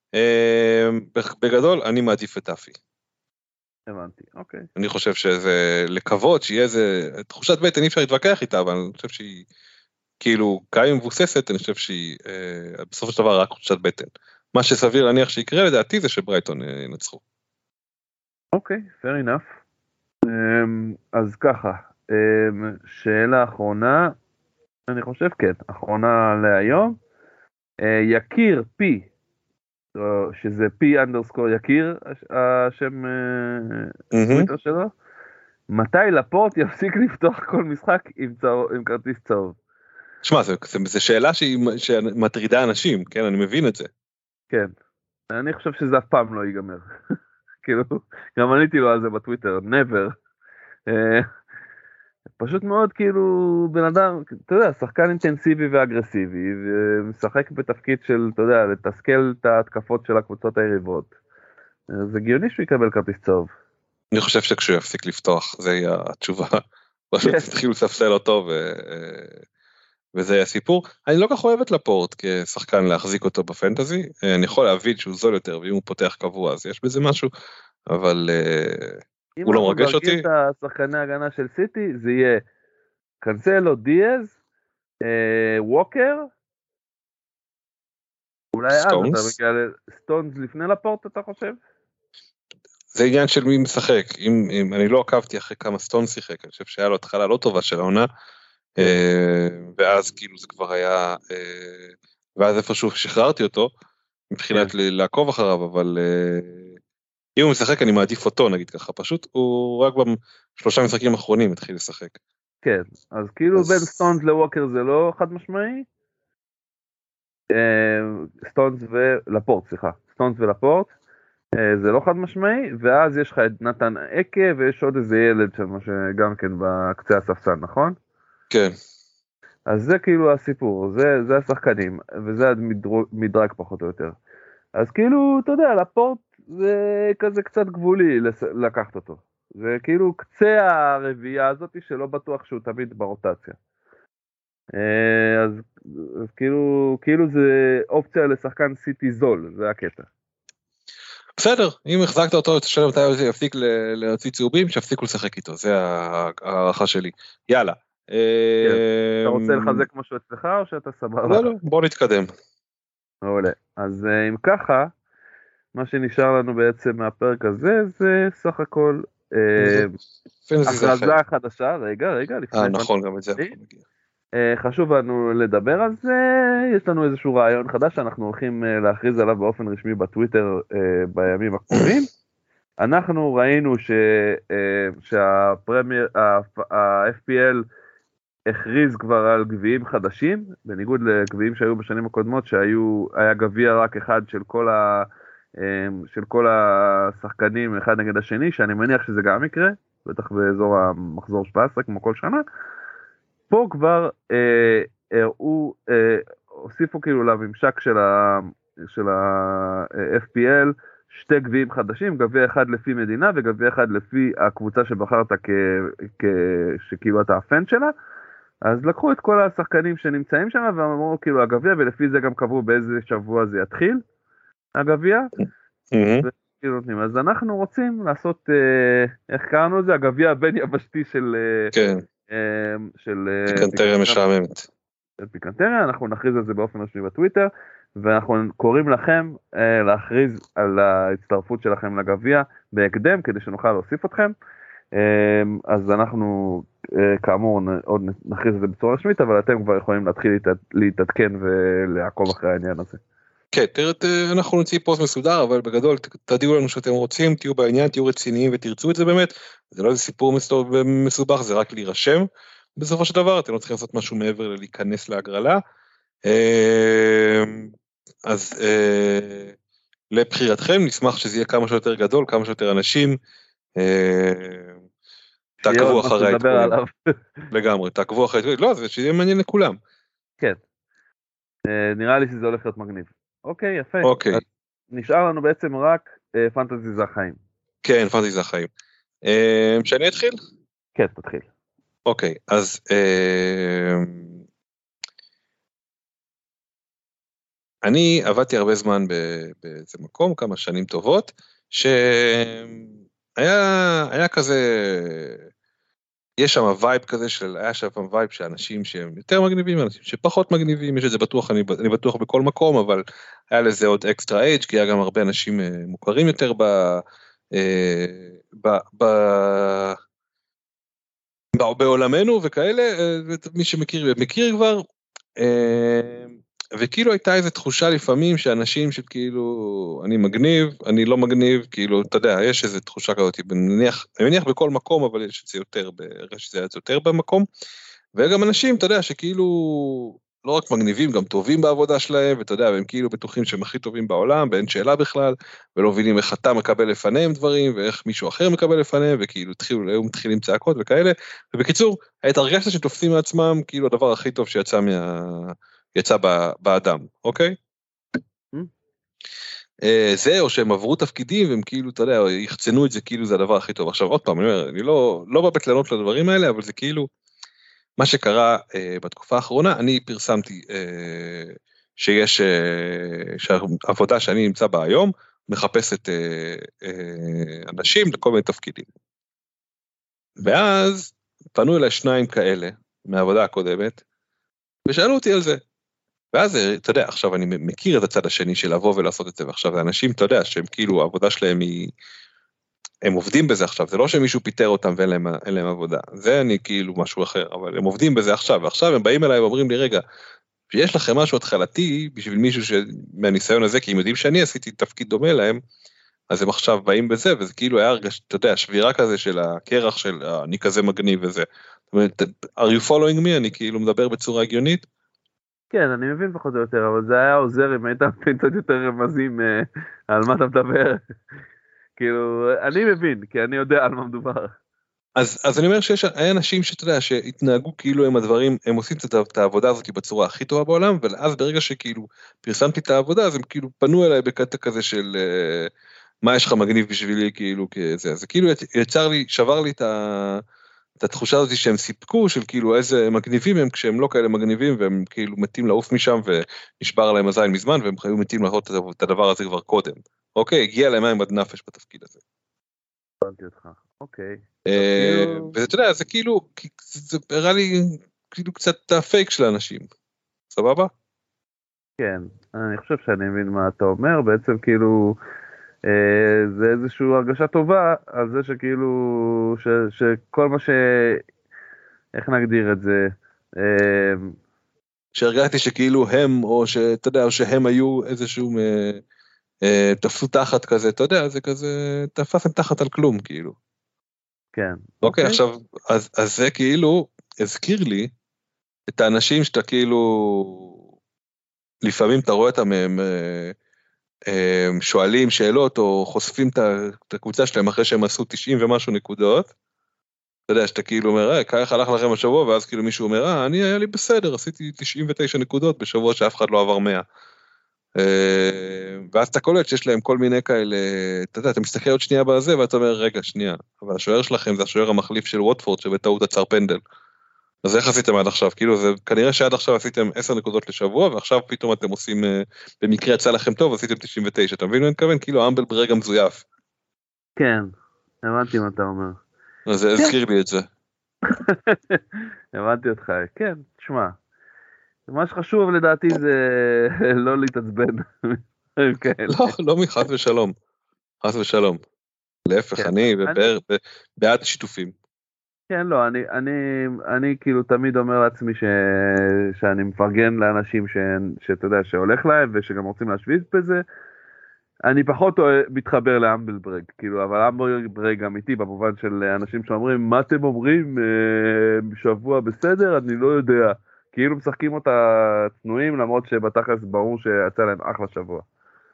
בגדול אני מעדיף את דפי. הבנתי, אוקיי. אני חושב שזה לקוות שיהיה איזה תחושת בטן, אי אפשר להתווכח איתה, אבל אני חושב שהיא כאילו גם אם מבוססת, אני חושב שהיא בסופו של דבר רק תחושת בטן. מה שסביר להניח שיקרה לדעתי זה שברייטון ינצחו. אוקיי, fair enough. אז ככה, שאלה אחרונה, אני חושב כן, אחרונה להיום, יקיר פי, שזה P_ יקיר, השם טוויטר שלו, מתי לפורט יפסיק לפתוח כל משחק עם כרטיס צהוב? תשמע, זו שאלה שמטרידה אנשים, כן, אני מבין את זה. כן, אני חושב שזה אף פעם לא ייגמר. כאילו, גם עניתי לו על זה בטוויטר, never. פשוט מאוד כאילו בן אדם, אתה יודע, שחקן אינטנסיבי ואגרסיבי, ומשחק בתפקיד של, אתה יודע, לתסכל את ההתקפות של הקבוצות היריבות. זה הגיוני שהוא יקבל כרטיס צהוב. אני חושב שכשהוא יפסיק לפתוח, זה יהיה התשובה. פשוט תתחילו לספסל אותו, וזה יהיה הסיפור. אני לא כך אוהב את לפורט כשחקן להחזיק אותו בפנטזי, אני יכול להבין שהוא זול יותר, ואם הוא פותח קבוע, אז יש בזה משהו, אבל הוא לא מרגש אותי. אם אנחנו נרגיל את השחקני ההגנה של סיטי, זה יהיה קנסלו, דיאז, ווקר, אולי אז אתה מגיע לסטונס לפני לפורט, אתה חושב? זה עניין של מי משחק, אם אני לא עקבתי אחרי כמה סטונס שיחק, אני חושב שהיה לו התחלה לא טובה של העונה, ואז כאילו זה כבר היה, ואז איפשהו שחררתי אותו, מבחינת לעקוב אחריו, אבל אם הוא משחק אני מעדיף אותו נגיד ככה, פשוט הוא רק בשלושה משחקים האחרונים התחיל לשחק. כן, אז כאילו בין סטונס לווקר זה לא חד משמעי? סטונס ולפורט, סליחה, סטונס ולפורט, זה לא חד משמעי, ואז יש לך את נתן אקה, ויש עוד איזה ילד שם, שגם כן בקצה הספסל, נכון? כן. אז זה כאילו הסיפור, זה השחקנים, וזה המדרג פחות או יותר. אז כאילו, אתה יודע, לפורט זה כזה קצת גבולי לקחת אותו. זה כאילו קצה הרביעייה הזאת שלא בטוח שהוא תמיד ברוטציה. אז כאילו זה אופציה לשחקן סיטי זול, זה הקטע. בסדר, אם החזקת אותו, תשאל מתי הוא יפסיק להוציא צהובים, שיפסיקו לשחק איתו, זה הערכה שלי. יאללה. אתה רוצה לחזק משהו אצלך או שאתה סבבה? לא, בוא נתקדם. מעולה. אז אם ככה, מה שנשאר לנו בעצם מהפרק הזה, זה סך הכל הכרזה חדשה. רגע, נכון, גם את זה. חשוב לנו לדבר על זה, יש לנו איזשהו רעיון חדש שאנחנו הולכים להכריז עליו באופן רשמי בטוויטר בימים הקרובים. אנחנו ראינו ה-FPL הכריז כבר על גביעים חדשים, בניגוד לגביעים שהיו בשנים הקודמות, היה גביע רק אחד של כל השחקנים אחד נגד השני, שאני מניח שזה גם יקרה, בטח באזור המחזור 17 כמו כל שנה. פה כבר הוסיפו כאילו לממשק של ה-FPL שתי גביעים חדשים, גביע אחד לפי מדינה וגביע אחד לפי הקבוצה שבחרת שכאילו אתה הפן שלה. אז לקחו את כל השחקנים שנמצאים שם ואמרו כאילו הגביע, ולפי זה גם קבעו באיזה שבוע זה יתחיל הגביע. אז אנחנו רוצים לעשות, איך קראנו את זה? הגביע הבין יבשתי של פיקנטריה משעממת. של פיקנטריה, אנחנו נכריז על זה באופן רשמי בטוויטר, ואנחנו קוראים לכם להכריז על ההצטרפות שלכם לגביע בהקדם, כדי שנוכל להוסיף אתכם. אז אנחנו כאמור עוד נכריז את זה בצורה רשמית, אבל אתם כבר יכולים להתחיל להתעדכן ולעקוב אחרי העניין הזה. כן, אנחנו נוציא פוסט מסודר, אבל בגדול תדיעו לנו שאתם רוצים, תהיו בעניין, תהיו רציניים ותרצו את זה באמת, זה לא איזה סיפור מסובך, זה רק להירשם בסופו של דבר, אתם לא צריכים לעשות משהו מעבר להיכנס להגרלה, אז לבחירתכם, נשמח שזה יהיה כמה שיותר גדול, כמה שיותר אנשים, תעקבו אחרי העדכונים, לגמרי, תעקבו אחרי העדכונים, לא, זה שיהיה מעניין לכולם. כן, נראה לי שזה הולך להיות מגניב. אוקיי, יפה. אוקיי. נשאר לנו בעצם רק פנטזי זה החיים. כן, פנטזי זה החיים. שאני אתחיל? כן, תתחיל. אוקיי, אז אני עבדתי הרבה זמן באיזה מקום, כמה שנים טובות, שהיה כזה, יש שם וייב כזה היה שם וייב שאנשים שהם יותר מגניבים, אנשים שפחות מגניבים, יש את זה בטוח, אני בטוח בכל מקום, אבל היה לזה עוד אקסטרה אייג', כי היה גם הרבה אנשים מוכרים יותר בעולמנו וכאלה, מי שמכיר מכיר כבר, וכאילו הייתה איזו תחושה לפעמים שאנשים שכאילו אני מגניב, אני לא מגניב, כאילו אתה יודע, יש איזו תחושה כזאת, אני מניח בכל מקום, אבל יש את זה יותר, שזה יותר במקום, וגם אנשים, אתה יודע, שכאילו לא רק מגניבים, גם טובים בעבודה שלהם, ואתה יודע, והם כאילו בטוחים שהם הכי טובים בעולם, ואין שאלה בכלל, ולא מבינים איך אתה מקבל לפניהם דברים, ואיך מישהו אחר מקבל לפניהם, וכאילו מתחילים צעקות וכאלה, ובקיצור, היית הרגשת שתופסים מעצמם, כאילו הדבר הכי טוב יצא באדם, אוקיי? זה, או שהם עברו תפקידים, והם כאילו, אתה יודע, יחצנו את זה, כאילו זה הדבר הכי טוב. עכשיו, עוד פעם, אני לא בא בתלנות לדברים האלה, אבל זה כאילו, מה שקרה בתקופה האחרונה, אני פרסמתי שהעבודה שאני נמצא בה היום, מחפשת אנשים לכל מיני תפקידים. ואז פנו אליי שניים כאלה, מהעבודה הקודמת, ושאלו אותי על זה. ואז, אתה יודע, עכשיו אני מכיר את הצד השני של לבוא ולעשות את זה, ועכשיו האנשים, אתה יודע, שהם כאילו, העבודה שלהם הם עובדים בזה עכשיו, זה לא שמישהו פיטר אותם ואין להם עבודה, זה אני כאילו משהו אחר, אבל הם עובדים בזה עכשיו, ועכשיו הם באים אליי ואומרים לי, רגע, שיש לכם משהו התחלתי, בשביל מישהו מהניסיון הזה, כי הם יודעים שאני עשיתי תפקיד דומה להם, אז הם עכשיו באים בזה, וזה כאילו היה, אתה יודע, שבירה כזה של הקרח של, אני כזה מגניב וזה, זאת אומרת, are you following me? אני כאילו מדבר בצורה הגיונית? כן, אני מבין פחות או יותר, אבל זה היה עוזר אם היית קצת יותר רמזים על מה אתה מדבר. כאילו, אני מבין, כי אני יודע על מה מדובר. אז אני אומר שיש אנשים שאתה יודע, שהתנהגו כאילו עם הדברים, הם עושים את העבודה הזאת בצורה הכי טובה בעולם, ואז ברגע שכאילו פרסמתי את העבודה, אז הם כאילו פנו אליי בקטע כזה של, מה יש לך מגניב בשבילי, כאילו, כזה, אז כאילו שבר לי את התחושה הזאת שהם סיפקו, של כאילו איזה מגניבים הם, כשהם לא כאלה מגניבים, והם כאילו מתים לעוף משם, ונשבר להם הזין מזמן, והם היו מתים לעשות את הדבר הזה כבר קודם. אוקיי, הגיע להם מים עד נפש בתפקיד הזה. הבנתי אותך, אוקיי. ואתה יודע, זה כאילו, זה הראה לי כאילו קצת הפייק של האנשים, סבבה? כן, אני חושב שאני מבין מה אתה אומר, בעצם כאילו, זה איזושהי הרגשה טובה על זה שכאילו, שכל מה איך נגדיר את זה, שהרגעתי שכאילו הם, או שאתה יודע, או שהם היו איזשהו, תפסו תחת כזה, אתה יודע, זה כזה, תפסם תחת על כלום, כאילו. כן. אוקיי, עכשיו, אז זה כאילו, הזכיר לי, את האנשים שאתה כאילו, לפעמים אתה רואה אותם, שואלים שאלות, או חושפים את הקבוצה שלהם, אחרי שהם עשו 90 ומשהו נקודות, אתה יודע, שאתה כאילו אומר, איך הלך לכם השבוע, ואז כאילו מישהו אומר, אני היה לי בסדר, עשיתי 99 נקודות בשבוע שאף אחד לא עבר 100. ואז אתה קולט שיש להם כל מיני כאלה, אתה יודע, אתה מסתכל עוד שנייה בזה, ואתה אומר, רגע, שנייה, אבל השוער שלכם זה השוער המחליף של ווטפורד, שבטעות עצר פנדל. אז איך עשיתם עד עכשיו? כאילו, זה כנראה שעד עכשיו עשיתם 10 נקודות לשבוע, ועכשיו פתאום אתם עושים, במקרה יצא לכם טוב, עשיתם 99. אתה מבין מה אני מתכוון? כאילו, אמבל ברגע מזויף. כן, הבנתי מה אתה אומר. אז זה הזכיר לי את זה. הבנתי אותך, כן, תשמע. מה שחשוב לדעתי זה לא להתעצבן. לא מחס ושלום. חס ושלום. להפך, אני בעד שיתופים. כן, לא, אני כאילו תמיד אומר לעצמי שאני מפרגן לאנשים שאתה יודע, שהולך להם ושגם רוצים להשוויץ בזה. אני פחות מתחבר לאמבלברג, כאילו, אבל אמבלברג אמיתי במובן של אנשים שאומרים, מה אתם אומרים, שבוע בסדר? אני לא יודע. כאילו משחקים אותה צנועים, למרות שבתכלס ברור שיצא להם אחלה שבוע.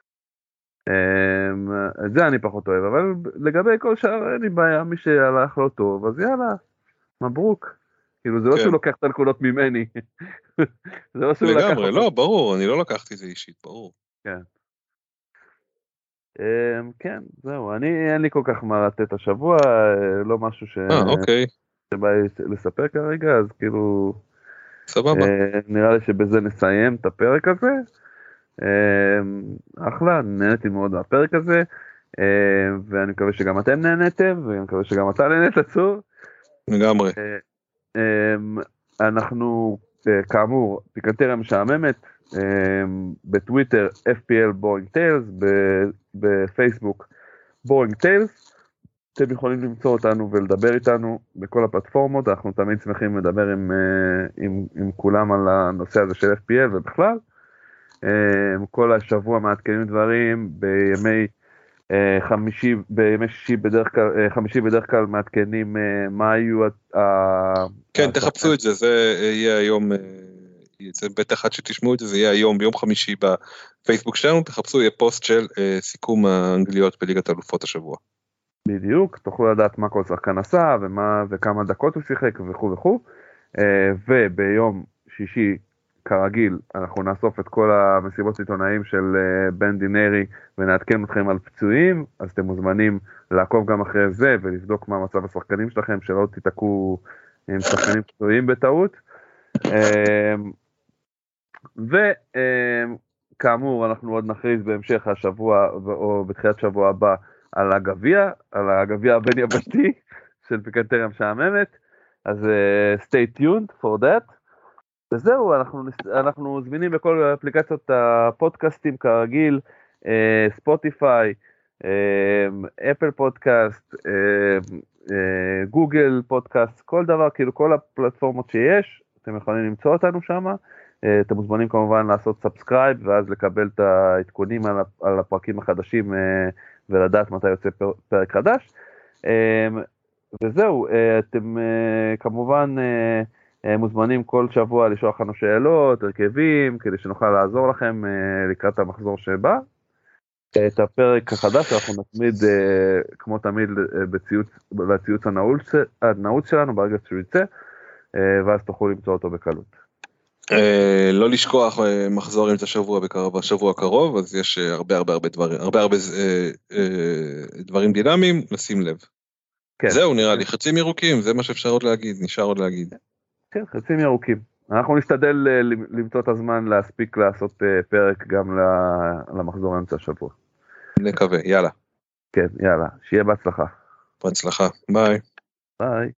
את זה אני פחות אוהב, אבל לגבי כל שאר אין לי בעיה, מי שהלך לא טוב, אז יאללה, מברוק. כאילו זה לא שהוא לוקח את הנקודות ממני. זה לא שהוא לקח... לגמרי, לא, ברור, אני לא לקחתי את זה אישית, ברור. כן. כן, זהו, אין לי כל כך מה לתת השבוע, לא משהו אוקיי. שבא לספר כרגע, אז כאילו... סבבה. נראה לי שבזה נסיים את הפרק הזה. אחלה, נהניתי מאוד מהפרק הזה, ואני מקווה שגם אתם נהניתם, ואני מקווה שגם אתה נהנית לצור. לגמרי. אנחנו, כאמור, פיקנטריה משעממת, בטוויטר FPL Boring Tales, בפייסבוק Boring Tales. אתם יכולים למצוא אותנו ולדבר איתנו בכל הפלטפורמות, אנחנו תמיד שמחים לדבר עם כולם על הנושא הזה של FPL ובכלל. כל השבוע מעדכנים דברים, בימי חמישי בדרך כלל מעדכנים מה היו כן, תחפשו את זה, זה יהיה היום, זה בית אחד שתשמעו את זה, זה יהיה היום ביום חמישי בפייסבוק שלנו, תחפשו, יהיה פוסט של סיכום האנגליות בליגת האלופות השבוע. בדיוק, תוכלו לדעת מה כל שחקן עשה, וכמה דקות הוא שיחק וכו' וכו', וביום שישי, כרגיל, אנחנו נאסוף את כל המסיבות עיתונאים של בן דינרי, ונעדכן אתכם על פצועים, אז אתם מוזמנים לעקוב גם אחרי זה, ולבדוק מה מצב השחקנים שלכם, שלא תתעקו עם שחקנים פצועים בטעות. וכאמור, אנחנו עוד נכריז בהמשך השבוע, או בתחילת שבוע הבא, על הגביע הבין יבשתי של פיקנטריה משעממת, אז stay tuned for that. וזהו, אנחנו זמינים בכל אפליקציות הפודקאסטים כרגיל, ספוטיפיי, אפל פודקאסט, גוגל פודקאסט, כל דבר, כאילו כל הפלטפורמות שיש, אתם יכולים למצוא אותנו שם. אתם מוזמנים כמובן לעשות סאבסקרייב, ואז לקבל את העדכונים על הפרקים החדשים, ולדעת מתי יוצא פרק חדש. וזהו, אתם כמובן מוזמנים כל שבוע לשלוח לנו שאלות, הרכבים, כדי שנוכל לעזור לכם לקראת המחזור שבא. את הפרק החדש אנחנו נתמיד כמו תמיד בציוץ הנעוץ שלנו ברגע שהוא יצא, ואז תוכלו למצוא אותו בקלות. לא לשכוח מחזור אמצע שבוע בשבוע הקרוב, אז יש הרבה דברים דינמיים, נשים לב. זהו, נראה לי, חצים ירוקים, זה מה שאפשר עוד להגיד, נשאר עוד להגיד. כן, חצים ירוקים. אנחנו נשתדל למצוא את הזמן להספיק לעשות פרק גם למחזור אמצע שבוע. נקווה, יאללה. כן, יאללה, שיהיה בהצלחה. בהצלחה, ביי. ביי.